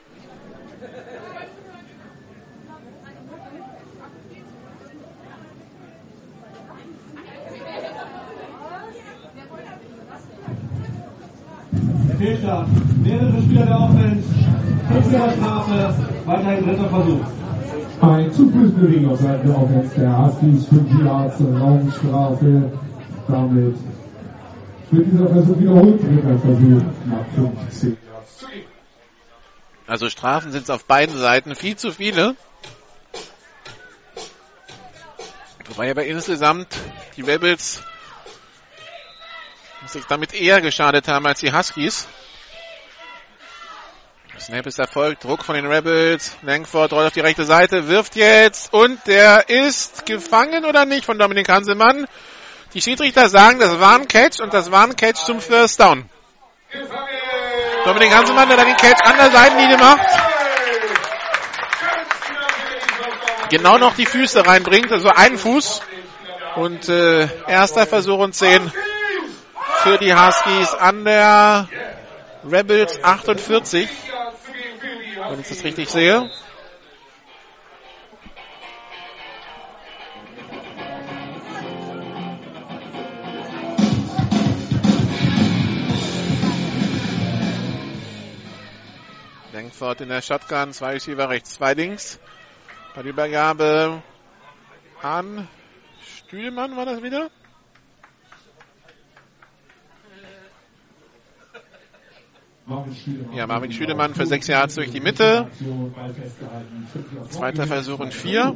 Speaker 8: Fehlstart. Mehrere Spieler der Offense. fünf Yard Strafe. Weiterhin dritter Versuch.
Speaker 1: Ein Zuflussbewegung auf Seiten der Offense der Huskies. fünf Yards Raumstrafe. Damit wird dieser Versuch wiederholt. Dritter Versuch nach fünfzehn.
Speaker 3: Also Strafen sind es auf beiden Seiten viel zu viele. Wobei aber insgesamt die Rebels sich damit eher geschadet haben als die Huskies. Snap ist erfolgt, Druck von den Rebels. Langford rollt auf die rechte Seite, wirft jetzt und der ist gefangen oder nicht von Dominik Hanselmann. Die Schiedsrichter sagen, das war ein Catch und das war ein Catch zum First Down. Dominik Hanselmann, der da den Catch an der Seitenlinie macht. Genau noch die Füße reinbringt, also einen Fuß. Und äh, erster Versuch und zehn für die Huskies an der Rebels achtundvierzig. Wenn ich das richtig sehe. Langford in der Shotgun, zwei Receiver rechts, zwei links. Bei der Übergabe an Stühlemann war das wieder? Ja, Marvin Schüdemann für sechs Yards durch die Mitte. Zweiter Versuch und vier.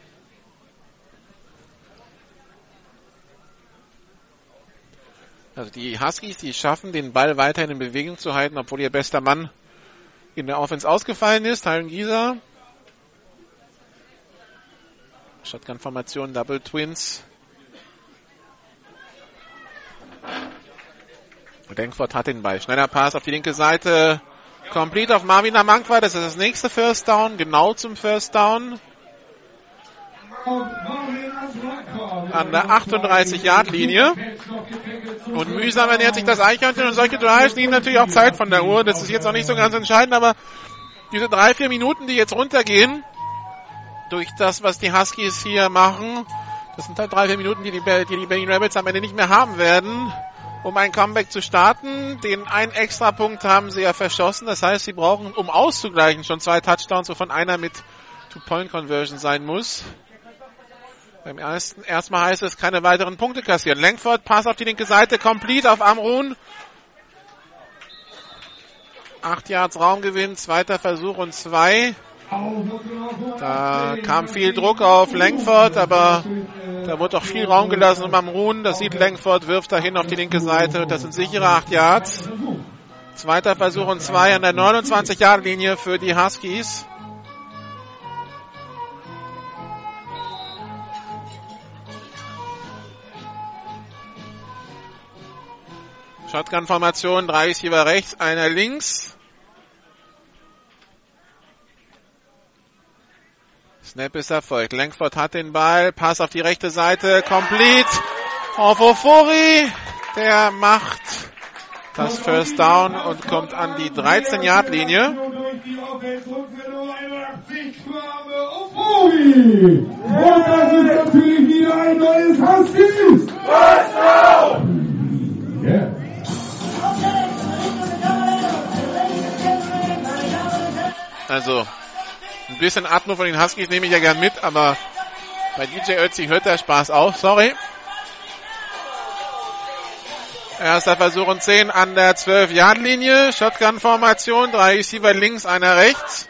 Speaker 3: Also die Huskies, die schaffen, den Ball weiterhin in Bewegung zu halten, obwohl ihr bester Mann in der Offense ausgefallen ist. Tyron Gieser. Shotgun-Formation, Double Twins. Langford hat den Ball. Schneller Pass auf die linke Seite. Complete auf Marvin Amankwa. Das ist das nächste First Down. Genau zum First Down. an der achtunddreißig-Yard-Linie. Und mühsam ernährt sich das Eichhörnchen und solche Drives nehmen natürlich auch Zeit von der Uhr. Das ist jetzt auch nicht so ganz entscheidend, aber diese drei, vier Minuten, die jetzt runtergehen, durch das, was die Huskies hier machen, das sind halt drei, vier Minuten, die die, die, die Berlin Rebels am Ende nicht mehr haben werden, um ein Comeback zu starten. Den einen Extrapunkt haben sie ja verschossen. Das heißt, sie brauchen, um auszugleichen, schon zwei Touchdowns, wovon einer mit Two-Point-Conversion sein muss. Beim ersten, erstmal heißt es, keine weiteren Punkte kassieren. Langford, Pass auf die linke Seite, complete auf Amrun. Acht Yards Raumgewinn, zweiter Versuch und zwei. Da kam viel Druck auf Langford, aber da wurde auch viel Raum gelassen um Amrun. Das sieht Langford, wirft dahin auf die linke Seite. Das sind sichere acht Yards. Zweiter Versuch und zwei an der neunundzwanzig-Yard-Linie für die Huskies. Shotgun-Formation, drei Receiver rechts, einer links. Snap ist erfolgt. Langford hat den Ball, Pass auf die rechte Seite, complete auf Ofori. Der macht das First Down und kommt an die dreizehn-Yard-Linie.
Speaker 1: Und das ist natürlich wieder ein neues Huskies. Yeah.
Speaker 3: Also, ein bisschen Atmo von den Huskies nehme ich ja gern mit, aber bei D J Ötzi hört der Spaß auf. Sorry. Erster Versuch und zehn an der zwölf-Yard-Linie. Shotgun-Formation, drei Receiver links, einer rechts.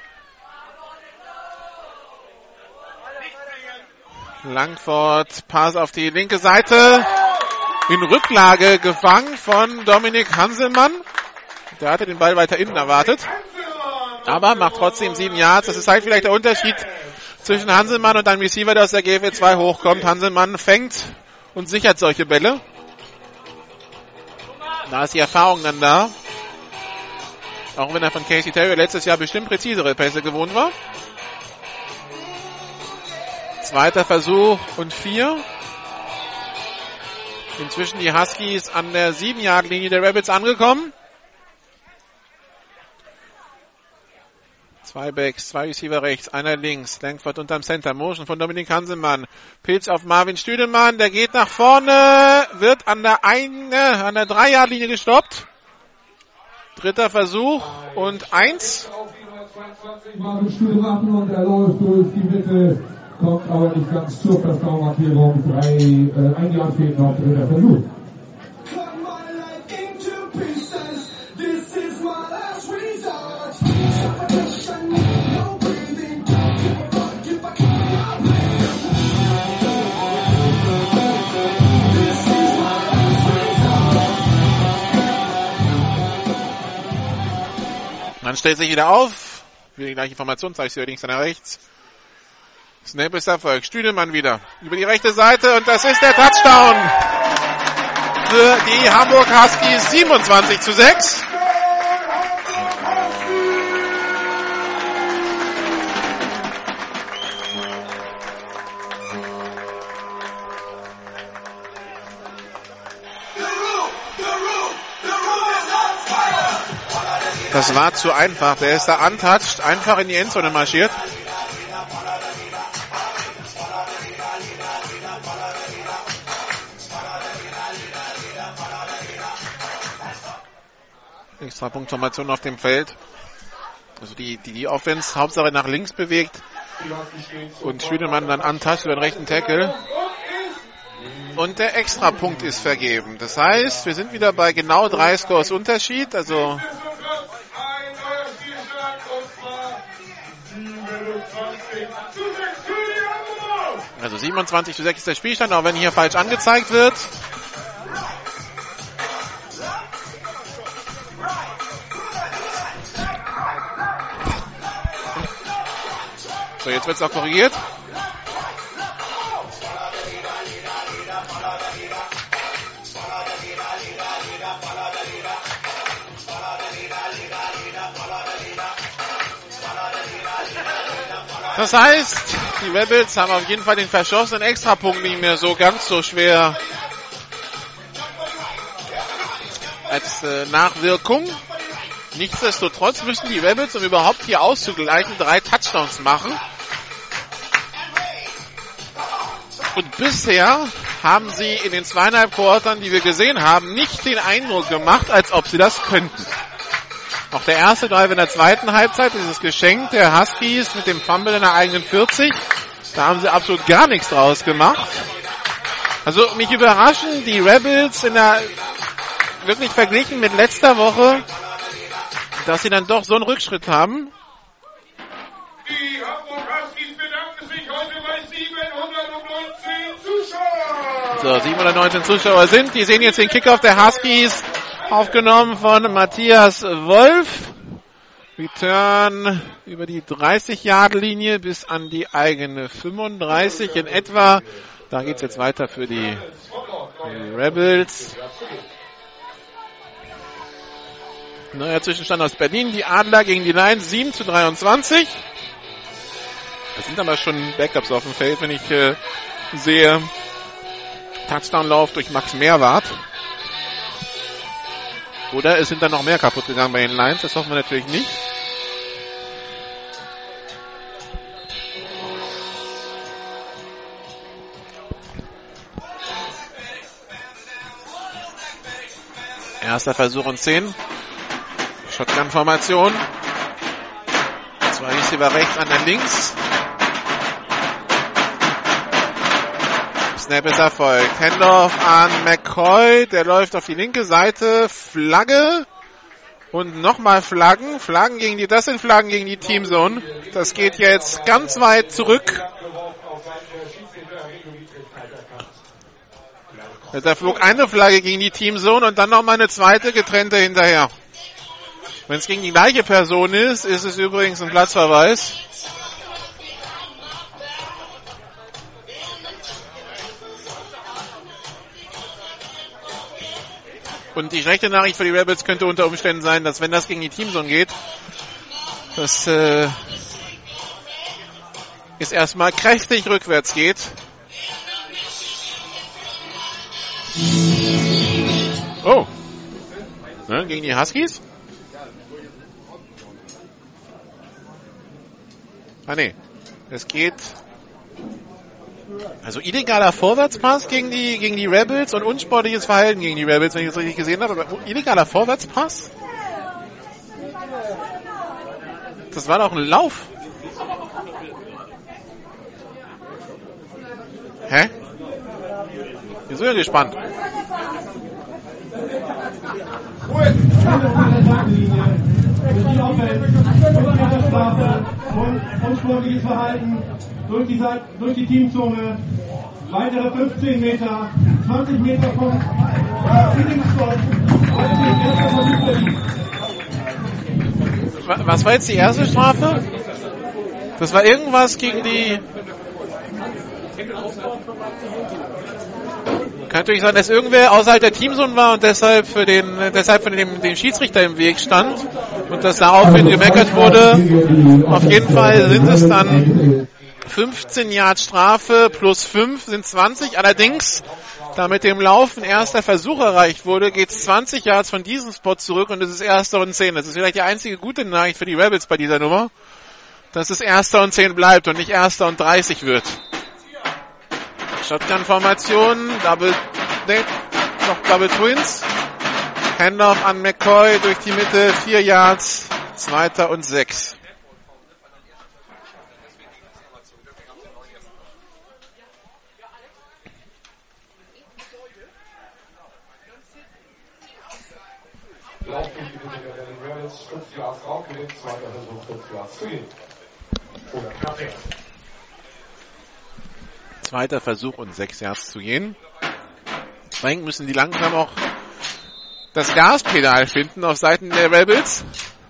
Speaker 3: Langford, Pass auf die linke Seite. In Rücklage gefangen von Dominik Hanselmann. Der hatte den Ball weiter innen erwartet. Aber macht trotzdem sieben Yards. Das ist halt vielleicht der Unterschied zwischen Hanselmann und einem Receiver, der aus der G F L zwei hochkommt. Hanselmann fängt und sichert solche Bälle. Da ist die Erfahrung dann da. Auch wenn er von Casey Terry letztes Jahr bestimmt präzisere Pässe gewohnt war. Zweiter Versuch und vier. Inzwischen die Huskies an der sieben-Yard-Linie der Rebels angekommen. Zwei Backs, zwei Receiver rechts, einer links. Langford unterm Center. Motion von Dominik Hanselmann. Pilz auf Marvin Stüdemann. Der geht nach vorne. Wird an der eine, an der drei-Yard-Linie gestoppt. Dritter Versuch und eins.
Speaker 1: Marvin Stüdemann und er läuft durch die Mitte. Kommt aber nicht ganz zur First-Down-Markierung. Drei, äh, ein Jahr fehlt noch, dritter Versuch.
Speaker 3: Man stellt sich wieder auf. Wieder die gleiche Formation, zeigt sie links an der rechts. Snap ist Erfolg. Stüdemann wieder über die rechte Seite und das ist der Touchdown für die Hamburg Huskies. siebenundzwanzig zu sechs. Das war zu einfach. Der ist da untouched, einfach in die Endzone marschiert. Extra Punktformation auf dem Feld. Also die, die, die Offense Hauptsache nach links bewegt. Und Stüdemann dann untouched über den rechten Tackle. Und der Extrapunkt ist vergeben. Das heißt, wir sind wieder bei genau drei Scores Unterschied. Also Also siebenundzwanzig zu sechs ist der Spielstand, auch wenn hier falsch angezeigt wird. So, jetzt wird es auch korrigiert. Das heißt, Die Rebels haben auf jeden Fall den verschossenen Extrapunkt nicht mehr so ganz so schwer als äh, Nachwirkung. Nichtsdestotrotz müssen die Rebels, um überhaupt hier auszugleichen, drei Touchdowns machen. Und bisher haben sie in den zweieinhalb Quartern, die wir gesehen haben, nicht den Eindruck gemacht, als ob sie das könnten. Auch der erste Drive in der zweiten Halbzeit, dieses Geschenk der Huskies mit dem Fumble in der eigenen vierzig, da haben sie absolut gar nichts draus gemacht. Also mich überraschen die Rebels in der, wirklich verglichen mit letzter Woche, dass sie dann doch so einen Rückschritt haben.
Speaker 9: Die Hamburg Huskies bedanken sich heute bei siebenhundertneunzehn Zuschauern.
Speaker 3: So, siebenhundertneunzehn Zuschauer sind. Die sehen jetzt den Kickoff der Huskies, aufgenommen von Matthias Wolf. Return über die dreißig-Yard-Linie bis an die eigene fünfunddreißig in etwa. Da geht's jetzt weiter für die, die Rebels. Neuer Zwischenstand aus Berlin. Die Adler gegen die Lions sieben zu dreiundzwanzig. Das sind aber schon Backups auf dem Feld, wenn ich äh, sehe. Touchdown-Lauf durch Max Meerwarth. Oder es sind dann noch mehr kaputt gegangen bei den Lions. Das hoffen wir natürlich nicht. Erster Versuch und zehn. Shotgun-Formation. Zwei Receiver rechts, einer links. Snap ist erfolgt. Handoff an McCoy. Der läuft auf die linke Seite. Flagge. Und nochmal Flaggen. Flaggen gegen die, das sind Flaggen gegen die Teamzone. Das geht jetzt ganz weit zurück. Da flog eine Flagge gegen die Teamzone und dann nochmal eine zweite getrennte hinterher. Wenn es gegen die gleiche Person ist, ist es übrigens ein Platzverweis. Und die schlechte Nachricht für die Rebels könnte unter Umständen sein, dass wenn das gegen die Teamzone geht, dass äh, es erstmal kräftig rückwärts geht. Oh. Ne, gegen die Huskies? Ah ne, es geht, also illegaler Vorwärtspass gegen die gegen die Rebels und unsportliches Verhalten gegen die Rebels, wenn ich das richtig gesehen habe, aber illegaler Vorwärtspass? Das war doch ein Lauf. Hä? Wir sind ja gespannt.
Speaker 8: Unsportliches Verhalten durch die, Seite, durch die Teamzone. Weitere fünfzehn Meter, zwanzig Meter vom Feeding-Spot.
Speaker 3: Was war jetzt die erste Strafe? Das war irgendwas gegen die... Kann natürlich sein, dass irgendwer außerhalb der Teamzone war und deshalb für den, deshalb für den, den Schiedsrichter im Weg stand und dass daraufhin gemeckert wurde. Auf jeden Fall sind es dann fünfzehn Yard Strafe plus fünf sind zwanzig. Allerdings, da mit dem Laufen erster Versuch erreicht wurde, geht es zwanzig Yards von diesem Spot zurück und es ist erster und zehn. Das ist vielleicht die einzige gute Nachricht für die Rebels bei dieser Nummer, dass es erster und zehn bleibt und nicht erster und dreißig wird. Shotgun-Formation, Double, nee, noch Double Twins. Handoff an McCoy durch die Mitte, vier Yards, zweiter und sechs. Zweiter Versuch und sechs Yards zu gehen. Deswegen müssen die langsam auch das Gaspedal finden auf Seiten der Rebels.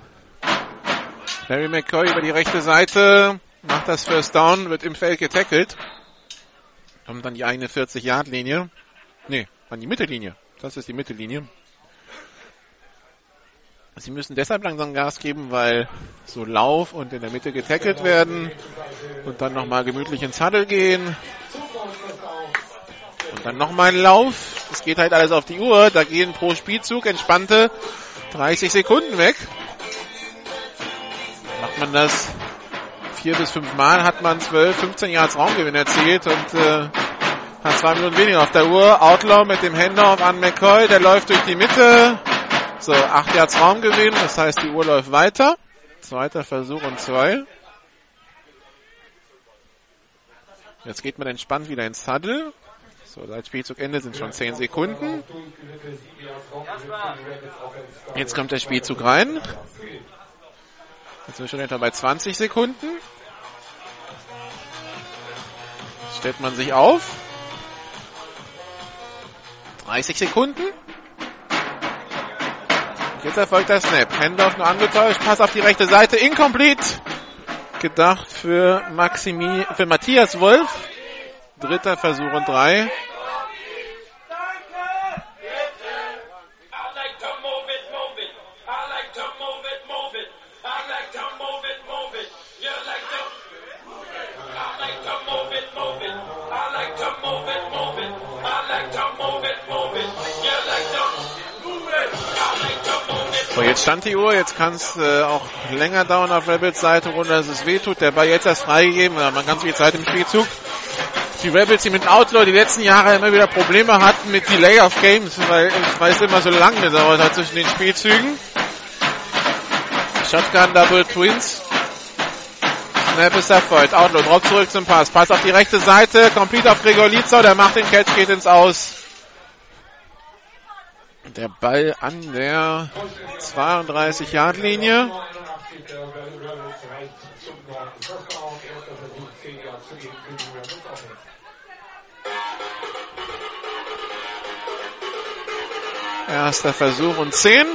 Speaker 3: Larry McCoy über die rechte Seite macht das First Down, wird im Feld getackelt. Kommt dann die eigene vierzig Yard Linie. Nee, an die Mittellinie. Das ist die Mittellinie. Sie müssen deshalb langsam Gas geben, weil so Lauf und in der Mitte getackelt werden. Und dann nochmal gemütlich ins Huddle gehen. Und dann nochmal ein Lauf. Es geht halt alles auf die Uhr. Da gehen pro Spielzug entspannte dreißig Sekunden weg. Macht man das vier bis fünf Mal, hat man zwölf, fünfzehn Yards Raumgewinn erzielt und äh, hat zwei Minuten weniger auf der Uhr. Outlaw mit dem Handoff an McCoy. Der läuft durch die Mitte. So, acht Yards Raumgewinn. Das heißt, die Uhr läuft weiter. Zweiter Versuch und zwei. Jetzt geht man entspannt wieder ins Huddle. So, seit Spielzugende sind schon zehn Sekunden. Jetzt kommt der Spielzug rein. Jetzt sind wir schon etwa bei zwanzig Sekunden. Jetzt stellt man sich auf. dreißig Sekunden. Jetzt erfolgt der Snap. Handoff nur angetäuscht. Pass auf die rechte Seite. Incomplete. Gedacht für Maximi, für Matthias Wolf. Dritter Versuch und drei. So, jetzt stand die Uhr, jetzt kann es äh, auch länger dauern auf Rebels Seite, ohne dass es weh tut. Der Ball jetzt erst freigegeben, da hat man ganz viel Zeit im Spielzug. Die Rebels, die mit Outlaw die letzten Jahre immer wieder Probleme hatten mit Delay of Games, weil, weil es immer so lang gedauert hat zwischen den Spielzügen. Shotgun Double Twins. Snap ist erfolgt. Outlaw droppt zurück zum Pass. Pass auf die rechte Seite, complete auf Gregor Lietzau, der macht den Catch, geht ins Aus. Der Ball an der zweiunddreißig Yard Linie. Erster Versuch und zehn.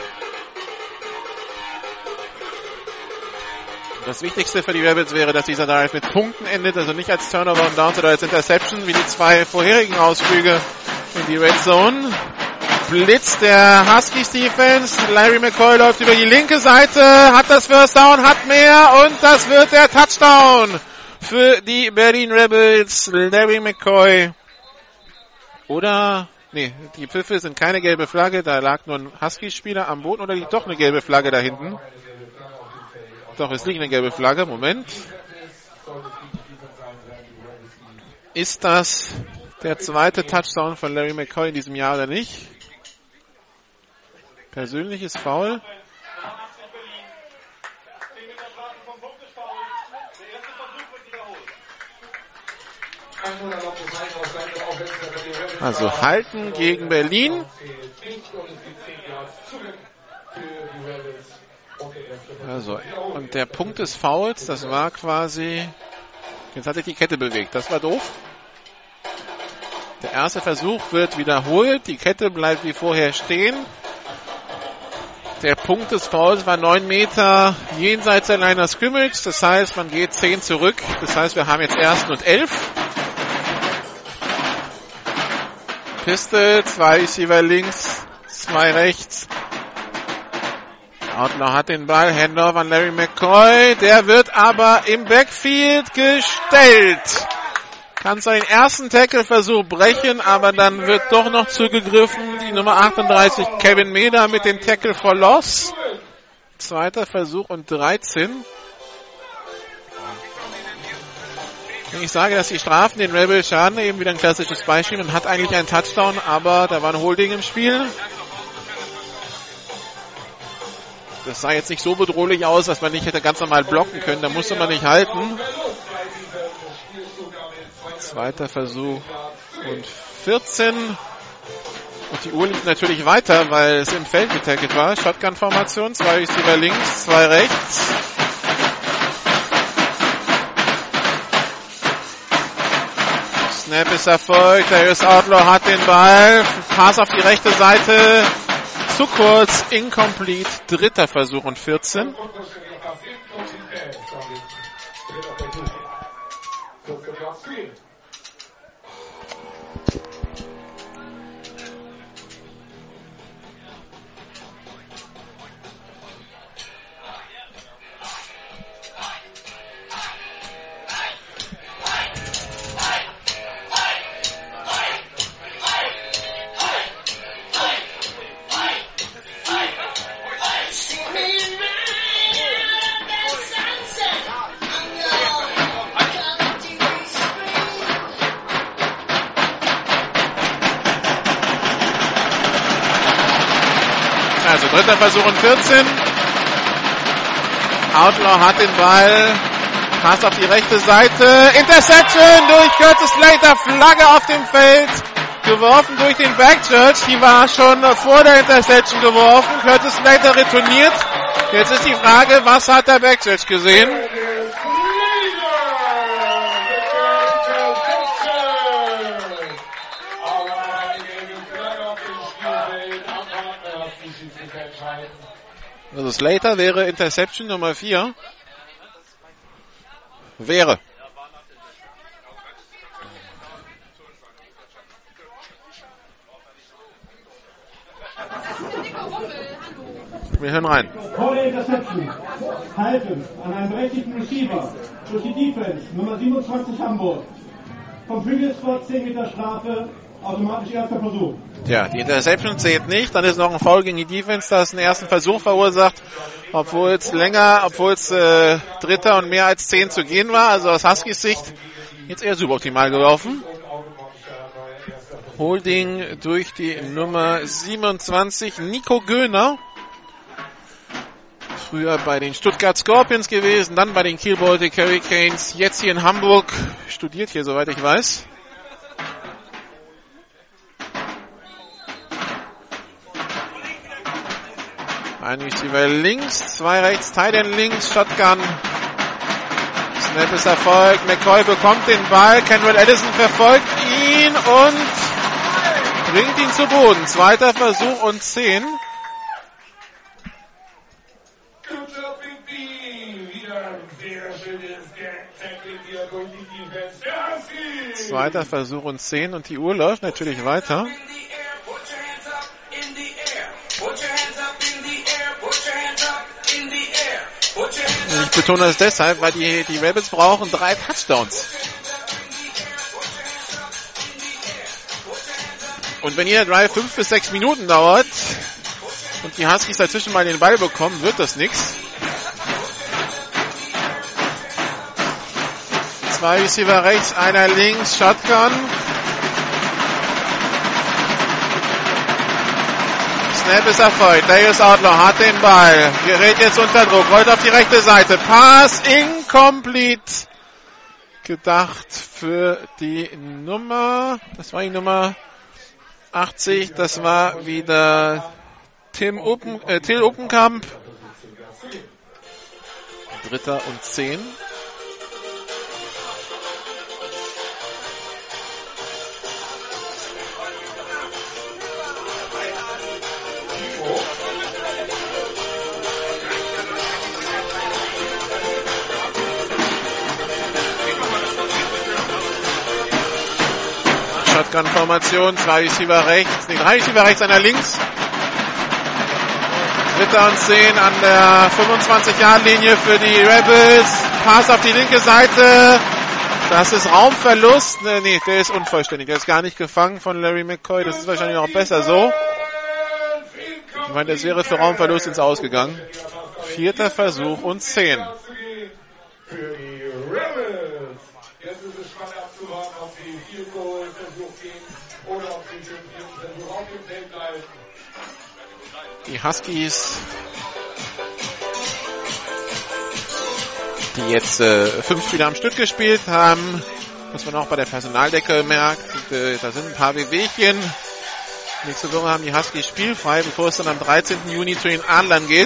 Speaker 3: Das Wichtigste für die Rebels wäre, dass dieser Drive mit Punkten endet, also nicht als Turnover und Downs oder als Interception, wie die zwei vorherigen Ausflüge in die Red Zone. Blitz der Huskies Defense. Larry McCoy läuft über die linke Seite, hat das First Down, hat mehr und das wird der Touchdown für die Berlin Rebels. Larry McCoy. Oder, nee, die Pfiffe sind keine gelbe Flagge, da lag nur ein Huskies-Spieler am Boden oder liegt doch eine gelbe Flagge da hinten? Doch, es liegt eine gelbe Flagge, Moment. Ist das der zweite Touchdown von Larry McCoy in diesem Jahr oder nicht? Persönliches Foul. Also halten gegen Berlin. Also, und der Punkt des Fouls, das war quasi, jetzt hat sich die Kette bewegt, das war doof. Der erste Versuch wird wiederholt, die Kette bleibt wie vorher stehen. Der Punkt des Fouls war neun Meter jenseits der Line of Scrimmage, das heißt, man geht zehn zurück, das heißt, wir haben jetzt ersten und elf. Piste, zwei Receiver links, zwei rechts. Outlaw hat den Ball, Handoff an Larry McCoy, der wird aber im Backfield gestellt. Kann seinen ersten Tackle-Versuch brechen, aber dann wird doch noch zugegriffen. Die Nummer achtunddreißig, Kevin Meder mit dem Tackle for Loss. Zweiter Versuch und dreizehn. Wenn ich sage, dass die Strafen den Rebels schaden, eben wieder ein klassisches Beispiel. Man hat eigentlich einen Touchdown, aber da war ein Holding im Spiel. Das sah jetzt nicht so bedrohlich aus, dass man nicht hätte ganz normal blocken können. Da musste man nicht halten. Zweiter Versuch und vierzehn. Und die Uhr liegt natürlich weiter, weil es im Feld getackelt war. Shotgun-Formation, zwei Receiver links, zwei rechts. Snap ist erfolgt. Darius Outlaw hat den Ball. Pass auf die rechte Seite. Zu kurz, incomplete. Dritter Versuch und vierzehn. dritter Versuch und vierzehn. Outlaw hat den Ball. Pass auf die rechte Seite. Interception durch Curtis Slater. Flagge auf dem Feld. Geworfen durch den Backchurch. Die war schon vor der Interception geworfen. Curtis Slater retourniert. Jetzt ist die Frage, was hat der Backchurch gesehen? Also Slater wäre Interception Nummer vier. Wäre. Wir hören rein.
Speaker 8: Vor der Interception halten an einem berechtigten Receiver durch die Defense Nummer siebenundzwanzig Hamburg. Vom Flügelspot zehn Meter Strafe, automatisch erster Versuch.
Speaker 3: Tja, die Interception zählt nicht. Dann ist noch ein Foul gegen die Defense, das einen ersten Versuch verursacht. Obwohl es länger, obwohl es äh, dritter und mehr als zehn zu gehen war. Also aus Huskies Sicht jetzt eher suboptimal gelaufen. Holding durch die Nummer siebenundzwanzig, Nico Göhner. Früher bei den Stuttgart Scorpions gewesen, dann bei den Kiel Baltic Hurricanes, jetzt hier in Hamburg, studiert hier, soweit ich weiß. Ein Receiver links, zwei rechts, Tight End links, Shotgun. Snap ist erfolgt, McCoy bekommt den Ball, Kenrell Edison verfolgt ihn und bringt ihn zu Boden. Zweiter Versuch und zehn. Zweiter Versuch und zehn und die Uhr läuft natürlich weiter. Ich betone das deshalb, weil die, die Rebels brauchen drei Touchdowns. Und wenn jeder Drive fünf bis sechs Minuten dauert und die Huskies dazwischen mal den Ball bekommen, wird das nichts. Zwei Receiver rechts, einer links, Shotgun. Snap ist erfolgt. Darius Outlaw hat den Ball. Gerät jetzt unter Druck. Rollt auf die rechte Seite. Pass incomplete. Gedacht für die Nummer. Das war die Nummer achtzig. Das war wieder Tim Uppen, äh, Till Uppenkamp. Dritter und zehn. Shotgun-Formation, zwei Receiver rechts, nee, drei Receiver rechts, einer links. Dritter und zehn an der fünfundzwanzig-Yard-Linie für die Rebels. Pass auf die linke Seite. Das ist Raumverlust. Nee, nee, der ist unvollständig. Der ist gar nicht gefangen von Larry McCoy. Das ist wahrscheinlich noch besser so. Ich meine, das wäre für Raumverlust ins Ausgegangen. Vierter Versuch und zehn.
Speaker 9: Für die Rebels. Jetzt ist es spannend abzuwarten, ob die Field Goal Versuch gehen oder ob sie den Versuch auf dem Feld bleiben.
Speaker 3: Die Huskies, die jetzt äh, fünf Spiele am Stück gespielt haben, was man auch bei der Personaldecke merkt. Und, äh, da sind ein paar Wehwehchen. Nächste Woche haben die Huskies spielfrei, bevor es dann am dreizehnten Juni zu den Adlern geht.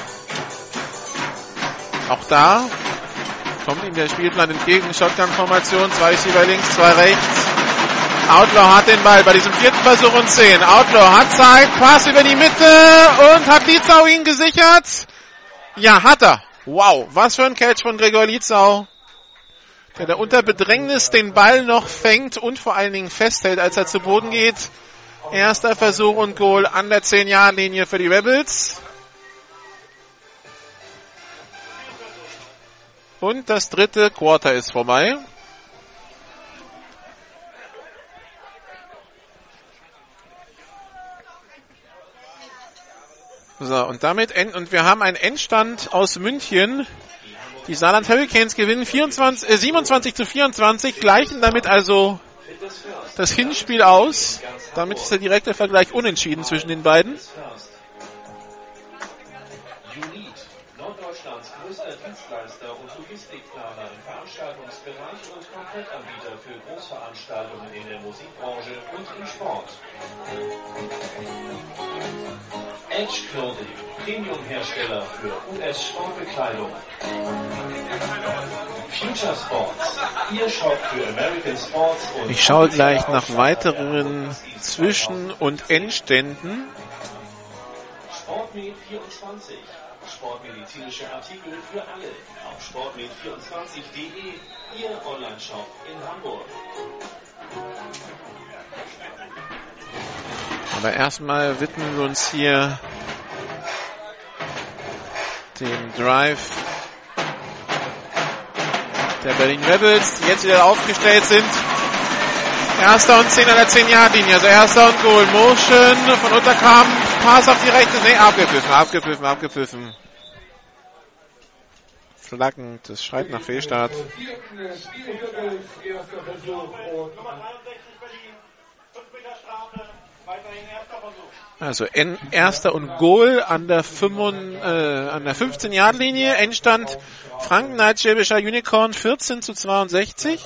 Speaker 3: Auch da kommt ihm der Spielplan entgegen. Shotgun-Formation, zwei Receiver links, zwei rechts. Outlaw hat den Ball bei diesem vierten Versuch und zehn. Outlaw hat Zeit, Pass über die Mitte und hat Lietzau ihn gesichert. Ja, hat er. Wow, was für ein Catch von Gregor Lietzau, der da unter Bedrängnis den Ball noch fängt und vor allen Dingen festhält, als er zu Boden geht. Erster Versuch und Goal an der zehn-Yard-Linie für die Rebels. Und das dritte Quarter ist vorbei. So, und damit end, und wir haben einen Endstand aus München. Die Saarland Hurricanes gewinnen vierundzwanzig, äh, siebenundzwanzig zu vierundzwanzig, gleichen damit also das Hinspiel aus. Damit ist der direkte Vergleich unentschieden zwischen den beiden.
Speaker 10: Dienstleister und Logistikplaner im Veranstaltungsbereich und Komplettanbieter für Großveranstaltungen in der Musikbranche und im Sport. Edge Clothing, Premium-Hersteller für U S-Sportbekleidung. Future Sports, Ihr Shop für American Sports und...
Speaker 3: Ich schaue gleich nach weiteren Zwischen- und Endständen.
Speaker 10: Sportmed vierundzwanzig, sportmedizinische Artikel für alle auf sportmed vierundzwanzig punkt de, Ihr Online-Shop in Hamburg.
Speaker 3: Aber erstmal widmen wir uns hier dem Drive der Berlin Rebels, die jetzt wieder aufgestellt sind. Erster und zehn an der zehn-Yard-Linie, also erster und Goal. Motion von Unterkamp, Pass auf die rechte, nee, abgepfiffen, abgepfiffen, abgepfiffen. Flaggen, das schreit nach Fehlstart. Also in, erster und Goal an der, äh, an der fünfzehn-Yard-Linie. Endstand Franken-Neid Schwäbischer Unicorn vierzehn zu zweiundsechzig.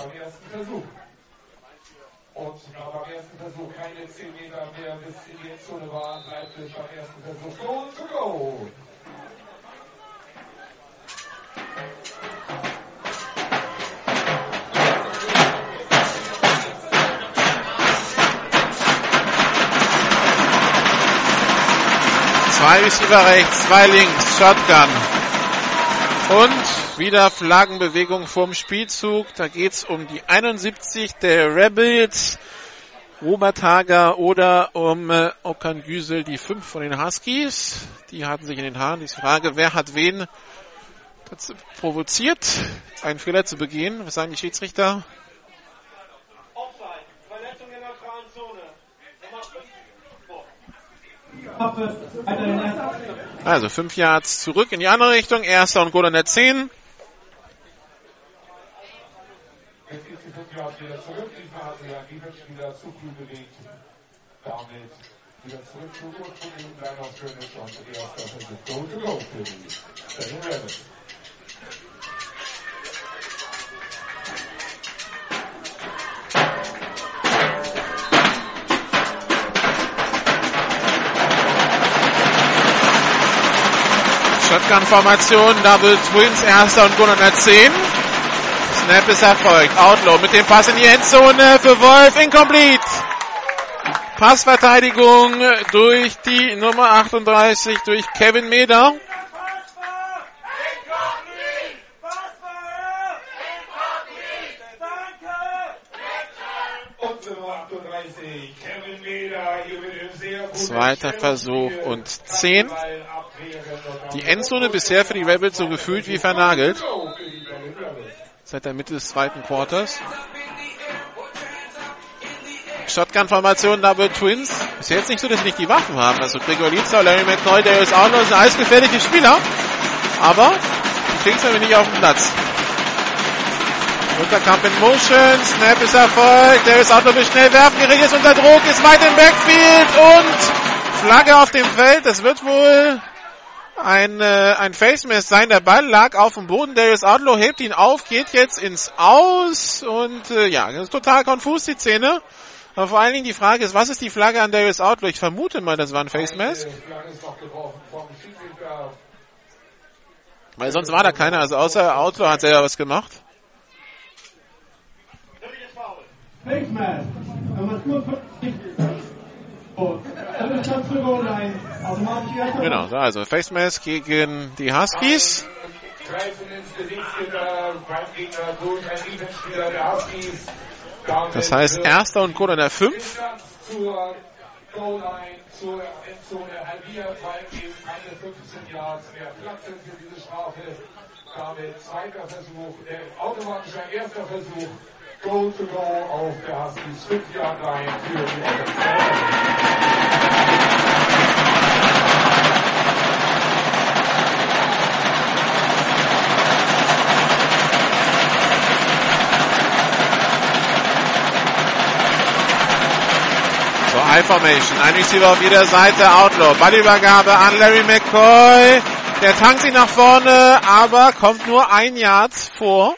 Speaker 9: Und beim ersten Versuch keine zehn Meter mehr bis in die Endzone waren, bleibt es beim ersten Versuch Goal to go.
Speaker 3: Zwei Receiver rechts, zwei links, Shotgun. Und wieder Flaggenbewegung vorm Spielzug. Da geht's um die einundsiebzig der Rebels, Robert Hager, oder um äh, Okan Güsel, die fünf von den Huskies. Die hatten sich in den Haaren. Die Frage, wer hat wen dazu provoziert, einen Fehler zu begehen? Was sagen die Schiedsrichter? Also fünf Yards zurück in die andere Richtung. Erster und Goal an der zehn.
Speaker 9: Jetzt geht die fünf Yards wieder zurück. Diesmal hat sich ein Defense-Spieler zu früh bewegt. Damit wieder zurück zu gut von ihm. Line of Scrimmage und erster Versuch Goal to go für die Berlin Rebels.
Speaker 3: Shotgun-Formation, Double Twins, erster und Goal an der zehn. Snap ist erfolgt. Outlaw mit dem Pass in die Endzone für Wolf, incomplete. Passverteidigung durch die Nummer achtunddreißig, durch Kevin Meder. Zweiter Versuch und zehn. Die Endzone bisher für die Rebels so gefühlt wie vernagelt. Seit der Mitte des zweiten Quarters. Shotgun-Formation, Double Twins. Ist jetzt nicht so, dass sie nicht die Waffen haben. Also Gregor Lietzer, Larry McNoy, Darius Outlaw sind alles gefährliche Spieler. Aber die kriegen es nämlich nicht auf den Platz. Unterkamp in Motion, Snap ist erfolgt, Darius Outlaw will schnell werfen, Gering ist unter Druck, ist weit im Backfield und Flagge auf dem Feld. Das wird wohl ein, äh, ein Face-Mask sein. Der Ball lag auf dem Boden, Darius Outlaw hebt ihn auf, geht jetzt ins Aus und äh, ja, das ist total konfus, die Szene. Aber vor allen Dingen die Frage ist, was ist die Flagge an Darius Outlaw? Ich vermute mal, das war ein Face-Mask. Weil sonst war da keiner, also außer Outlaw hat selber was gemacht.
Speaker 8: Face Mask, Nummer fünfundfünfzig. Oh,
Speaker 3: genau, also Face Mask gegen die Huskies. Das heißt, erster und Goal an der fünf.
Speaker 9: Zur Goal-Line, zur Endzone halbiert, weil eben keine fünfzehn Yards mehr Platz sind für diese Strafe. Damit zweiter Versuch, äh, automatisch ein erster Versuch. Goal to go auf der Huskies fünf Yard Line für die
Speaker 3: So, I-Formation. Ein Receiver auf jeder Seite. Outlaw. Ballübergabe an Larry McCoy. Der tankt sich nach vorne, aber kommt nur ein Yard vor.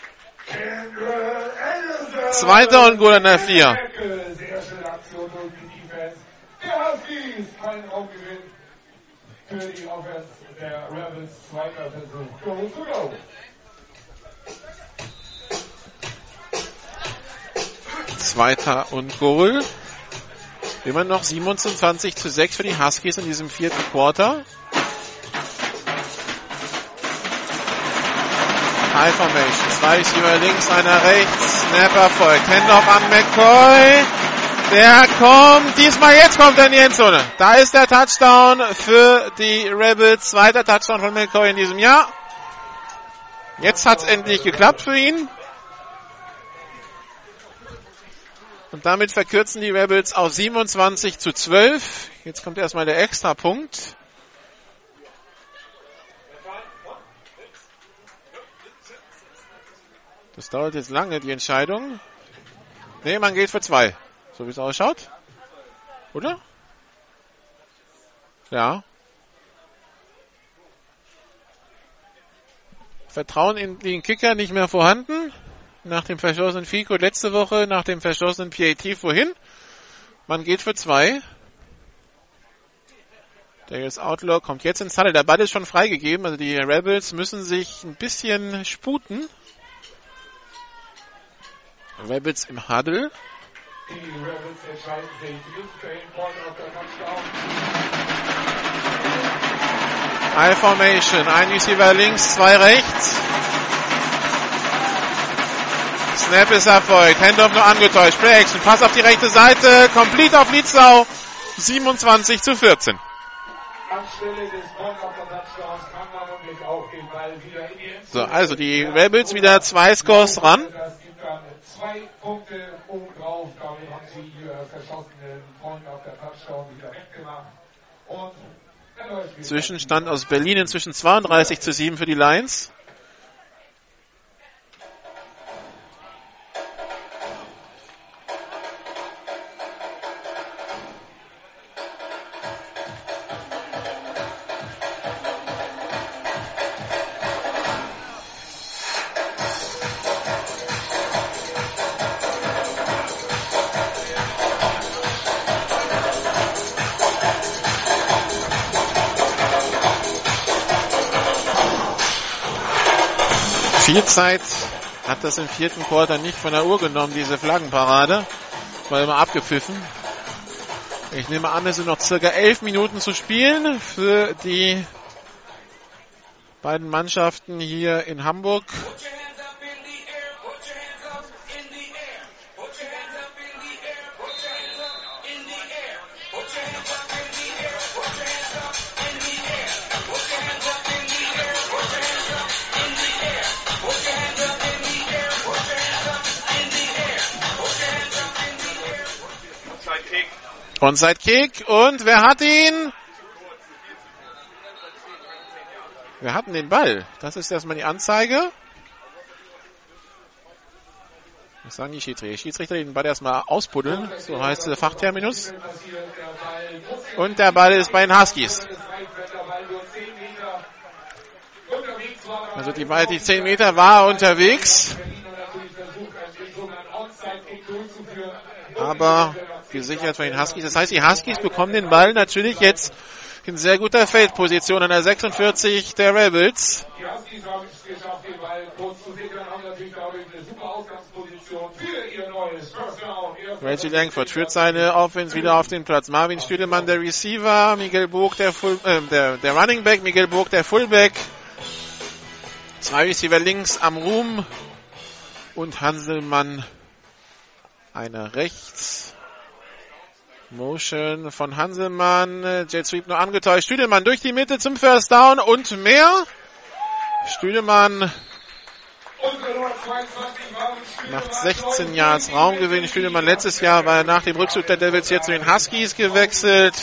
Speaker 3: Zweiter und Goal an der vier.
Speaker 9: Sehr schöne Aktion durch die Defense. Der Huskies, kein Raumgewinn für die Offense der Rebels. Zweiter Versuch. Go to go.
Speaker 3: Zweiter und Goal. Immer noch siebenundzwanzig zu sechs für die Huskies in diesem vierten Quarter. High Formation. Zwei Receiver links, einer rechts. Snap erfolgt. Handoff an McCoy. Der kommt. Diesmal jetzt kommt er in die Endzone. Da ist der Touchdown für die Rebels. Zweiter Touchdown von McCoy in diesem Jahr. Jetzt hat es endlich geklappt für ihn. Und damit verkürzen die Rebels auf siebenundzwanzig zu zwölf. Jetzt kommt erstmal der Extrapunkt. Das dauert jetzt lange, die Entscheidung. Nee, man geht für zwei. So wie es ausschaut. Oder? Ja. Vertrauen in den Kicker nicht mehr vorhanden. Nach dem verschossenen Fico letzte Woche, nach dem verschossenen P A T vorhin. Man geht für zwei. Darius Outlaw kommt jetzt ins Huddle. Der Ball ist schon freigegeben. Also die Rebels müssen sich ein bisschen sputen. Rebels im Huddle.
Speaker 9: Die Rebels entscheiden sich für den Point auf der Touchdown.
Speaker 3: High Formation. Ein Receiver links, zwei rechts. Snap ist erfolgt. Handoff nur angetäuscht. Play Action. Pass auf die rechte Seite. Complete auf Lietzau. siebenundzwanzig zu vierzehn.
Speaker 9: Anstelle des Point auf der Touchdowns kann man noch nicht aufgehen, weil wieder in die Endzone.
Speaker 3: So, also die Rebels wieder zwei Scores ran.
Speaker 9: Das gibt dann zwei Punkte obendrauf. Damit haben sie ihr verschossenen Point auf der Touchdown wieder weggemacht. Und
Speaker 3: Zwischenstand aus Berlin inzwischen zweiunddreißig zu sieben für die Lions. Viel Zeit hat das im vierten Quarter nicht von der Uhr genommen, diese Flaggenparade. War immer abgepfiffen. Ich nehme an, es sind noch circa elf Minuten zu spielen für die beiden Mannschaften hier in Hamburg. Onside Kick und wer hat ihn? Wir hatten den Ball. Das ist erstmal die Anzeige. Was sagen die Schiedsrichter? Schiedsrichter den Ball erstmal auspuddeln. So heißt der Fachterminus. Und der Ball ist bei den Huskies. Also die Ball, die zehn Meter war unterwegs. Aber gesichert von den Huskies. Das heißt, die Huskies bekommen den Ball natürlich jetzt in sehr guter Feldposition an der sechsundvierzig der Rebels.
Speaker 9: Die Huskies haben es geschafft, den Ball kurz zu sichern, haben natürlich dadurch eine super Ausgangsposition für ihr neues First Down.
Speaker 3: Reggie Langford führt seine Offense wieder auf den Platz. Marvin Stüdemann, der Receiver, Miguel Burg, der, Full, äh, der, der Running Back, Miguel Burg, der Fullback. Zwei Receiver links am Ruhm und Hanselmann einer rechts. Motion von Hanselmann. Jet Sweep nur angetäuscht. Stüdemann durch die Mitte zum First Down und mehr. Stüdemann macht sechzehn Yards Raumgewinn. Stüdemann letztes Jahr war er nach dem Rückzug der Devils hier zu den Huskies gewechselt.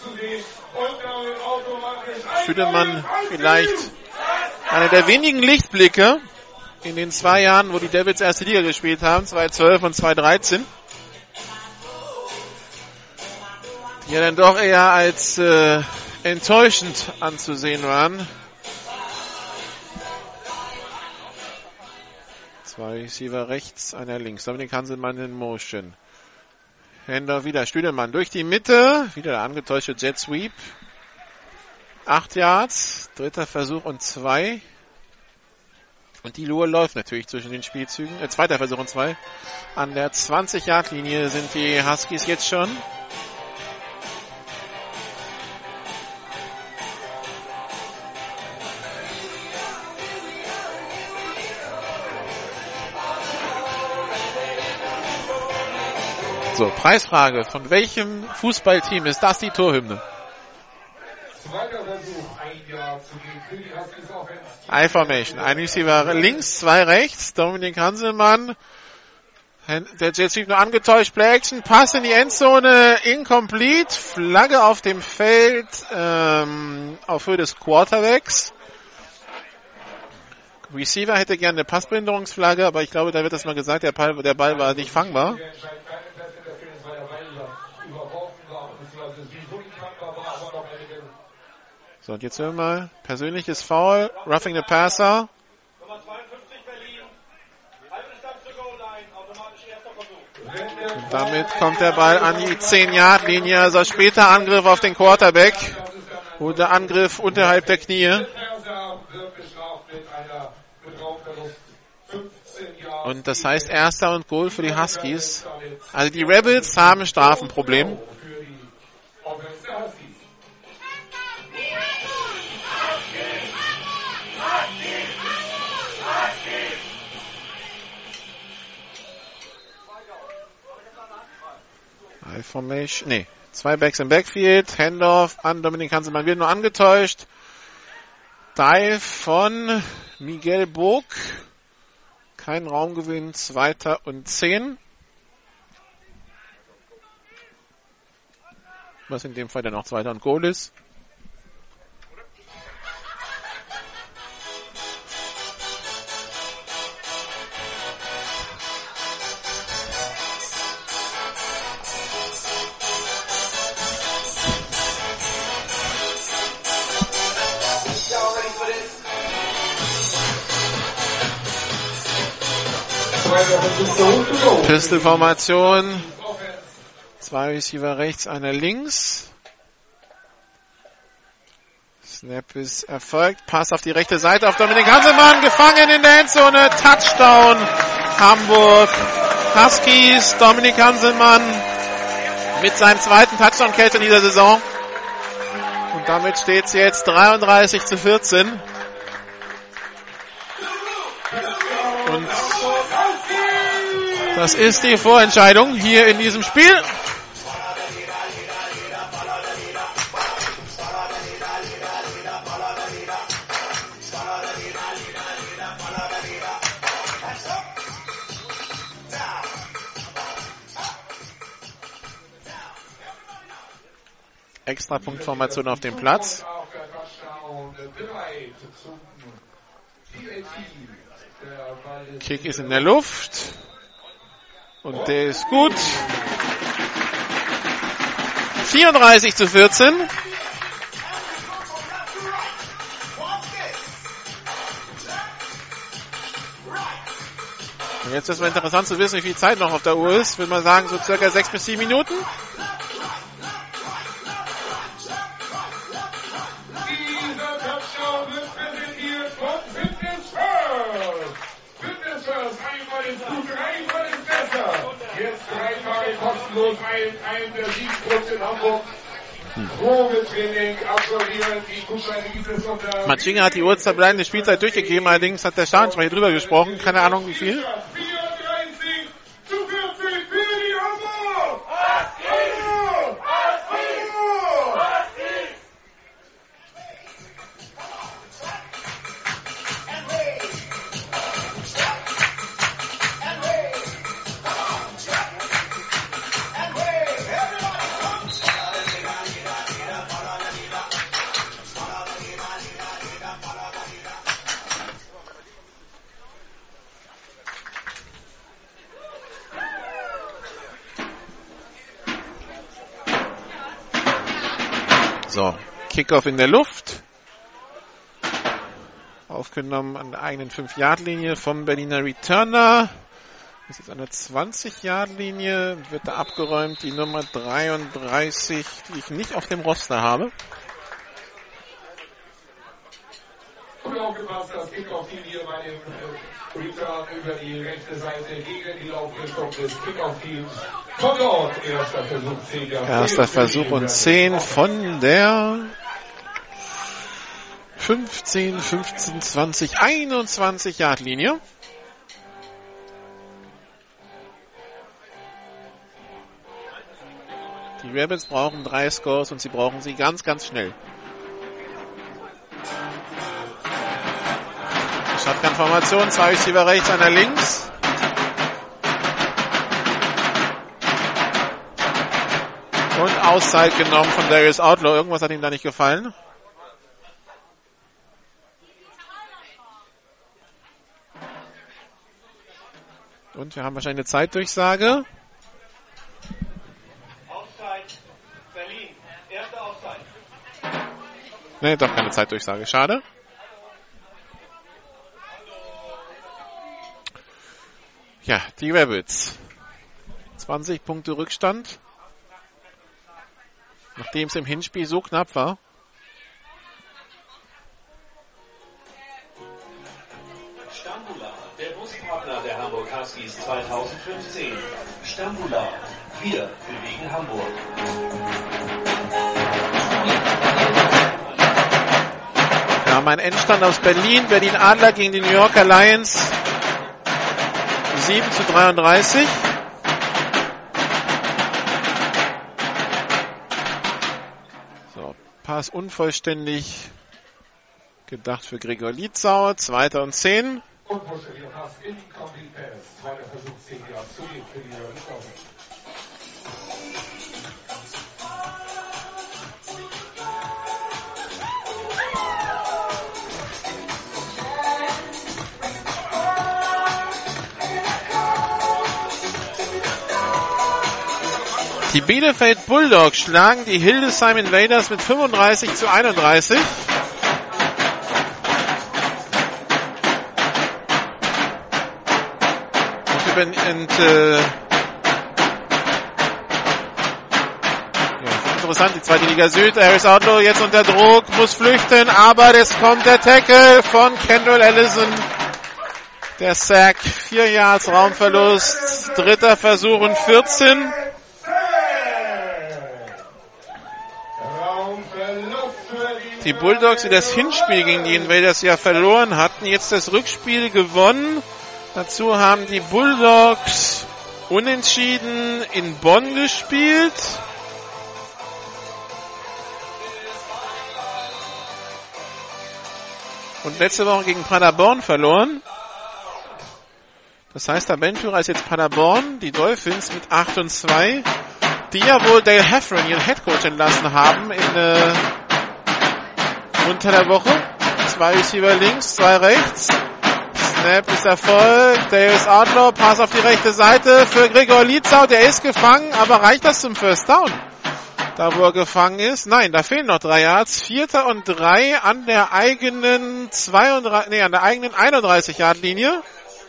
Speaker 3: Stüdemann vielleicht einer der wenigen Lichtblicke in den zwei Jahren, wo die Devils erste Liga gespielt haben, zweitausendzwölf und zweitausenddreizehn. Die ja dann doch eher als äh, enttäuschend anzusehen waren. Zwei Receiver rechts, einer links. Dominik Hanselmann in Motion. Händler wieder. Stühlemann durch die Mitte. Wieder der angetäuschte Jet Sweep. Acht Yards. Dritter Versuch und zwei. Und die Lure läuft natürlich zwischen den Spielzügen. Äh, zweiter Versuch und zwei. An der zwanzig-Yard-Linie sind die Huskies jetzt schon. So, Preisfrage. Von welchem Fußballteam ist das die Torhymne?
Speaker 9: Zweiter Versuch, ein Jahr zu gehen für die Huskies Offense.
Speaker 3: I-Formation. Ein Receiver links, zwei rechts. Dominik Hanselmann. Der Jet Sweep nur angetäuscht. Play Action. Pass in die Endzone. Incomplete. Flagge auf dem Feld. Ähm, auf Höhe des Quarterbacks. Receiver hätte gerne eine Passbehinderungsflagge, aber ich glaube, da wird das mal gesagt, der Ball, der Ball war nicht fangbar. So, und jetzt hören wir mal. Persönliches Foul. Roughing the Passer. Und damit kommt der Ball an die zehn-Yard-Linie. Also später Angriff auf den Quarterback. Oder Angriff unterhalb der Knie. Und das heißt erster und Goal für die Huskies. Also die Rebels haben ein Strafenproblem. I-Formation, nee, zwei Backs im Backfield, Handoff an Dominik Hanselmann, wird nur angetäuscht. Dive von Miguel Bog. Kein Raumgewinn, zweiter und zehn. Was in dem Fall dann auch zweiter und Goal ist. Pistol-Formation. Zwei Receiver rechts, einer links. Snap ist erfolgt. Pass auf die rechte Seite auf Dominik Hanselmann. Gefangen in der Endzone. Touchdown. Hamburg. Huskies. Dominik Hanselmann mit seinem zweiten Touchdown-Catch in dieser Saison. Und damit steht es jetzt dreiunddreißig zu vierzehn. Und das ist die Vorentscheidung hier in diesem Spiel. Extrapunktformation auf dem Platz. Kick ist in der Luft. Und der ist gut. vierunddreißig zu vierzehn. Und jetzt ist es mal interessant zu wissen, wie viel Zeit noch auf der Uhr ist. Ich würde mal sagen, so circa sechs bis sieben Minuten.
Speaker 9: Ein, ein der Siegspunkte in Hamburg. Probetraining absolvieren. Die Kuschelei gibt es unter.
Speaker 3: Matschinger hat die Uhrzeit Spielzeit durchgegeben, allerdings hat der Stadionsprecher drüber gesprochen. Keine Ahnung wie viel.
Speaker 9: vierunddreißig zu vierzehn für die Hamburg!
Speaker 3: So, Kickoff in der Luft. Aufgenommen an der eigenen fünf-Yard-Linie vom Berliner Returner. Das ist jetzt an der zwanzig-Yard-Linie. Wird da abgeräumt. Die Nummer dreiunddreißig, die ich nicht auf dem Roster habe.
Speaker 9: Und aufgepasst, das Kickoff-Team hier bei dem Return über die rechte Seite gegen die Laufrichtung des Kickoff-Teams. Von dort erster Versuch zehn.
Speaker 3: Erster Versuch und zehn von der fünfzehn, fünfzehn, zwanzig, einundzwanzig Yard Linie. Die Rebels brauchen drei Scores und sie brauchen sie ganz, ganz schnell. Shotgun-Formation, zwei Receiver rechts, einer links. Und Auszeit genommen von Darius Outlaw. Irgendwas hat ihm da nicht gefallen. Und wir haben wahrscheinlich eine Zeitdurchsage.
Speaker 12: Offside, Berlin, erste Offside.
Speaker 3: Ne, doch keine Zeitdurchsage. Schade. Ja, die Rebels. zwanzig Punkte Rückstand. Nachdem es im Hinspiel so knapp war.
Speaker 10: Stambula, der Buspartner der Hamburg Huskies zweitausendfünfzehn. Stambula, wir bewegen Hamburg.
Speaker 3: Wir haben einen Endstand aus Berlin. Berlin Adler gegen die New Yorker Lions. sieben zu dreiunddreißig. So, Pass unvollständig. Gedacht für Gregor Lietzau. Zweiter und zehn.
Speaker 9: Und Buschelier Pass in Complete Pass. Zweiter Versuch zehn Yard zu gehen für die Rebels.
Speaker 3: Die Bielefeld Bulldogs schlagen die Hildesheim Invaders mit fünfunddreißig zu einunddreißig. Und, und äh, ja, interessant, die zweite Liga Süd. Harris Outlaw jetzt unter Druck, muss flüchten, aber es kommt der Tackle von Kendall Allison. Der Sack, vier Yards Raumverlust, dritter Versuch und vierzehn. Die Bulldogs, die das Hinspiel gegen die Invaders ja verloren hatten, jetzt das Rückspiel gewonnen. Dazu haben die Bulldogs unentschieden in Bonn gespielt. Und letzte Woche gegen Paderborn verloren. Das heißt, der Tabellenführer ist jetzt Paderborn, die Dolphins mit acht und zwei, die ja wohl Dale Heffron, ihren Headcoach, entlassen haben in äh, unter der Woche. Zwei Receiver links, zwei rechts. Snap ist erfolgt. Darius Outlaw, Pass auf die rechte Seite für Gregor Lietzau. Der ist gefangen, aber reicht das zum First Down? Da, wo er gefangen ist. Nein, da fehlen noch drei Yards. Vierter und drei an der eigenen zweiunddreißig, nee, an der eigenen einunddreißig Yard Linie.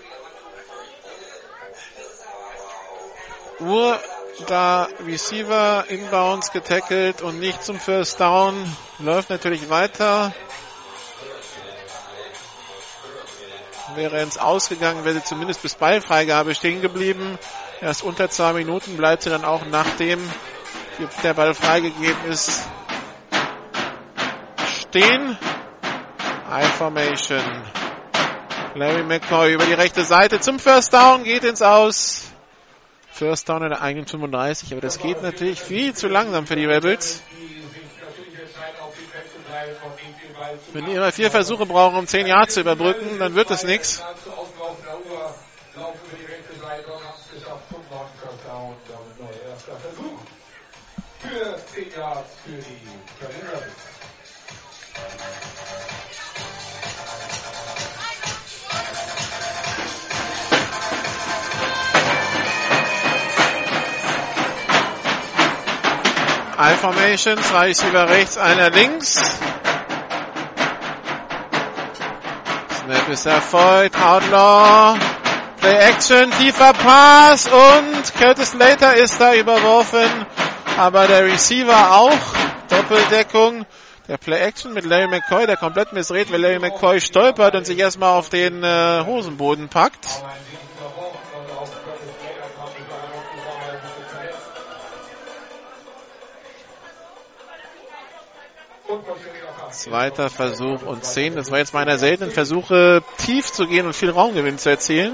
Speaker 3: Uhr da Receiver inbounds getackelt und nicht zum First Down. Läuft natürlich weiter. Wäre ins Ausgegangen, wäre sie zumindest bis Ballfreigabe stehen geblieben. Erst unter zwei Minuten bleibt sie dann auch, nachdem der Ball freigegeben ist, stehen. I-Formation. Larry McCoy über die rechte Seite zum First Down, geht ins Aus. First Down in der eigenen fünfunddreißig, aber das geht natürlich viel zu langsam für die Rebels. Wenn die immer vier Versuche brauchen, um zehn Yards zu überbrücken, dann wird das nichts. I-Formation, zwei Receiver rechts, einer links. ist erfolgt. Outlaw. Play Action. Tiefer Pass. Und Curtis Slater ist da überworfen. Aber der Receiver auch. Doppeldeckung. Der Play Action mit Larry McCoy, der komplett missredet, weil Larry McCoy stolpert und sich erstmal auf den äh, Hosenboden packt. Zweiter Versuch und zehn. Das war jetzt meiner seltenen Versuche, tief zu gehen und viel Raumgewinn zu erzielen.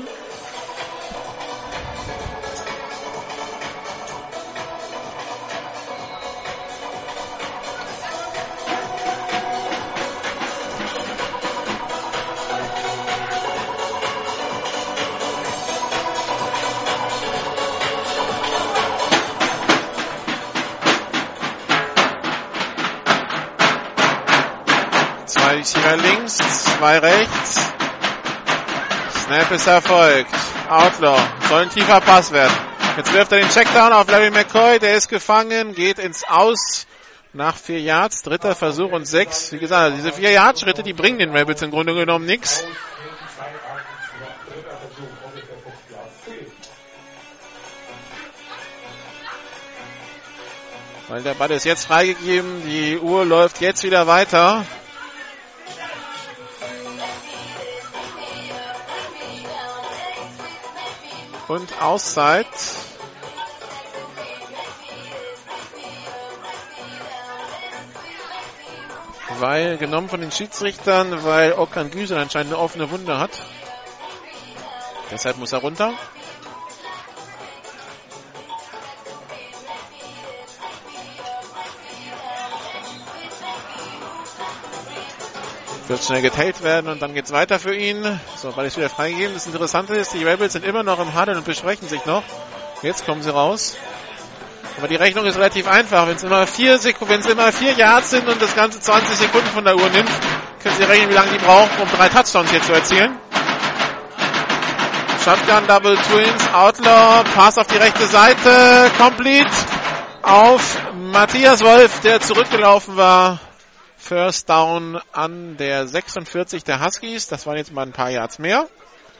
Speaker 3: Links, zwei rechts. Snap ist erfolgt. Outlaw. Soll ein tiefer Pass werden. Jetzt wirft er den Checkdown auf Larry McCoy. Der ist gefangen, geht ins Aus nach vier Yards. Dritter Versuch und sechs. Wie gesagt, diese vier Yard Schritte, die bringen den Rebels im Grunde genommen nichts. Weil der Ball ist jetzt freigegeben. Die Uhr läuft jetzt wieder weiter. Und Auszeit. Weil, genommen von den Schiedsrichtern, weil Okan Güsel anscheinend eine offene Wunde hat. Deshalb muss er runter. Wird schnell geteilt werden und dann geht's weiter für ihn. So, weil es wieder freigegeben. Das Interessante ist, die Rebels sind immer noch im Huddle und besprechen sich noch. Jetzt kommen sie raus. Aber die Rechnung ist relativ einfach. Wenn es immer vier Sekunden, wenn es immer vier Yards sind und das Ganze zwanzig Sekunden von der Uhr nimmt, können sie rechnen, wie lange die brauchen, um drei Touchdowns hier zu erzielen. Shotgun, Double Twins, Outlaw, Pass auf die rechte Seite, complete auf Matthias Wolf, der zurückgelaufen war. First Down an der sechsundvierzig der Huskies. Das waren jetzt mal ein paar Yards mehr.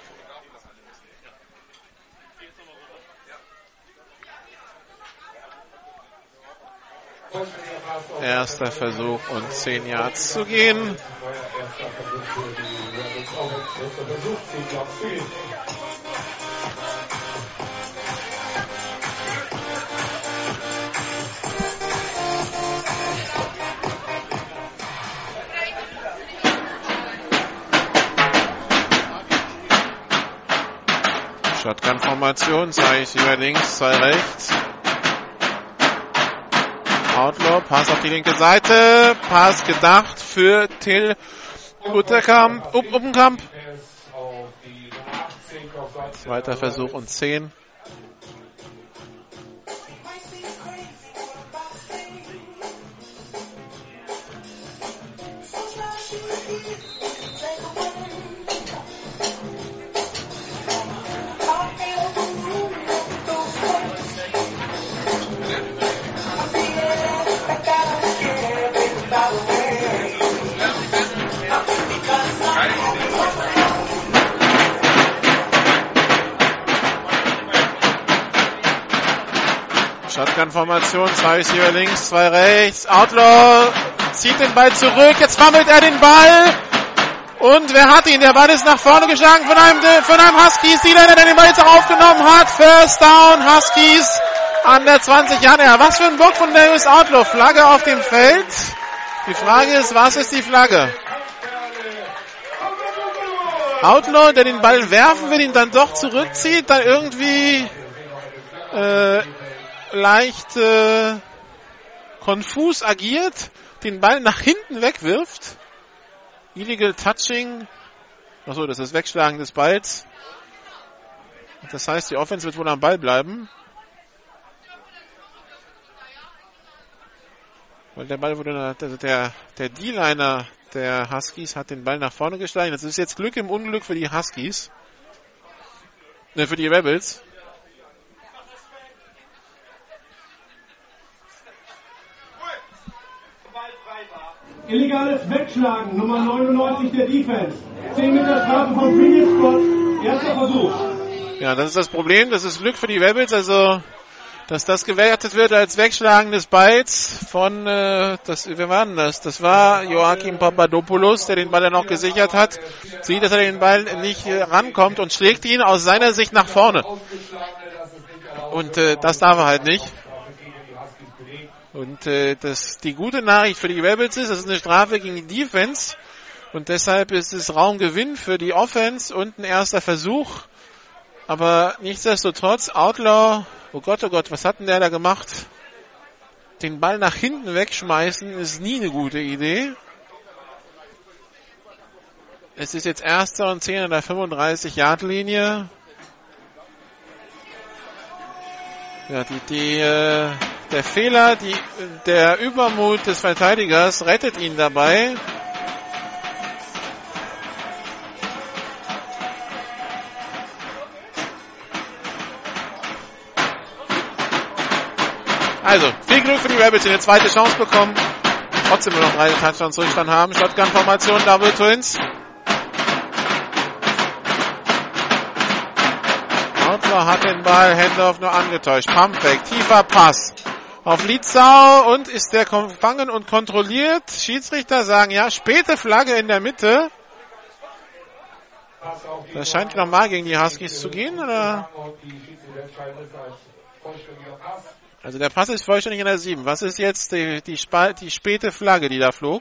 Speaker 3: Erster Versuch und zehn Yards zu gehen. Shotgun-Formation, zwei über links, zwei rechts. Outlaw, Pass auf die linke Seite, Pass gedacht für Till Utterkamp, Uppenkamp. Zweiter Versuch und zehn. Shotgun-Formation, zwei ist hier links, zwei rechts. Outlaw zieht den Ball zurück, jetzt fummelt er den Ball. Und wer hat ihn? Der Ball ist nach vorne geschlagen von einem, von einem Huskies. Die Leiter, der den Ball jetzt auch aufgenommen hat. First Down, Huskies an der zwanzig Jahre. Ja, was für ein Block von Darius Outlaw. Flagge auf dem Feld. Die Frage ist, was ist die Flagge? Outlaw, der den Ball werfen will, ihn dann doch zurückzieht, dann irgendwie äh, leicht äh, konfus agiert, den Ball nach hinten wegwirft. Illegal Touching. Achso, das ist Wegschlagen des Balls. Das heißt, die Offense wird wohl am Ball bleiben. Weil der Ball wurde, also der, der D-Liner der Huskies hat den Ball nach vorne geschlagen. Das ist jetzt Glück im Unglück für die Huskies. Ne, für die Rebels.
Speaker 8: Illegales Wegschlagen, Nummer neunundneunzig der Defense. zehn Meter Strafe vom Pringles Spot. Erster Versuch.
Speaker 3: Ja, das ist das Problem. Das ist Glück für die Rebels. Also, dass das gewertet wird als Wegschlagen des Balls von, äh, das, wer war denn das? Das war Joachim Papadopoulos, der den Ball dann noch gesichert hat. Sieht, dass er den Ball nicht äh, rankommt und schlägt ihn aus seiner Sicht nach vorne. Und äh, das darf er halt nicht. Und äh, das, die gute Nachricht für die Rebels ist, das ist eine Strafe gegen die Defense. Und deshalb ist es Raumgewinn für die Offense und ein erster Versuch. Aber nichtsdestotrotz, Outlaw, oh Gott, oh Gott, was hat denn der da gemacht? Den Ball nach hinten wegschmeißen ist nie eine gute Idee. Es ist jetzt erster und zehn an der fünfunddreißig-Yard-Linie. Ja, die, die, äh, der Fehler, die, der Übermut des Verteidigers rettet ihn dabei. Also, viel Glück für die Rebels, die eine zweite Chance bekommen. Trotzdem nur noch drei Touchdowns Rückstand haben. Shotgun-Formation, Double Twins. Outlaw hat den Ball, Handoff nur angetäuscht. Pumpback, tiefer Pass auf Lietzau und ist der gefangen und kontrolliert. Schiedsrichter sagen ja, späte Flagge in der Mitte. Das scheint nochmal gegen die Huskies zu gehen, oder? Also der Pass ist vollständig in der sieben. Was ist jetzt die, die, Sp- die späte Flagge, die da flog?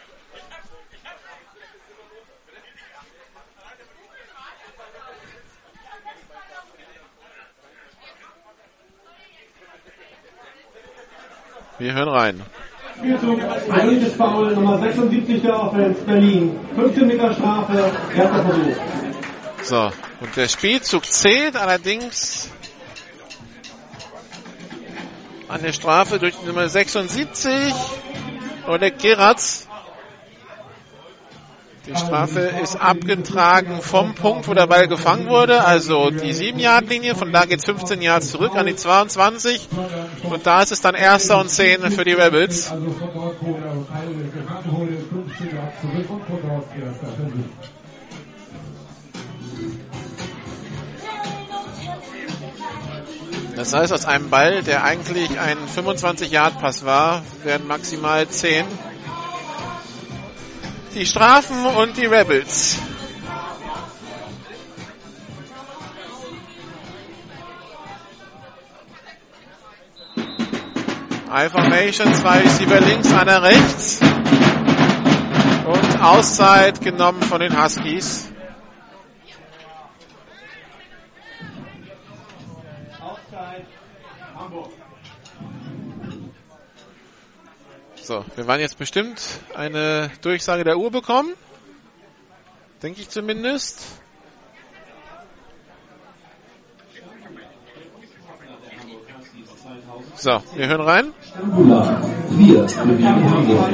Speaker 3: Wir hören rein.
Speaker 8: Spielzug, ein Foul, Nummer sechsundsiebzig der Offense, Berlin. fünfzehn Meter Strafe, erster Versuch.
Speaker 3: So, und der Spielzug zählt allerdings an der Strafe durch die Nummer sechsundsiebzig. Oleg Geratz. Die Strafe ist abgetragen vom Punkt, wo der Ball gefangen wurde, also die sieben-Yard-Linie. Von da geht es fünfzehn Yards zurück an die zweiundzwanzig. Und da ist es dann erster und zehn für die Rebels. Das heißt, aus einem Ball, der eigentlich ein fünfundzwanzig-Yard-Pass war, werden maximal zehn. Die Strafen und die Rebels. I-Formation, zwei Receiver links, einer rechts. Und Auszeit genommen von den Huskies. So, wir werden jetzt bestimmt eine Durchsage der Uhr bekommen. Denke ich zumindest. So, wir hören rein.
Speaker 10: Wir bewegen Hamburg.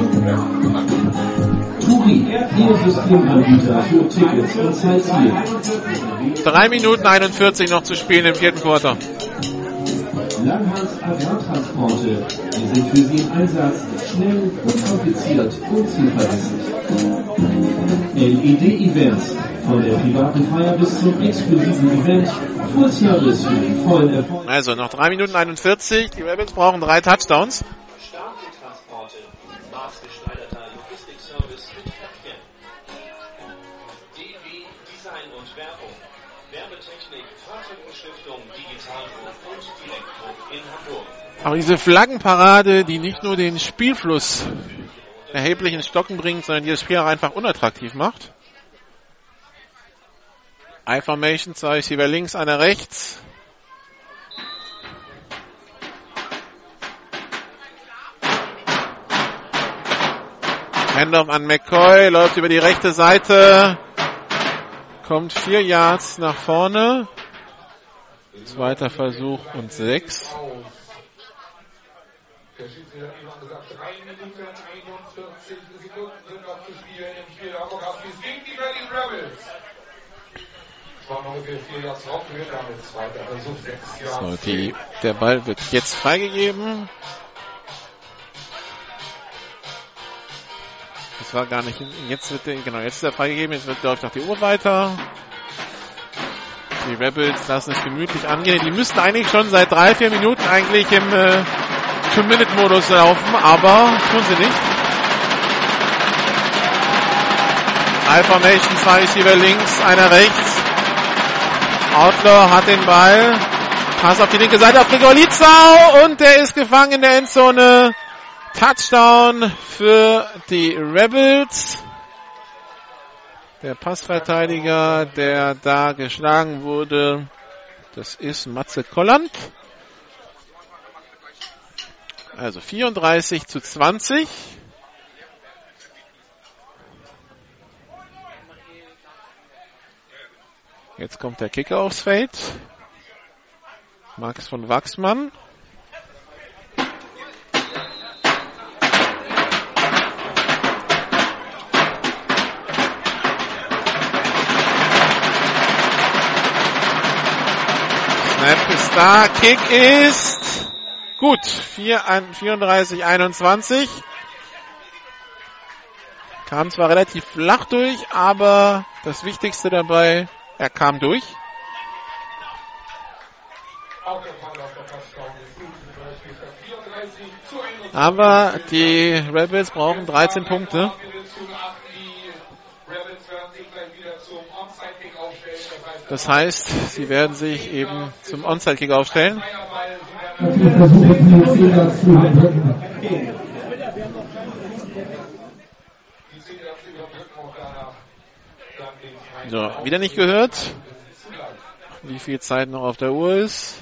Speaker 10: Turi, Ihr Systemanbieter für Tickets und Sightseeing.
Speaker 3: drei Minuten einundvierzig noch zu spielen im vierten Quarter.
Speaker 10: Langhans Agrartransporte. Wir sind für Sie im Einsatz. Schnell, unkompliziert und zuverlässig. L E D-Events. Von der privaten Feier bis zum exklusiven Event. Full Service für den vollen Erfolg.
Speaker 3: Also noch drei Minuten einundvierzig. Die Rebels brauchen drei Touchdowns.
Speaker 10: Starke Transporte. Maßgeschneiderter Logistikservice mit Verkehr. D W Design und Werbung. Werbetechnik, Fahrzeugbeschriftung, Digitaldruck und Direktdruck in Hamburg.
Speaker 3: Aber diese Flaggenparade, die nicht nur den Spielfluss erheblich ins Stocken bringt, sondern die das Spiel auch einfach unattraktiv macht. I-Formation, zwei Receiver links, einer rechts. Handoff an McCoy, läuft über die rechte Seite, kommt vier Yards nach vorne. Zweiter Versuch und sechs.
Speaker 9: Der Schiedsrichter hat eben gesagt, drei Minuten einundvierzig Sekunden sind noch zu spielen im Spiel der Hamburg Huskies gegen die Berlin Rebels. Es waren ungefähr vier Yards drauf, wir damit zweiter Versuch, sechs Yards.
Speaker 3: So, die, der Ball wird jetzt freigegeben. Das war gar nicht, jetzt wird der, genau, jetzt ist er freigegeben, jetzt wird, läuft noch die Uhr weiter. Die Rebels lassen es gemütlich angehen. Die müssten eigentlich schon seit drei, vier Minuten eigentlich im äh, Two-Minute-Modus laufen, aber tun sie nicht. Drei Formation, zwei Receiver links, einer rechts. Outlaw hat den Ball. Pass auf die linke Seite auf Grigolizau und der ist gefangen in der Endzone. Touchdown für die Rebels. Der Passverteidiger, der da geschlagen wurde, das ist Matze Kolland. Also vierunddreißig zu zwanzig. Jetzt kommt der Kicker aufs Feld. Max von Wachsmann. Snap ist da, Kick ist gut, vierunddreißig einundzwanzig. Kam zwar relativ flach durch, aber das Wichtigste dabei, er kam durch. Aber die Rebels brauchen dreizehn Punkte. Das heißt, sie werden sich eben zum Onside-Kick aufstellen. So, wieder nicht gehört, wie viel Zeit noch auf der Uhr ist.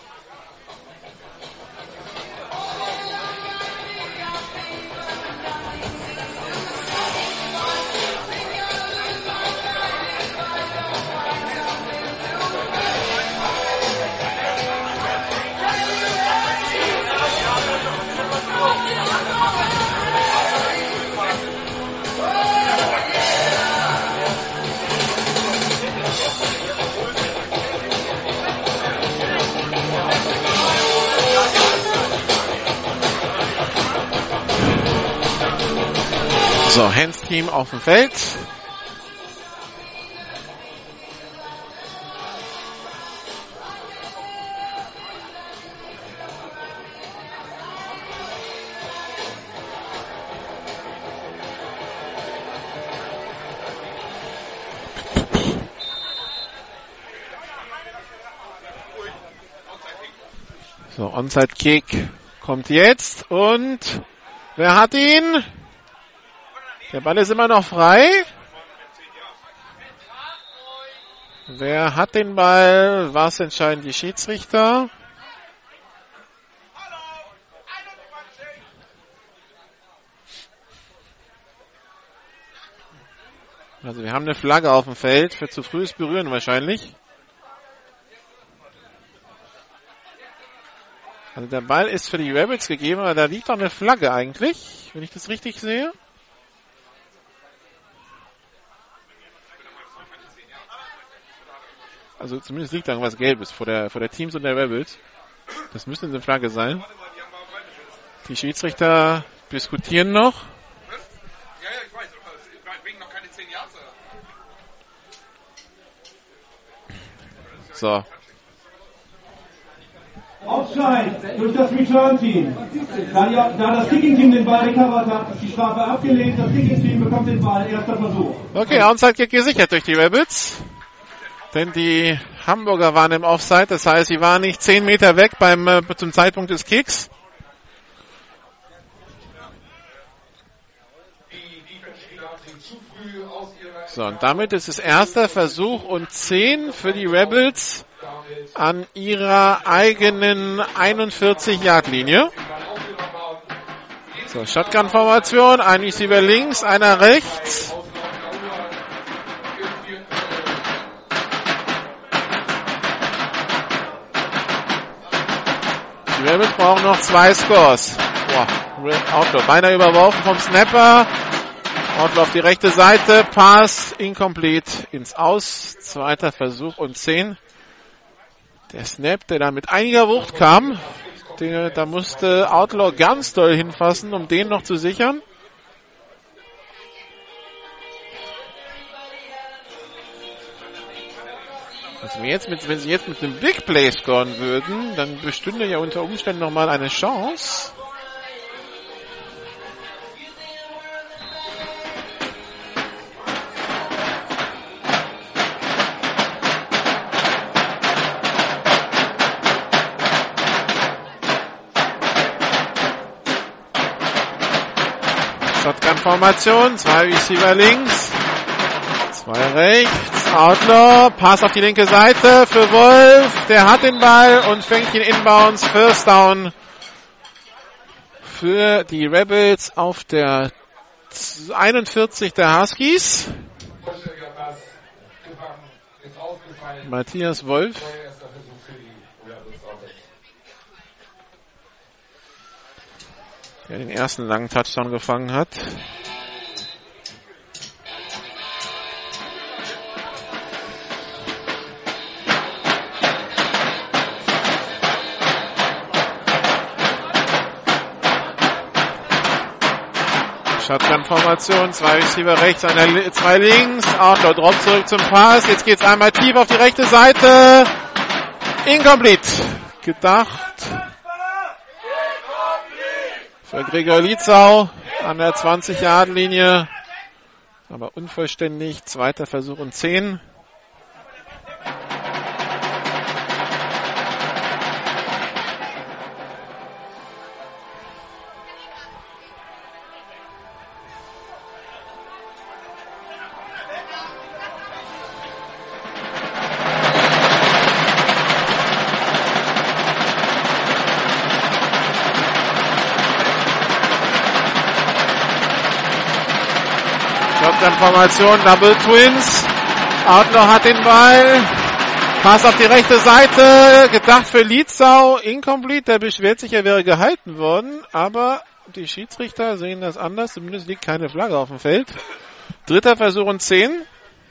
Speaker 3: So, Hands-Team auf dem Feld. So, Onside-Kick kommt jetzt und wer hat ihn? Der Ball ist immer noch frei. Wer hat den Ball? Was entscheiden die Schiedsrichter? Also wir haben eine Flagge auf dem Feld für zu frühes Berühren wahrscheinlich. Also der Ball ist für die Rebels gegeben, aber da liegt doch eine Flagge eigentlich, wenn ich das richtig sehe. Also zumindest liegt da irgendwas Gelbes vor der, vor der Teams und der Rebels. Das müsste eine Flagge sein. Die Schiedsrichter diskutieren noch.
Speaker 9: Ja, ja, ich weiß, aber wegen noch keine zehn Jahre.
Speaker 3: So.
Speaker 8: Offside durch das Return-Team. Da, die, da das Kicking-Team den Ball recovert hat, ist die Strafe abgelehnt. Das Kicking-Team bekommt den Ball. Erster Versuch.
Speaker 3: Okay, Onside-Kick gesichert durch die Rebels. Denn die Hamburger waren im Offside, das heißt, sie waren nicht zehn Meter weg beim äh, zum Zeitpunkt des Kicks. So, und damit ist es erster Versuch und zehn für die Rebels an ihrer eigenen einundvierzig-Yard-Linie. So, Shotgun-Formation, ein Receiver links, einer rechts. Die Rebels brauchen noch zwei Scores. Boah, Outlaw beinahe überworfen vom Snapper. Outlaw auf die rechte Seite. Pass incomplete ins Aus. Zweiter Versuch und zehn. Der Snap, der da mit einiger Wucht kam. Der, da musste Outlaw ganz doll hinfassen, um den noch zu sichern. Also jetzt mit, wenn sie jetzt mit einem Big Play scoren würden, dann bestünde ja unter Umständen nochmal eine Chance. Shotgun-Formation, zwei Receiver links, zwei rechts, Outlaw, Pass auf die linke Seite für Wolf, der hat den Ball und fängt ihn inbounds, First Down für die Rebels auf der einundvierzig der Huskies. Matthias Wolf. Der den ersten langen Touchdown gefangen hat. Shotgun-Formation, zwei Receiver rechts, einer, zwei links, Outlaw Drop zurück zum Pass, jetzt geht's einmal tief auf die rechte Seite, incomplete, gedacht für Gregor Lietzau an der zwanzig-Yard-Linie, aber unvollständig, zweiter Versuch und zehn. Formation, Double Twins. Outlaw hat den Ball. Pass auf die rechte Seite. Gedacht für Lietzau. Incomplete. Der beschwert sich, er wäre gehalten worden. Aber die Schiedsrichter sehen das anders. Zumindest liegt keine Flagge auf dem Feld. Dritter Versuch und zehn.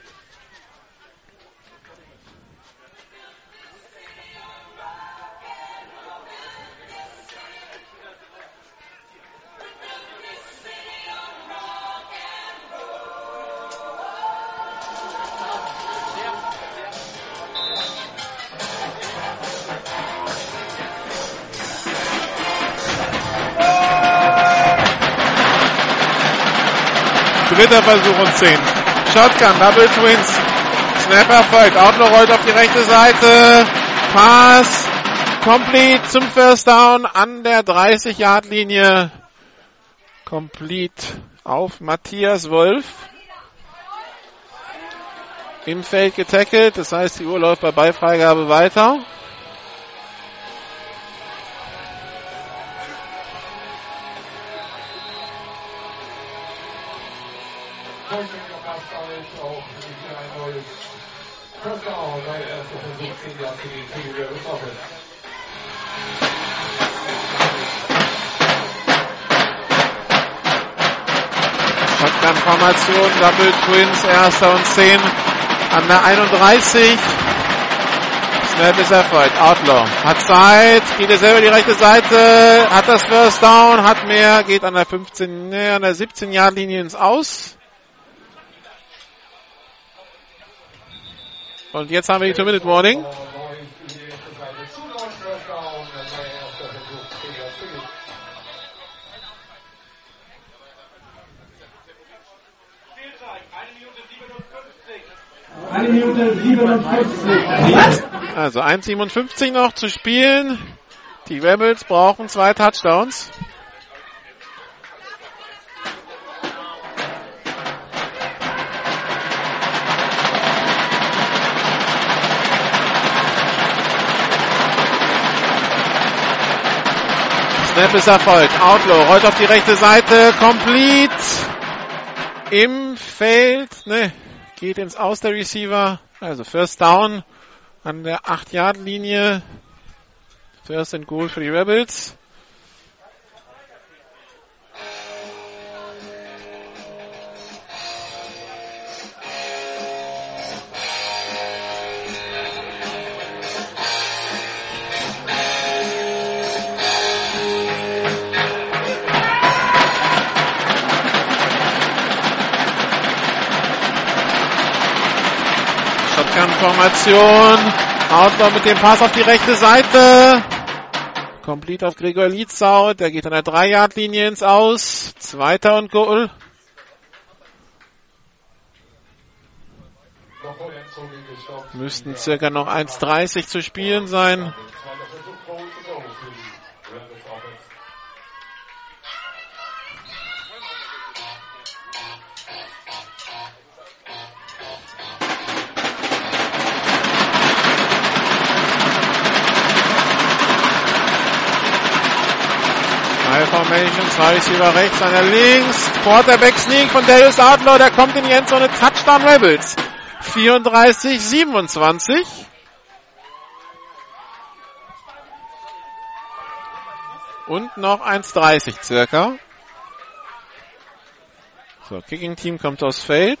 Speaker 3: Dritter Versuch und zehn. Shotgun, Double Twins. Snap erfolgt. Outlaw rollt auf die rechte Seite. Pass. Complete zum First Down an der dreißig-Yard-Linie. Complete auf Matthias Wolf. Im Feld getackelt. Das heißt, die Uhr läuft bei Ballfreigabe weiter. Shotgun-Formation, Double Twins, erster und zehn an der einunddreißig. Snap ist erfolgt. Outlaw hat Zeit, geht er selber die rechte Seite, hat das First Down, hat mehr, geht an der fünfzehn, nee, an der siebzehn-Yard-Linie ins Aus. Und jetzt haben wir die Two-Minute-Warning.
Speaker 8: eine Minute siebenundfünfzig.
Speaker 3: Also eins siebenundfünfzig noch zu spielen. Die Rebels brauchen zwei Touchdowns. Snap ist erfolgt. Outlaw rollt auf die rechte Seite. Complete. Im Feld. Ne, geht ins Aus der Receiver. Also First Down an der acht-Yard-Linie. First and Goal für die Rebels. Formation. Outlaw mit dem Pass auf die rechte Seite. Complete auf Gregor Lietzau. Der geht an der drei Yard Linie ins Aus. Zweiter und Goal. Müssten circa noch eins dreißig zu spielen sein. Formation, zwei Receiver rechts, einer links. Quarterback Sneak von Darius Outlaw, der kommt in die Endzone. Touchdown Rebels. vierunddreißig siebenundzwanzig. Und noch eins dreißig circa. So, Kicking Team kommt aufs Feld.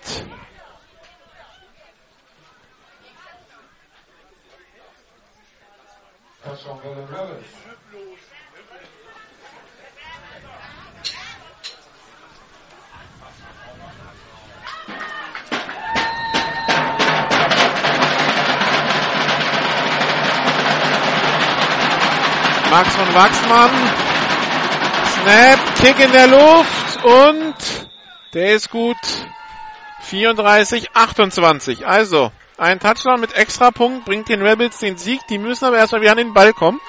Speaker 3: Max von Wachsmann. Snap, Kick in der Luft und der ist gut. vierunddreißig achtundzwanzig. Also, ein Touchdown mit Extrapunkt bringt den Rebels den Sieg. Die müssen aber erstmal wieder an den Ball kommen.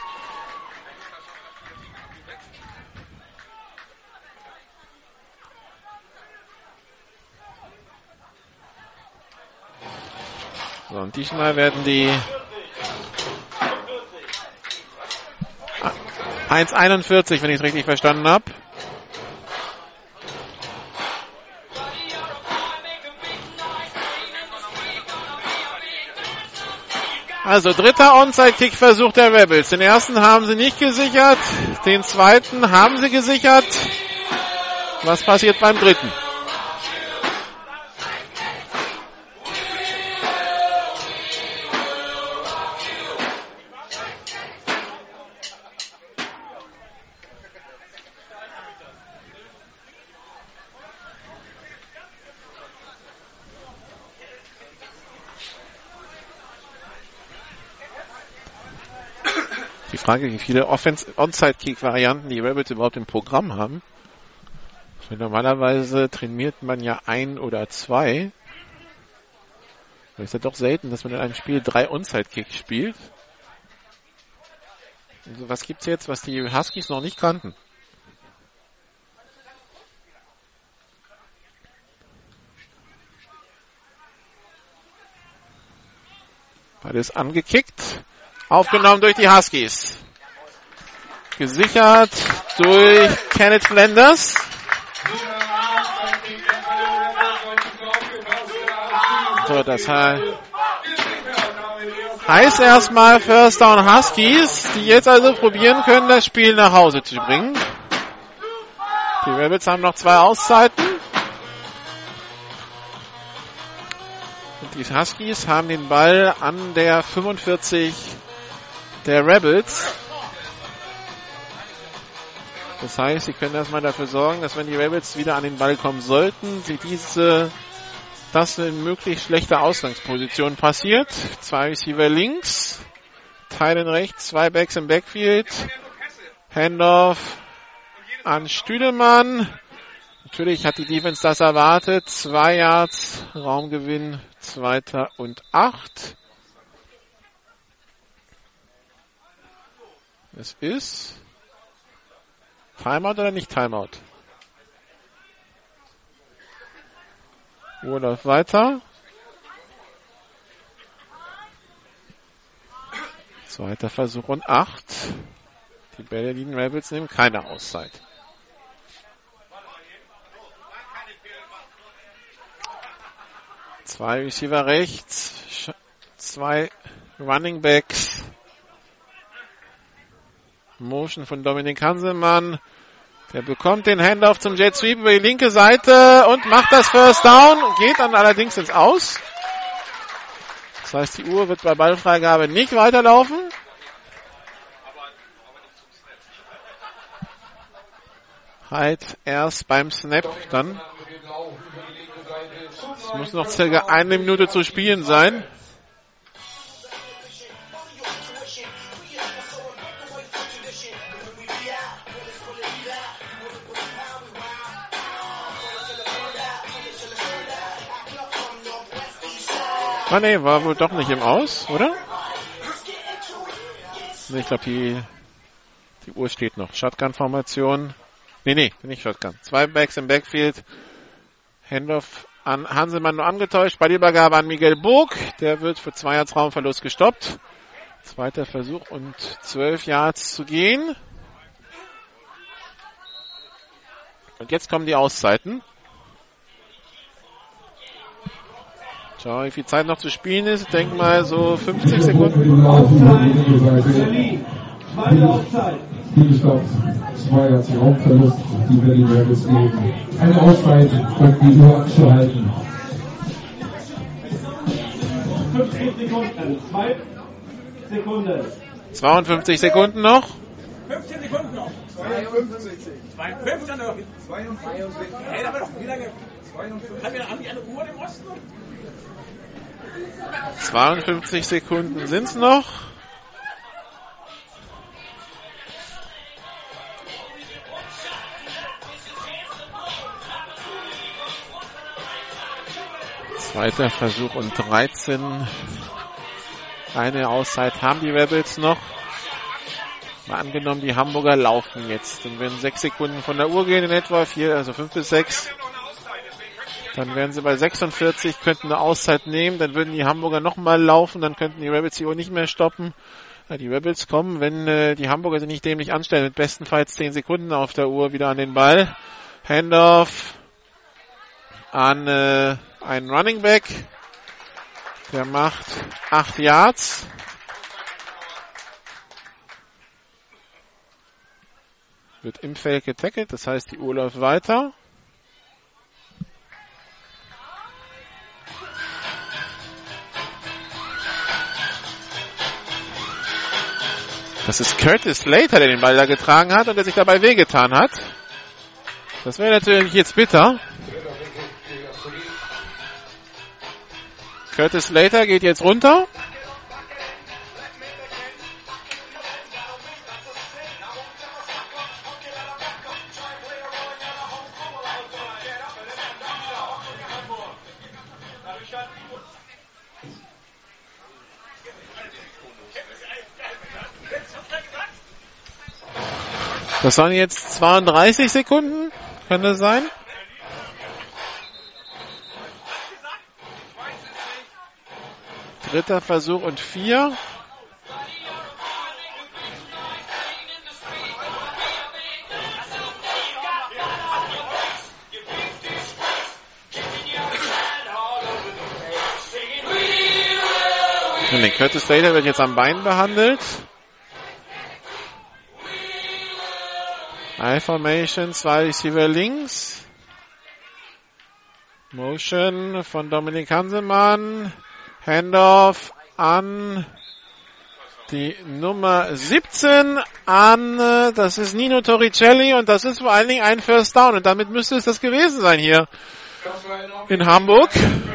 Speaker 3: So, und diesmal werden die eins einundvierzig, wenn ich es richtig verstanden habe. Also dritter Onside-Kick-Versuch der Rebels. Den ersten haben sie nicht gesichert, den zweiten haben sie gesichert. Was passiert beim dritten? Die Frage, wie viele Onside-Kick-Varianten die Rebels überhaupt im Programm haben. Normalerweise trainiert man ja ein oder zwei. Es ist ja doch selten, dass man in einem Spiel drei Onside-Kicks spielt. Also was gibt's jetzt, was die Huskies noch nicht kannten? Beides angekickt. Aufgenommen durch die Huskies. Gesichert durch Kenneth Flanders. So, das heißt erstmal First Down Huskies, die jetzt also probieren können, das Spiel nach Hause zu bringen. Die Rebels haben noch zwei Auszeiten. Und die Huskies haben den Ball an der fünfundvierzig der Rebels. Das heißt, sie können erstmal dafür sorgen, dass wenn die Rebels wieder an den Ball kommen sollten, sie diese, das in möglichst schlechter Ausgangsposition passiert. Zwei Receiver links, Teilen rechts, zwei Backs im Backfield. Handoff an Stüdemann. Natürlich hat die Defense das erwartet. Zwei Yards, Raumgewinn, zweiter und acht. Es ist Timeout oder nicht Timeout? Uhr läuft weiter. Zweiter Versuch und acht. Die Berlin Rebels nehmen keine Auszeit. Zwei Receiver rechts, zwei Running Backs. Motion von Dominik Hanselmann. Der bekommt den Handoff zum Jet Sweep über die linke Seite und macht das First Down. Geht dann allerdings ins Aus. Das heißt, die Uhr wird bei Ballfreigabe nicht weiterlaufen. Halt erst beim Snap dann. Es muss noch circa eine Minute zu spielen sein. Ah ne, war wohl doch nicht im Aus, oder? Nee, ich glaube, die, die Uhr steht noch. Shotgun-Formation. Nee, nee, nicht Shotgun. Zwei Backs im Backfield. Handoff an Hanselmann nur angetäuscht. Bei der Übergabe an Miguel Burg. Der wird für zwei Yards Raumverlust gestoppt. Zweiter Versuch und zwölf Yards zu gehen. Und jetzt kommen die Auszeiten. Schau, wie viel Zeit noch zu spielen ist. Ich denke mal so fünfzig Sekunden.
Speaker 8: Zweite Auszeit.
Speaker 1: Spielstopp, zwei Yards Raumverlust, die Berlin Rebels geben. Eine Auszeit, um die Uhr anzuhalten.
Speaker 8: fünfzehn Sekunden. Zwei Sekunden.
Speaker 3: zweiundfünfzig Sekunden noch.
Speaker 13: fünfzehn Sekunden noch. zweiundfünfzig. zweiundfünfzig noch. zweiundfünfzig. Hey, aber doch, wie lange? zweiundfünfzig. Haben wir eine Uhr im Osten?
Speaker 3: zweiundfünfzig Sekunden sind's noch. Zweiter Versuch und dreizehn. Eine Auszeit haben die Rebels noch. Mal angenommen, die Hamburger laufen jetzt. Und wenn sechs Sekunden von der Uhr gehen in etwa, vier, also fünf bis sechs, dann wären sie bei sechsundvierzig, könnten eine Auszeit nehmen, dann würden die Hamburger nochmal laufen, dann könnten die Rebels die Uhr nicht mehr stoppen. Ja, die Rebels kommen, wenn äh, die Hamburger sich nicht dämlich anstellen, mit bestenfalls zehn Sekunden auf der Uhr wieder an den Ball. Handoff an äh, einen Running Back. Der macht acht Yards. Wird im Feld getackelt, das heißt, die Uhr läuft weiter. Das ist Curtis Slater, der den Ball da getragen hat und der sich dabei wehgetan hat. Das wäre natürlich jetzt bitter. Curtis Slater geht jetzt runter. Das waren jetzt zweiunddreißig Sekunden. Kann das sein? Dritter Versuch und vier. Nee, Curtis Slater wird jetzt am Bein behandelt. I-Formation, zwei Receiver links. Motion von Dominik Hanselmann. Handoff an die Nummer siebzehn an, das ist Nino Torricelli und das ist vor allen Dingen ein First Down und damit müsste es das gewesen sein hier in Hamburg.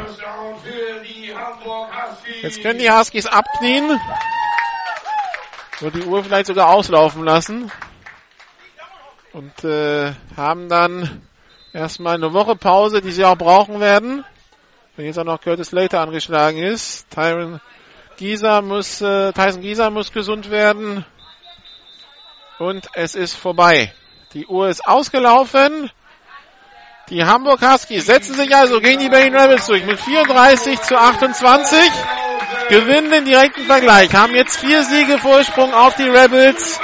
Speaker 3: Jetzt können die Huskies abknien und die Uhr vielleicht sogar auslaufen lassen. Und äh, haben dann erstmal eine Woche Pause, die sie auch brauchen werden. Wenn jetzt auch noch Curtis Slater angeschlagen ist. Tyron Gieser muss, äh, Tyson Gieser muss gesund werden. Und es ist vorbei. Die Uhr ist ausgelaufen. Die Hamburg Huskies setzen sich also gegen die Berlin Rebels durch mit vierunddreißig zu achtundzwanzig. Gewinnen den direkten Vergleich. Haben jetzt vier Siege Vorsprung auf die Rebels.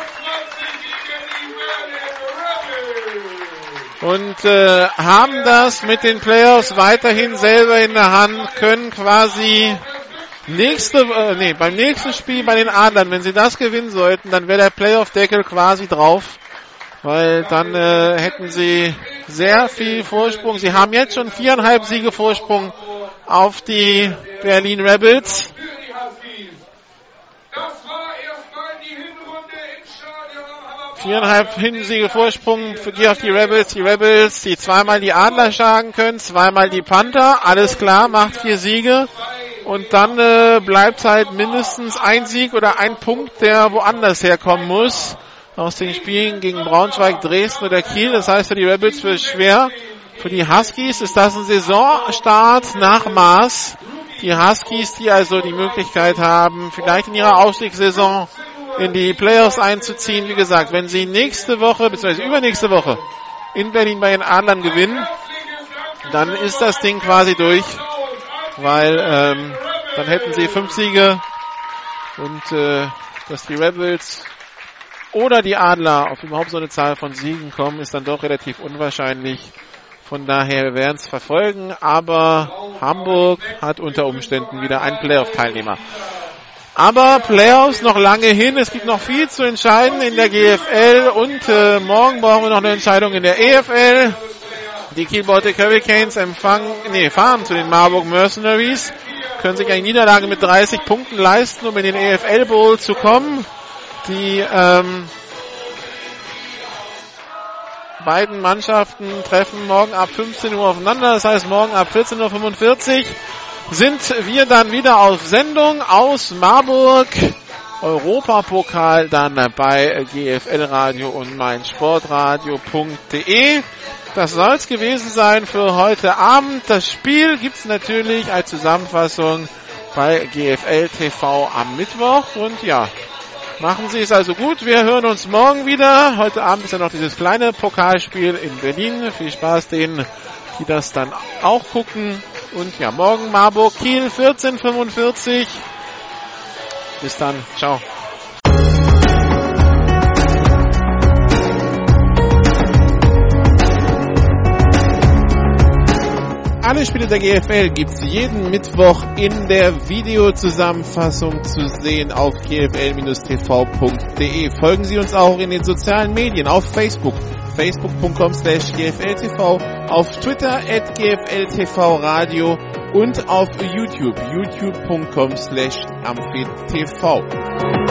Speaker 3: Und äh, haben das mit den Playoffs weiterhin selber in der Hand, können quasi nächste, äh, nee, beim nächsten Spiel bei den Adlern, wenn sie das gewinnen sollten, dann wäre der Playoff-Deckel quasi drauf, weil dann äh, hätten sie sehr viel Vorsprung. Sie haben jetzt schon viereinhalb Siege Vorsprung auf die Berlin Rebels. Viereinhalb Hinsiege Vorsprung für die auf die Rebels. Die Rebels, die zweimal die Adler schlagen können, zweimal die Panther. Alles klar, macht vier Siege. Und dann äh, bleibt halt mindestens ein Sieg oder ein Punkt, der woanders herkommen muss. Aus den Spielen gegen Braunschweig, Dresden oder Kiel. Das heißt für die Rebels wird es schwer. Für die Huskies ist das ein Saisonstart nach Maß. Die Huskies, die also die Möglichkeit haben, vielleicht in ihrer Aufstiegssaison in die Playoffs einzuziehen. Wie gesagt, wenn sie nächste Woche, beziehungsweise übernächste Woche in Berlin bei den Adlern gewinnen, dann ist das Ding quasi durch, weil ähm, dann hätten sie fünf Siege und äh, dass die Rebels oder die Adler auf überhaupt so eine Zahl von Siegen kommen, ist dann doch relativ unwahrscheinlich. Von daher, wir werden es verfolgen, aber Hamburg hat unter Umständen wieder einen Playoff-Teilnehmer. Aber Playoffs noch lange hin, es gibt noch viel zu entscheiden in der G F L und äh, morgen brauchen wir noch eine Entscheidung in der E F L. Die Kiel Baltic Hurricanes empfangen, nee, fahren zu den Marburg Mercenaries, können sich eine Niederlage mit dreißig Punkten leisten, um in den E F L Bowl zu kommen. Die ähm, beiden Mannschaften treffen morgen ab fünfzehn Uhr aufeinander, das heißt morgen ab vierzehn Uhr fünfundvierzig sind wir dann wieder auf Sendung aus Marburg. Europapokal dann bei G F L Radio und meinsportradio punkt de. Das soll es gewesen sein für heute Abend. Das Spiel gibt's natürlich als Zusammenfassung bei G F L T V am Mittwoch. Und ja, machen Sie es also gut. Wir hören uns morgen wieder. Heute Abend ist ja noch dieses kleine Pokalspiel in Berlin. Viel Spaß denen, die das dann auch gucken. Und ja, morgen Marburg Kiel vierzehn Uhr fünfundvierzig. Bis dann. Ciao. Alle Spiele der G F L gibt's jeden Mittwoch in der Videozusammenfassung zu sehen auf g f l T v punkt de. Folgen Sie uns auch in den sozialen Medien auf Facebook, facebook punkt com slash g f l t v, auf Twitter at g f l t v radio und auf YouTube, youtube punkt com slash amphi t v.